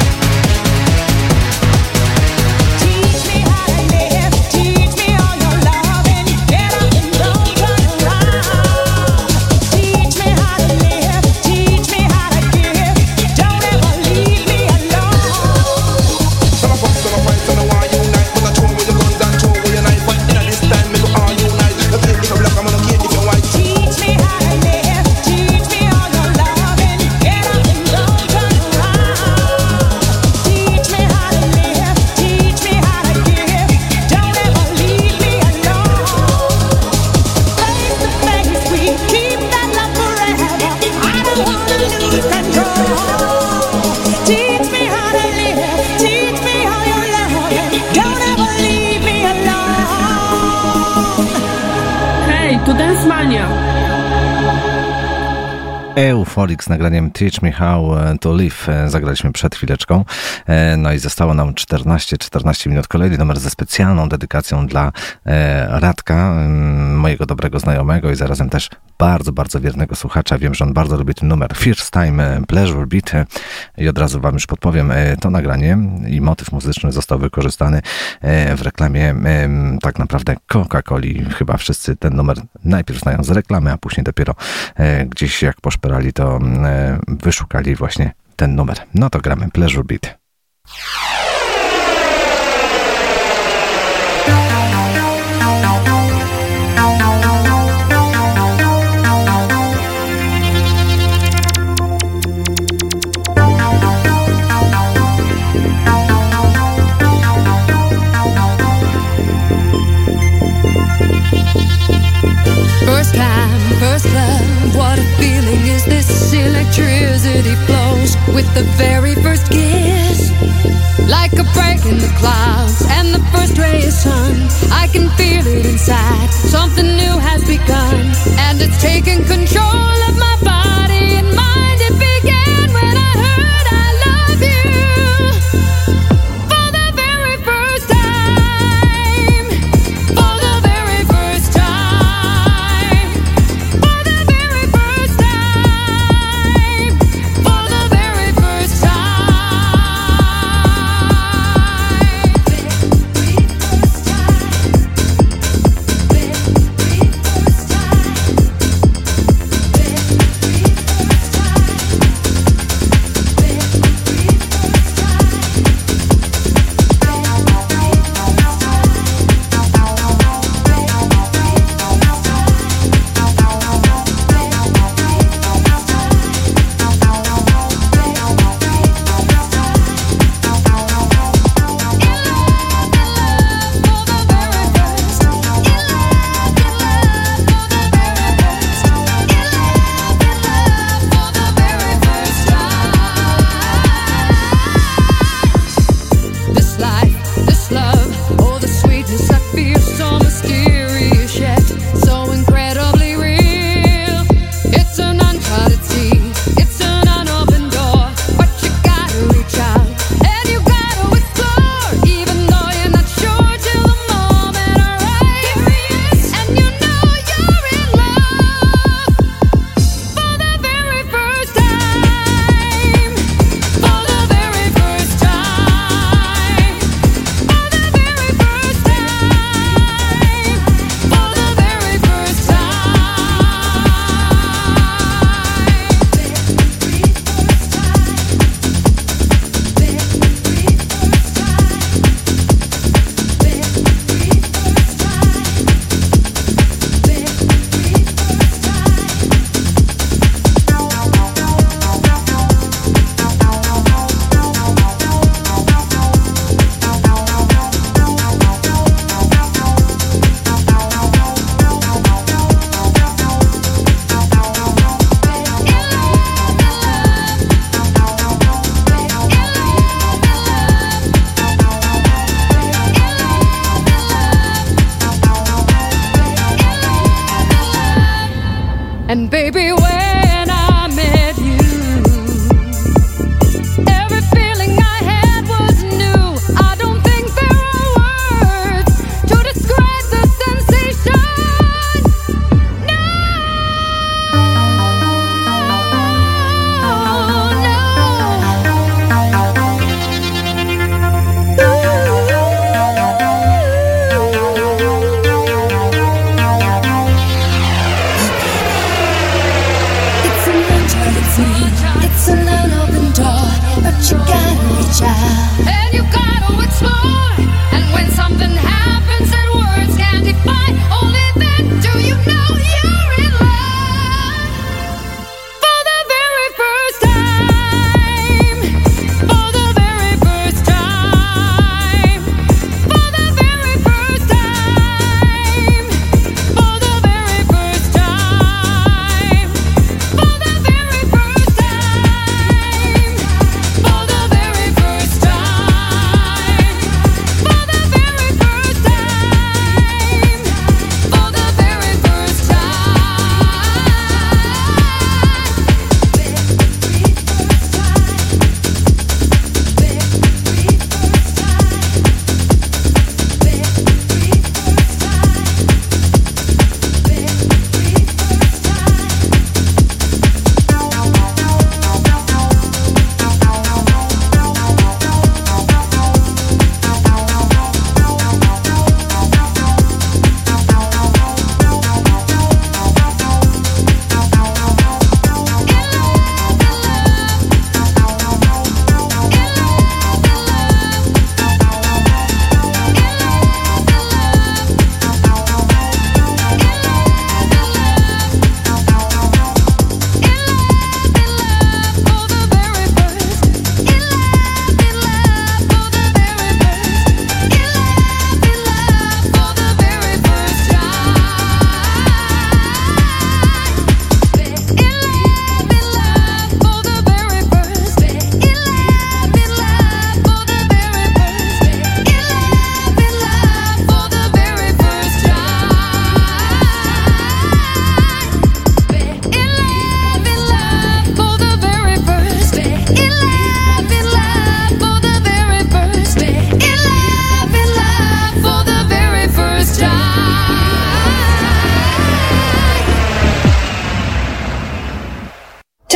Teach me how to live, teach me all your love. Dance Mania. Euphoric z nagraniem Teach Me How to Live zagraliśmy przed chwileczką. No i zostało nam 14 minut. Kolejny numer ze specjalną dedykacją dla Radka, mojego dobrego znajomego i zarazem też bardzo, bardzo wiernego słuchacza. Wiem, że on bardzo lubi ten numer. First Time Pleasure Beat. I od razu wam już podpowiem, to nagranie i motyw muzyczny został wykorzystany w reklamie tak naprawdę Coca-Coli. Chyba wszyscy ten numer najpierw znają z reklamy, a później dopiero gdzieś jak poszperali, to wyszukali właśnie ten numer. No to gramy Pleasure Beat. First time, first love, what a feeling is this? Electricity flows with the very first kiss. Like a break in the clouds and the first ray of sun, I can feel it inside, something new has begun. And it's taking control of my body and mind. It began when I heard I love you. For the very first time, for the very first time, for the very first time, for the very first time. And baby, when I met you, every feeling I had was new. I don't think there are words to describe the sensation.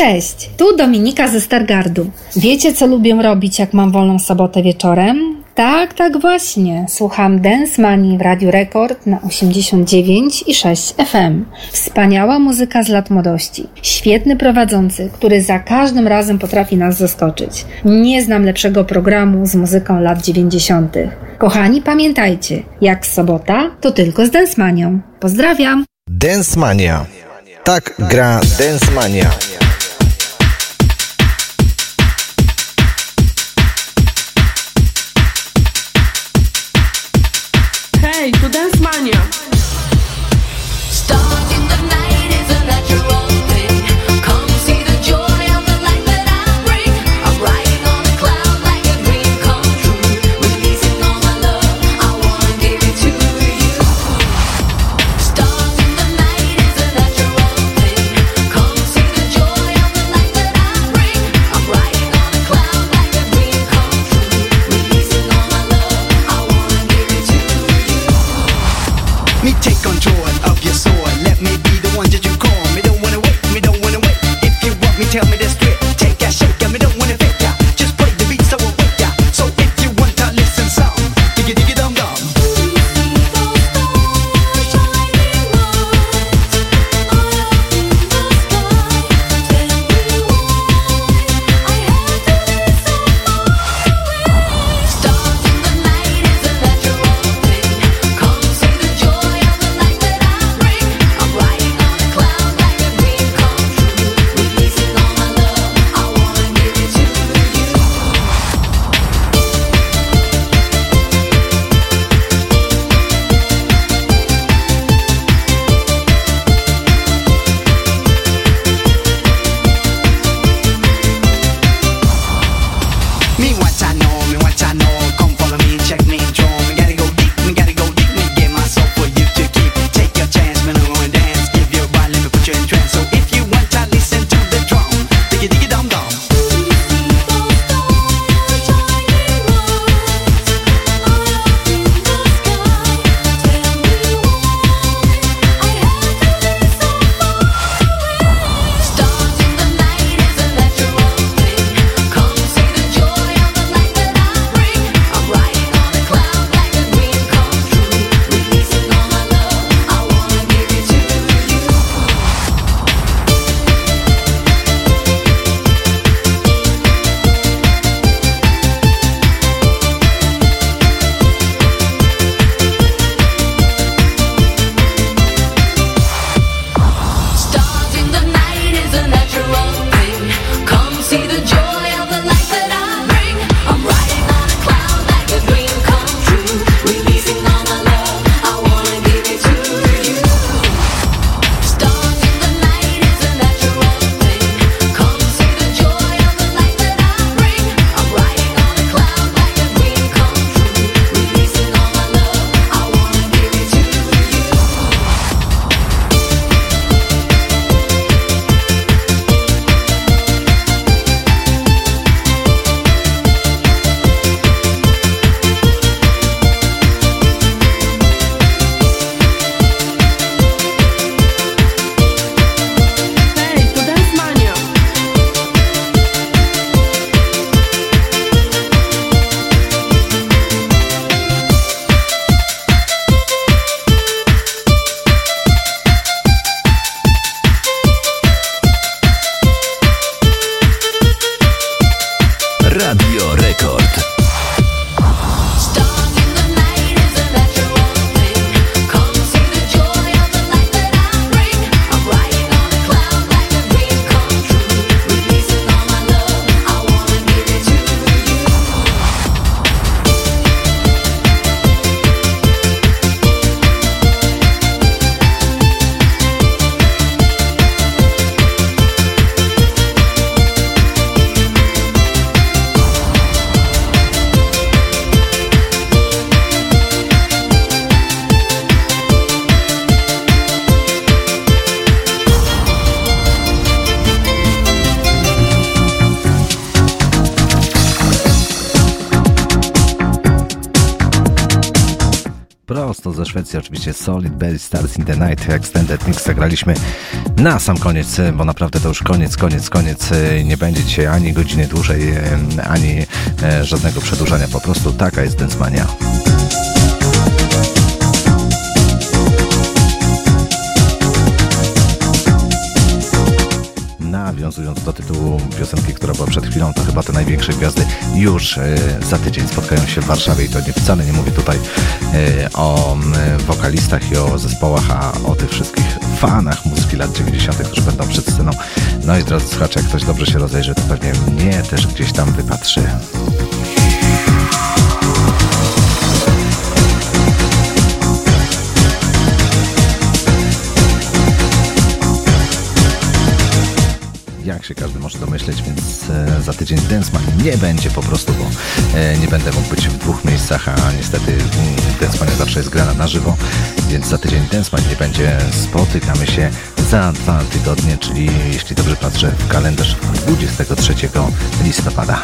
Cześć, tu Dominika ze Stargardu. Wiecie, co lubię robić, jak mam wolną sobotę wieczorem? Tak właśnie. Słucham Dance Manii w Radiu Rekord na 89,6 FM. Wspaniała muzyka z lat młodości. Świetny prowadzący, który za każdym razem potrafi nas zaskoczyć. Nie znam lepszego programu z muzyką lat 90. Kochani, pamiętajcie, jak sobota, to tylko z Dance Manią. Pozdrawiam. Dance Mania. Tak gra Dance Mania. Hej, tu Dance Mania. Tell me this straight, take that shake, me don't wanna fake ya. Just play the beat so I'll wake ya. So if you want to listen some, diggy diggy dum dum. Come see the joy of the light that I bring. I'm riding on the cloud. prosto ze Szwecji, oczywiście Solid Belly Stars in the Night Extended Mix zagraliśmy na sam koniec, bo naprawdę to już koniec. Nie będzie dzisiaj ani godziny dłużej, ani żadnego przedłużania, po prostu taka jest Densmania. Nawiązując do tytułu piosenki, która była przed chwilą, to chyba te największe gwiazdy już za tydzień spotkają się w Warszawie i to wcale nie mówię tutaj o wokalistach i o zespołach, a o tych wszystkich fanach muzyki lat 90., którzy będą przed sceną. No i drodzy słuchacze, jak ktoś dobrze się rozejrzy, to pewnie mnie też gdzieś tam wypatrzy. Jak się każdy może domyśleć, więc za tydzień Densmania nie będzie po prostu, bo nie będę mógł być w dwóch miejscach, a niestety Densmania zawsze jest grana na żywo, więc za tydzień Densmania nie będzie. Spotykamy się za 2 tygodnie, czyli jeśli dobrze patrzę w kalendarz, 23 listopada.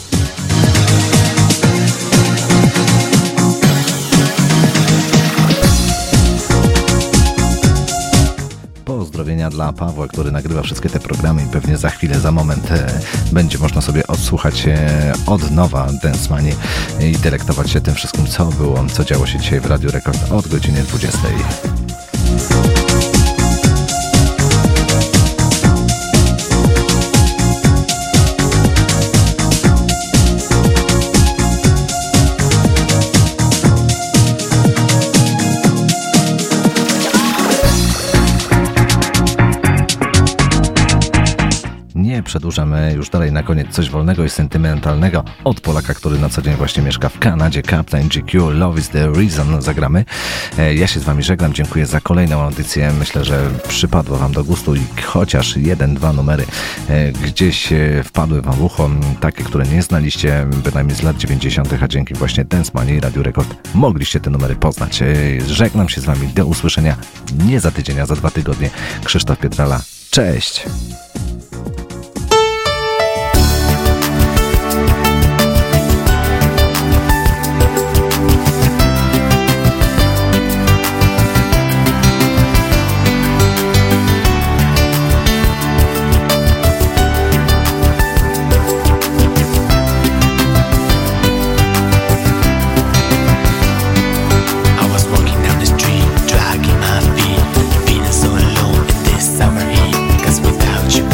Pozdrowienia dla Pawła, który nagrywa wszystkie te programy i pewnie za chwilę, za moment będzie można sobie odsłuchać od nowa Densmanii i delektować się tym wszystkim, co było, co działo się dzisiaj w Radiu Rekord od godziny 20. Przedłużamy już dalej na koniec coś wolnego i sentymentalnego od Polaka, który na co dzień właśnie mieszka w Kanadzie, Captain GQ, Love is the Reason zagramy. Ja się z Wami żegnam, dziękuję za kolejną audycję. Myślę, że przypadło Wam do gustu i chociaż 1-2 numery gdzieś wpadły Wam w ucho, takie, które nie znaliście, bynajmniej z lat 90., a dzięki właśnie Densmanii i Radiu Rekord mogliście te numery poznać. Żegnam się z Wami, do usłyszenia nie za tydzień, a za 2 tygodnie. Krzysztof Pietrala, cześć! Dragging my feet, feeling so alone in this summer heat. 'Cause without you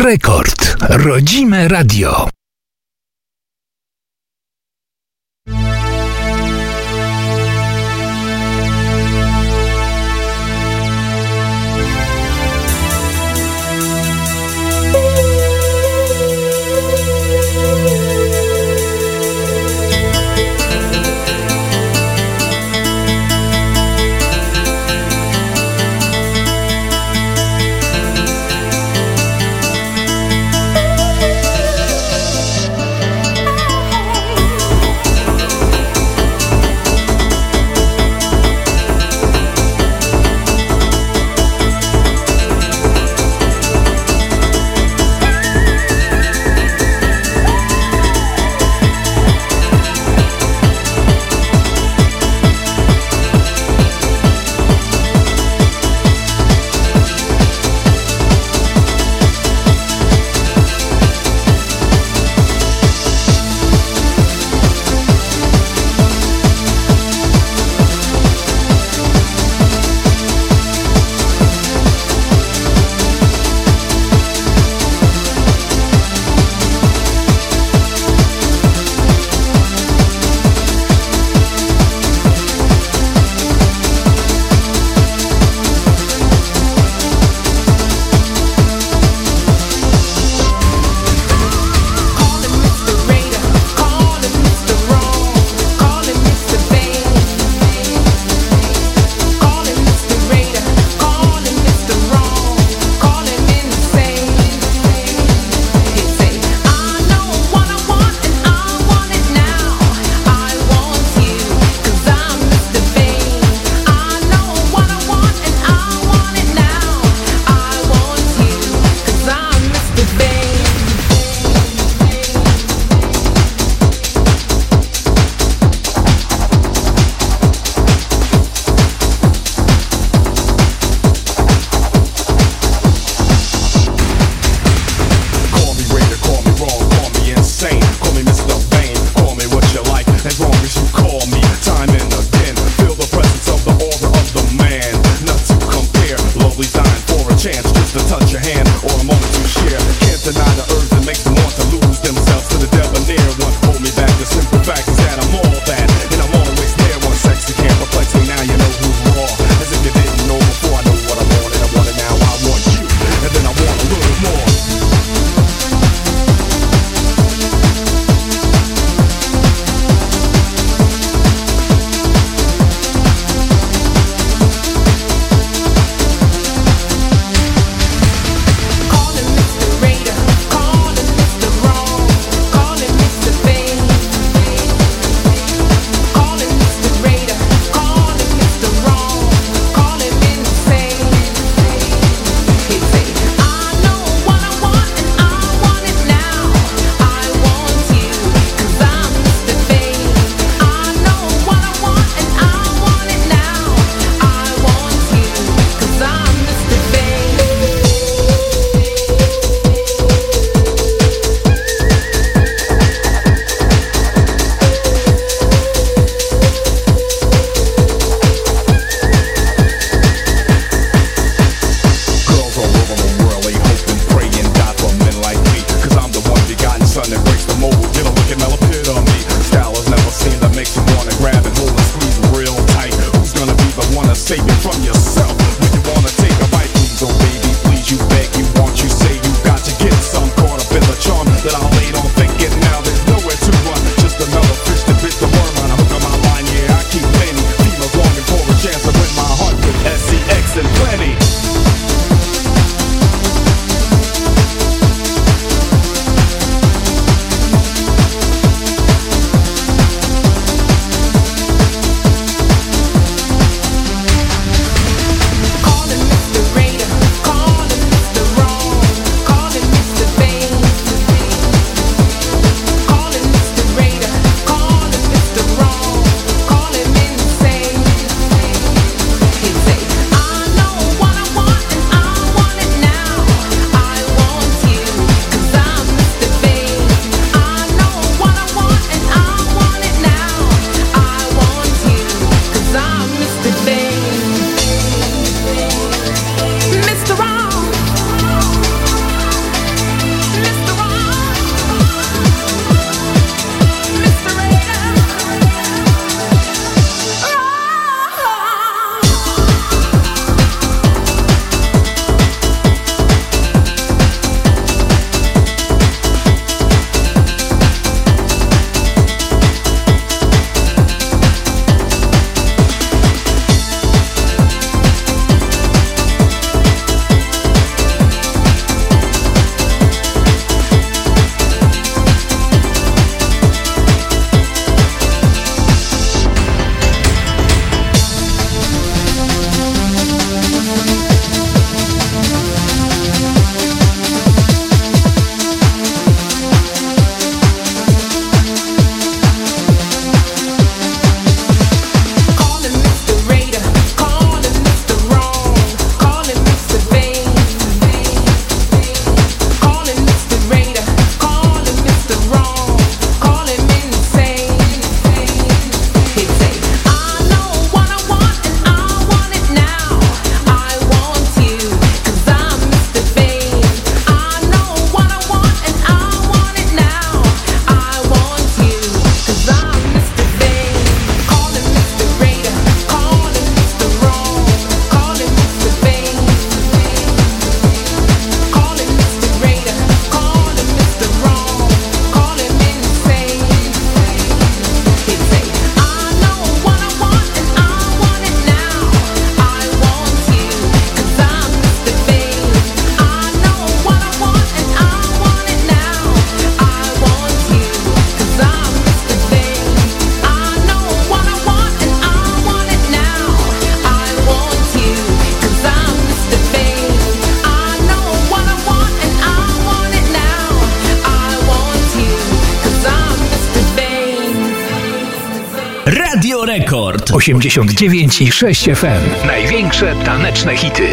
Rekord. Rodzime radio. Rekord 89,6 FM. Największe taneczne hity.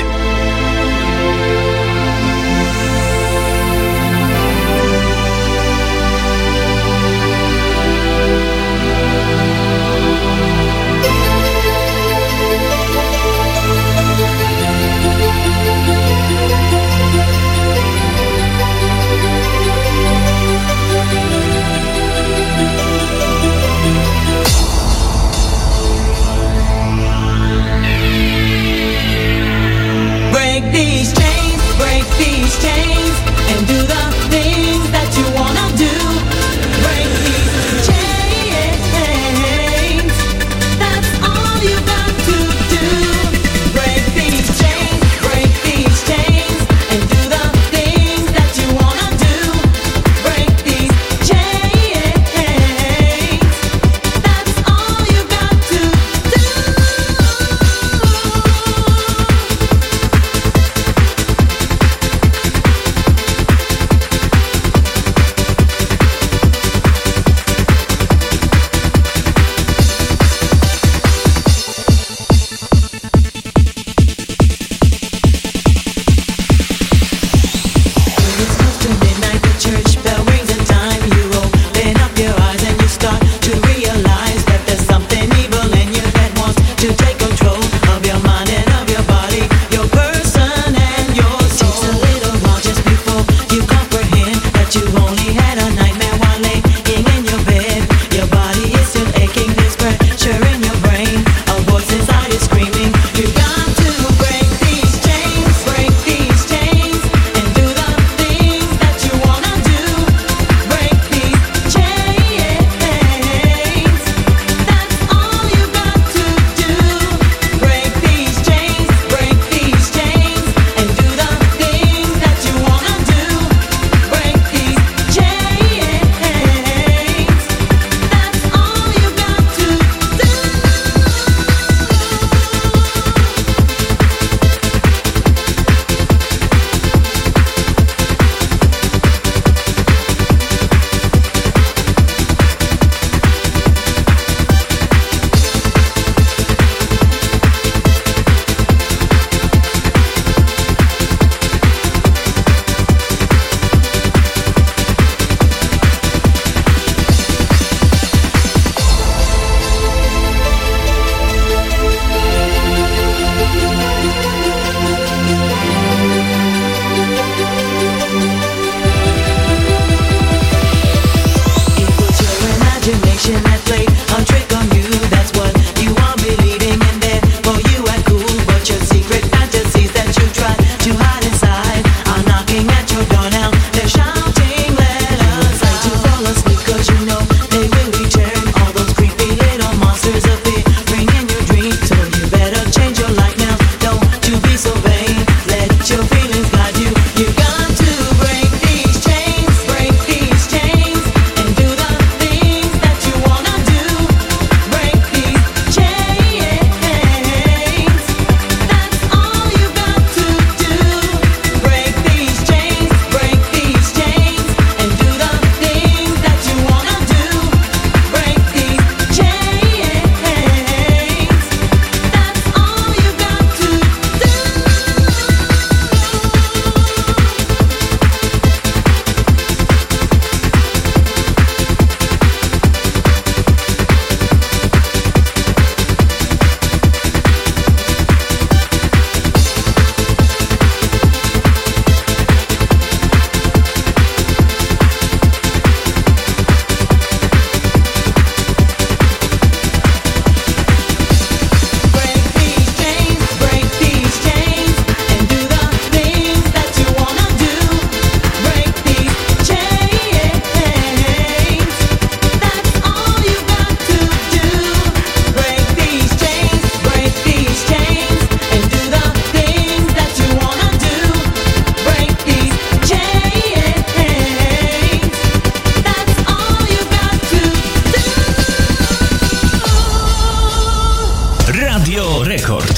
Rekord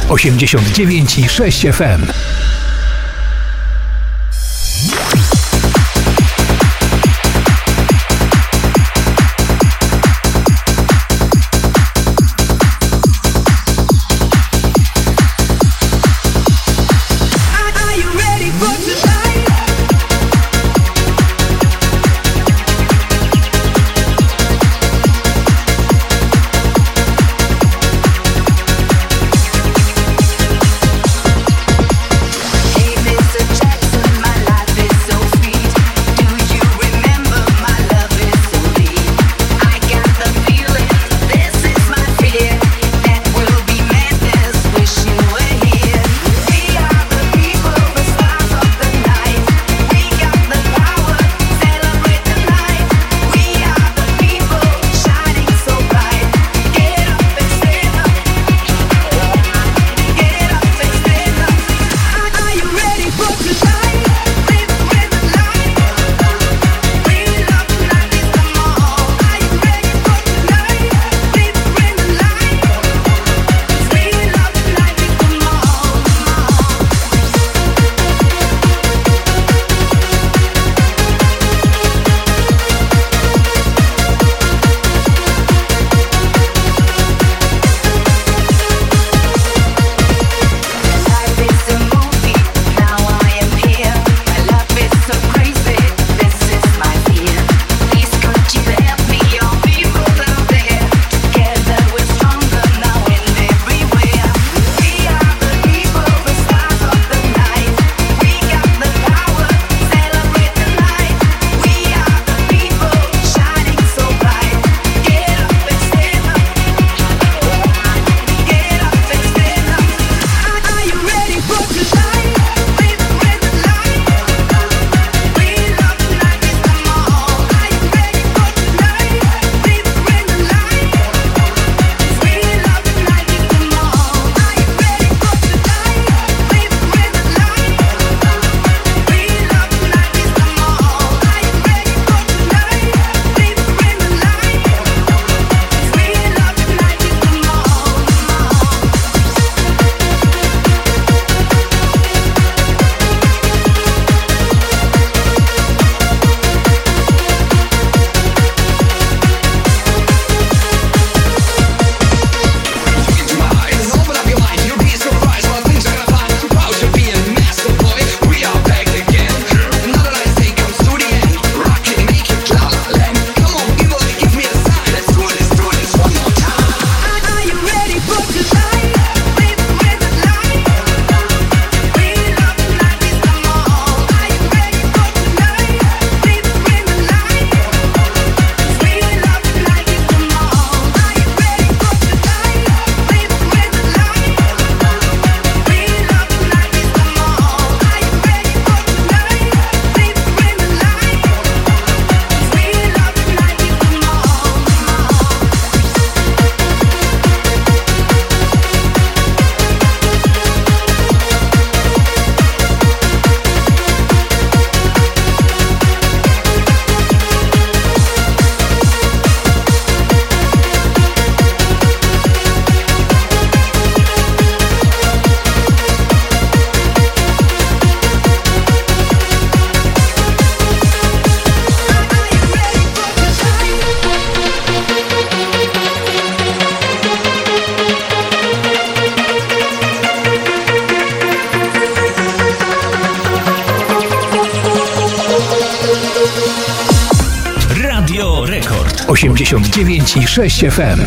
89,6 FM. 89,6 FM.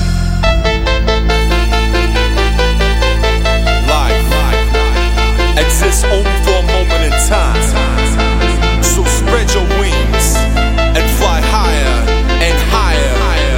Exists only for a moment in time. So spread your wings and fly higher and higher.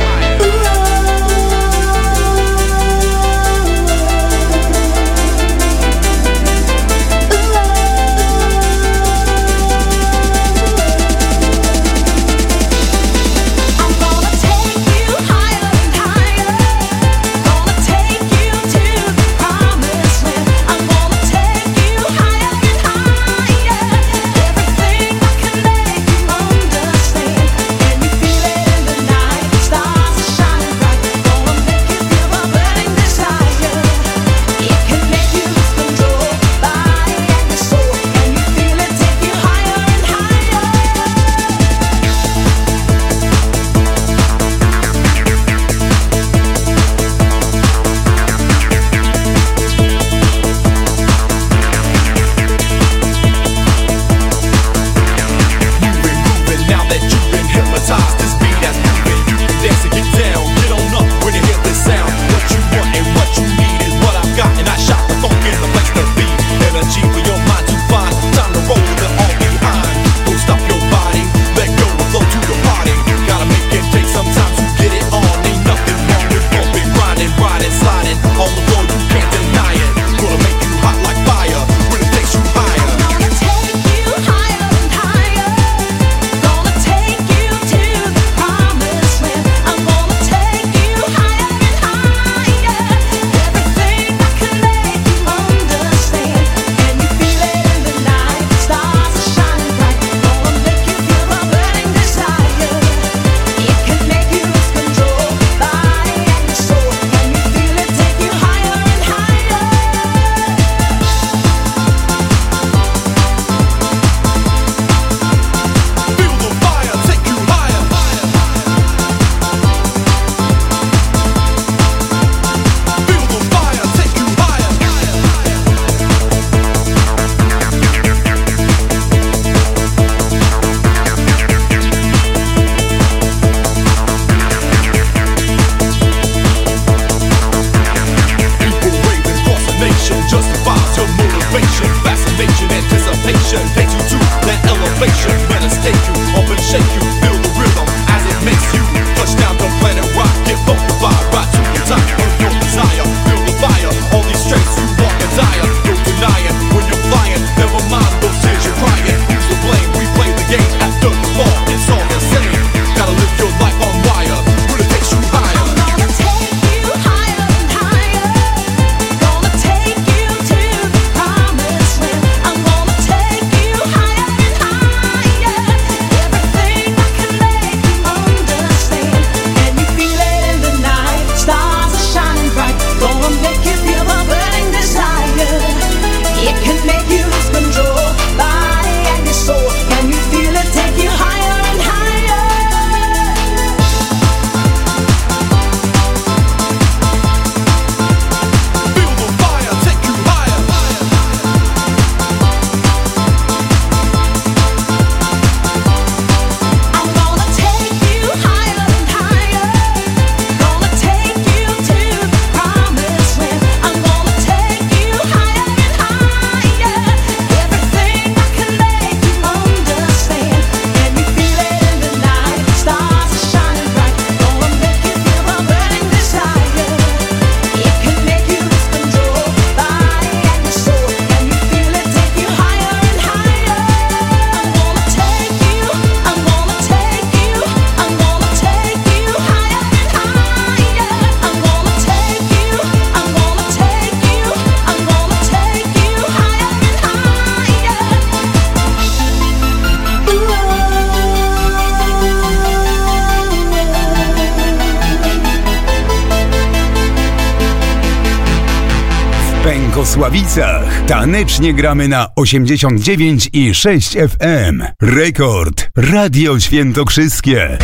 Pękosławicach. Tanecznie gramy na 89,6 FM. Rekord Radio Świętokrzyskie.